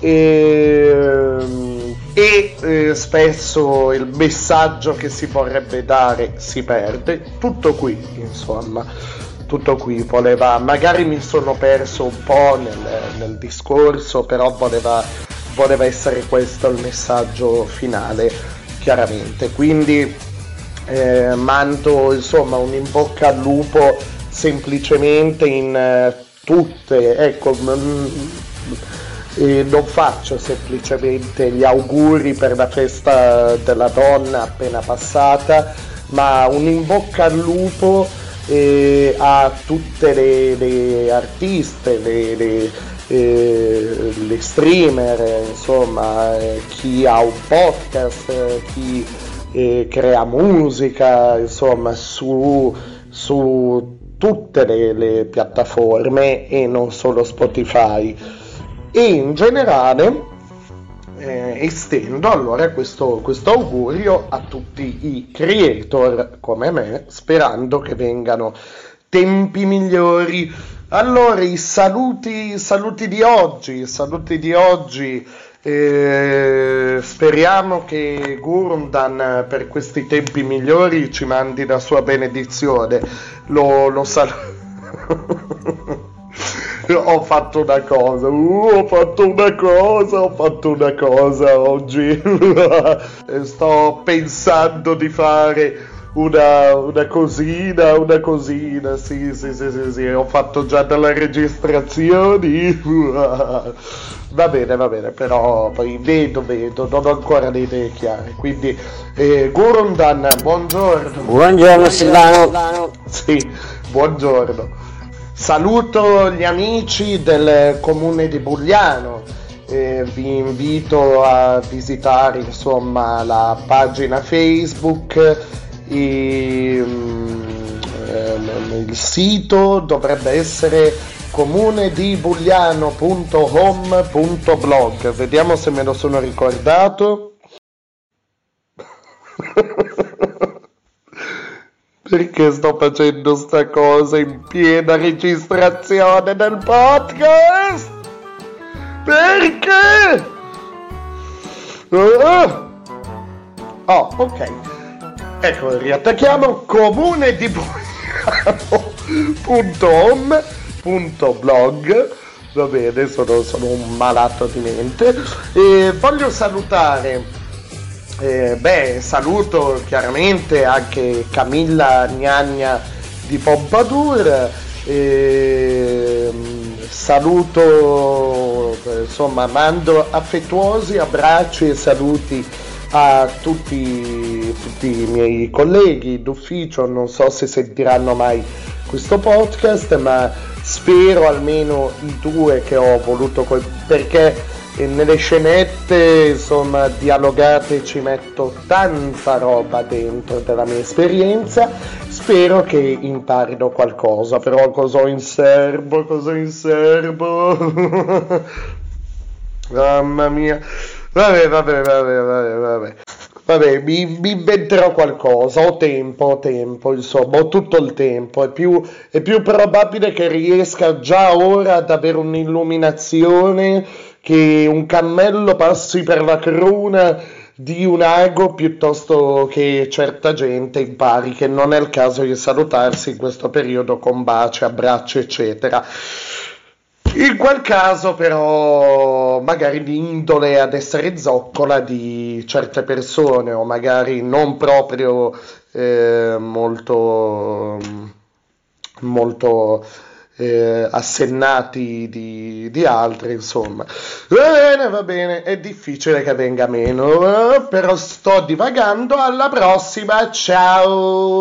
E spesso il messaggio che si vorrebbe dare si perde. Tutto qui, insomma. Tutto qui, magari mi sono perso un po' nel discorso, però voleva essere questo il messaggio finale, chiaramente. Quindi mando, insomma, un in bocca al lupo semplicemente in tutte, ecco, non faccio semplicemente gli auguri per la festa della donna appena passata, ma un in bocca al lupo a tutte le artiste, le streamer, insomma, chi ha un podcast, chi crea musica, insomma, su tutte le piattaforme e non solo Spotify. E in generale estendo allora questo augurio a tutti i creator come me, sperando che vengano tempi migliori. Allora, i saluti di oggi, speriamo che Gurundan per questi tempi migliori ci mandi la sua benedizione. Lo ho fatto una cosa oggi. Sto pensando di fare una cosina, sì, ho fatto già delle registrazioni. Va bene, però poi vedo, non ho ancora le idee chiare, quindi Gurundan, buongiorno. Buongiorno Silvano. Sì, buongiorno. Saluto gli amici del comune di Bugliano, vi invito a visitare insomma la pagina Facebook, il sito dovrebbe essere comunedibugliano.home.blog, vediamo se me lo sono ricordato. Perché sto facendo sta cosa in piena registrazione del podcast? Perché? Oh, ok. Ecco, riattacchiamo comunedibugliano.home.blog. Va bene, sono un malato di mente. E voglio salutare... saluto chiaramente anche Camilla Gnagna di Pompadour, saluto, insomma, mando affettuosi abbracci e saluti a tutti i miei colleghi d'ufficio. Non so se sentiranno mai questo podcast, ma spero almeno i due che ho voluto, perché nelle scenette insomma dialogate ci metto tanta roba dentro della mia esperienza, spero che imparino qualcosa. Però cosa ho in serbo? Mamma mia, vabbè, mi inventerò qualcosa, ho tempo, insomma, ho tutto il tempo. È più probabile che riesca già ora ad avere un'illuminazione, che un cammello passi per la cruna di un ago, piuttosto che certa gente impari che non è il caso di salutarsi in questo periodo con baci, abbracci, eccetera. In quel caso però magari l'indole ad essere zoccola di certe persone, o magari non proprio molto assennati di altri, insomma. Va bene, è difficile che venga meno, però sto divagando. Alla prossima, ciao!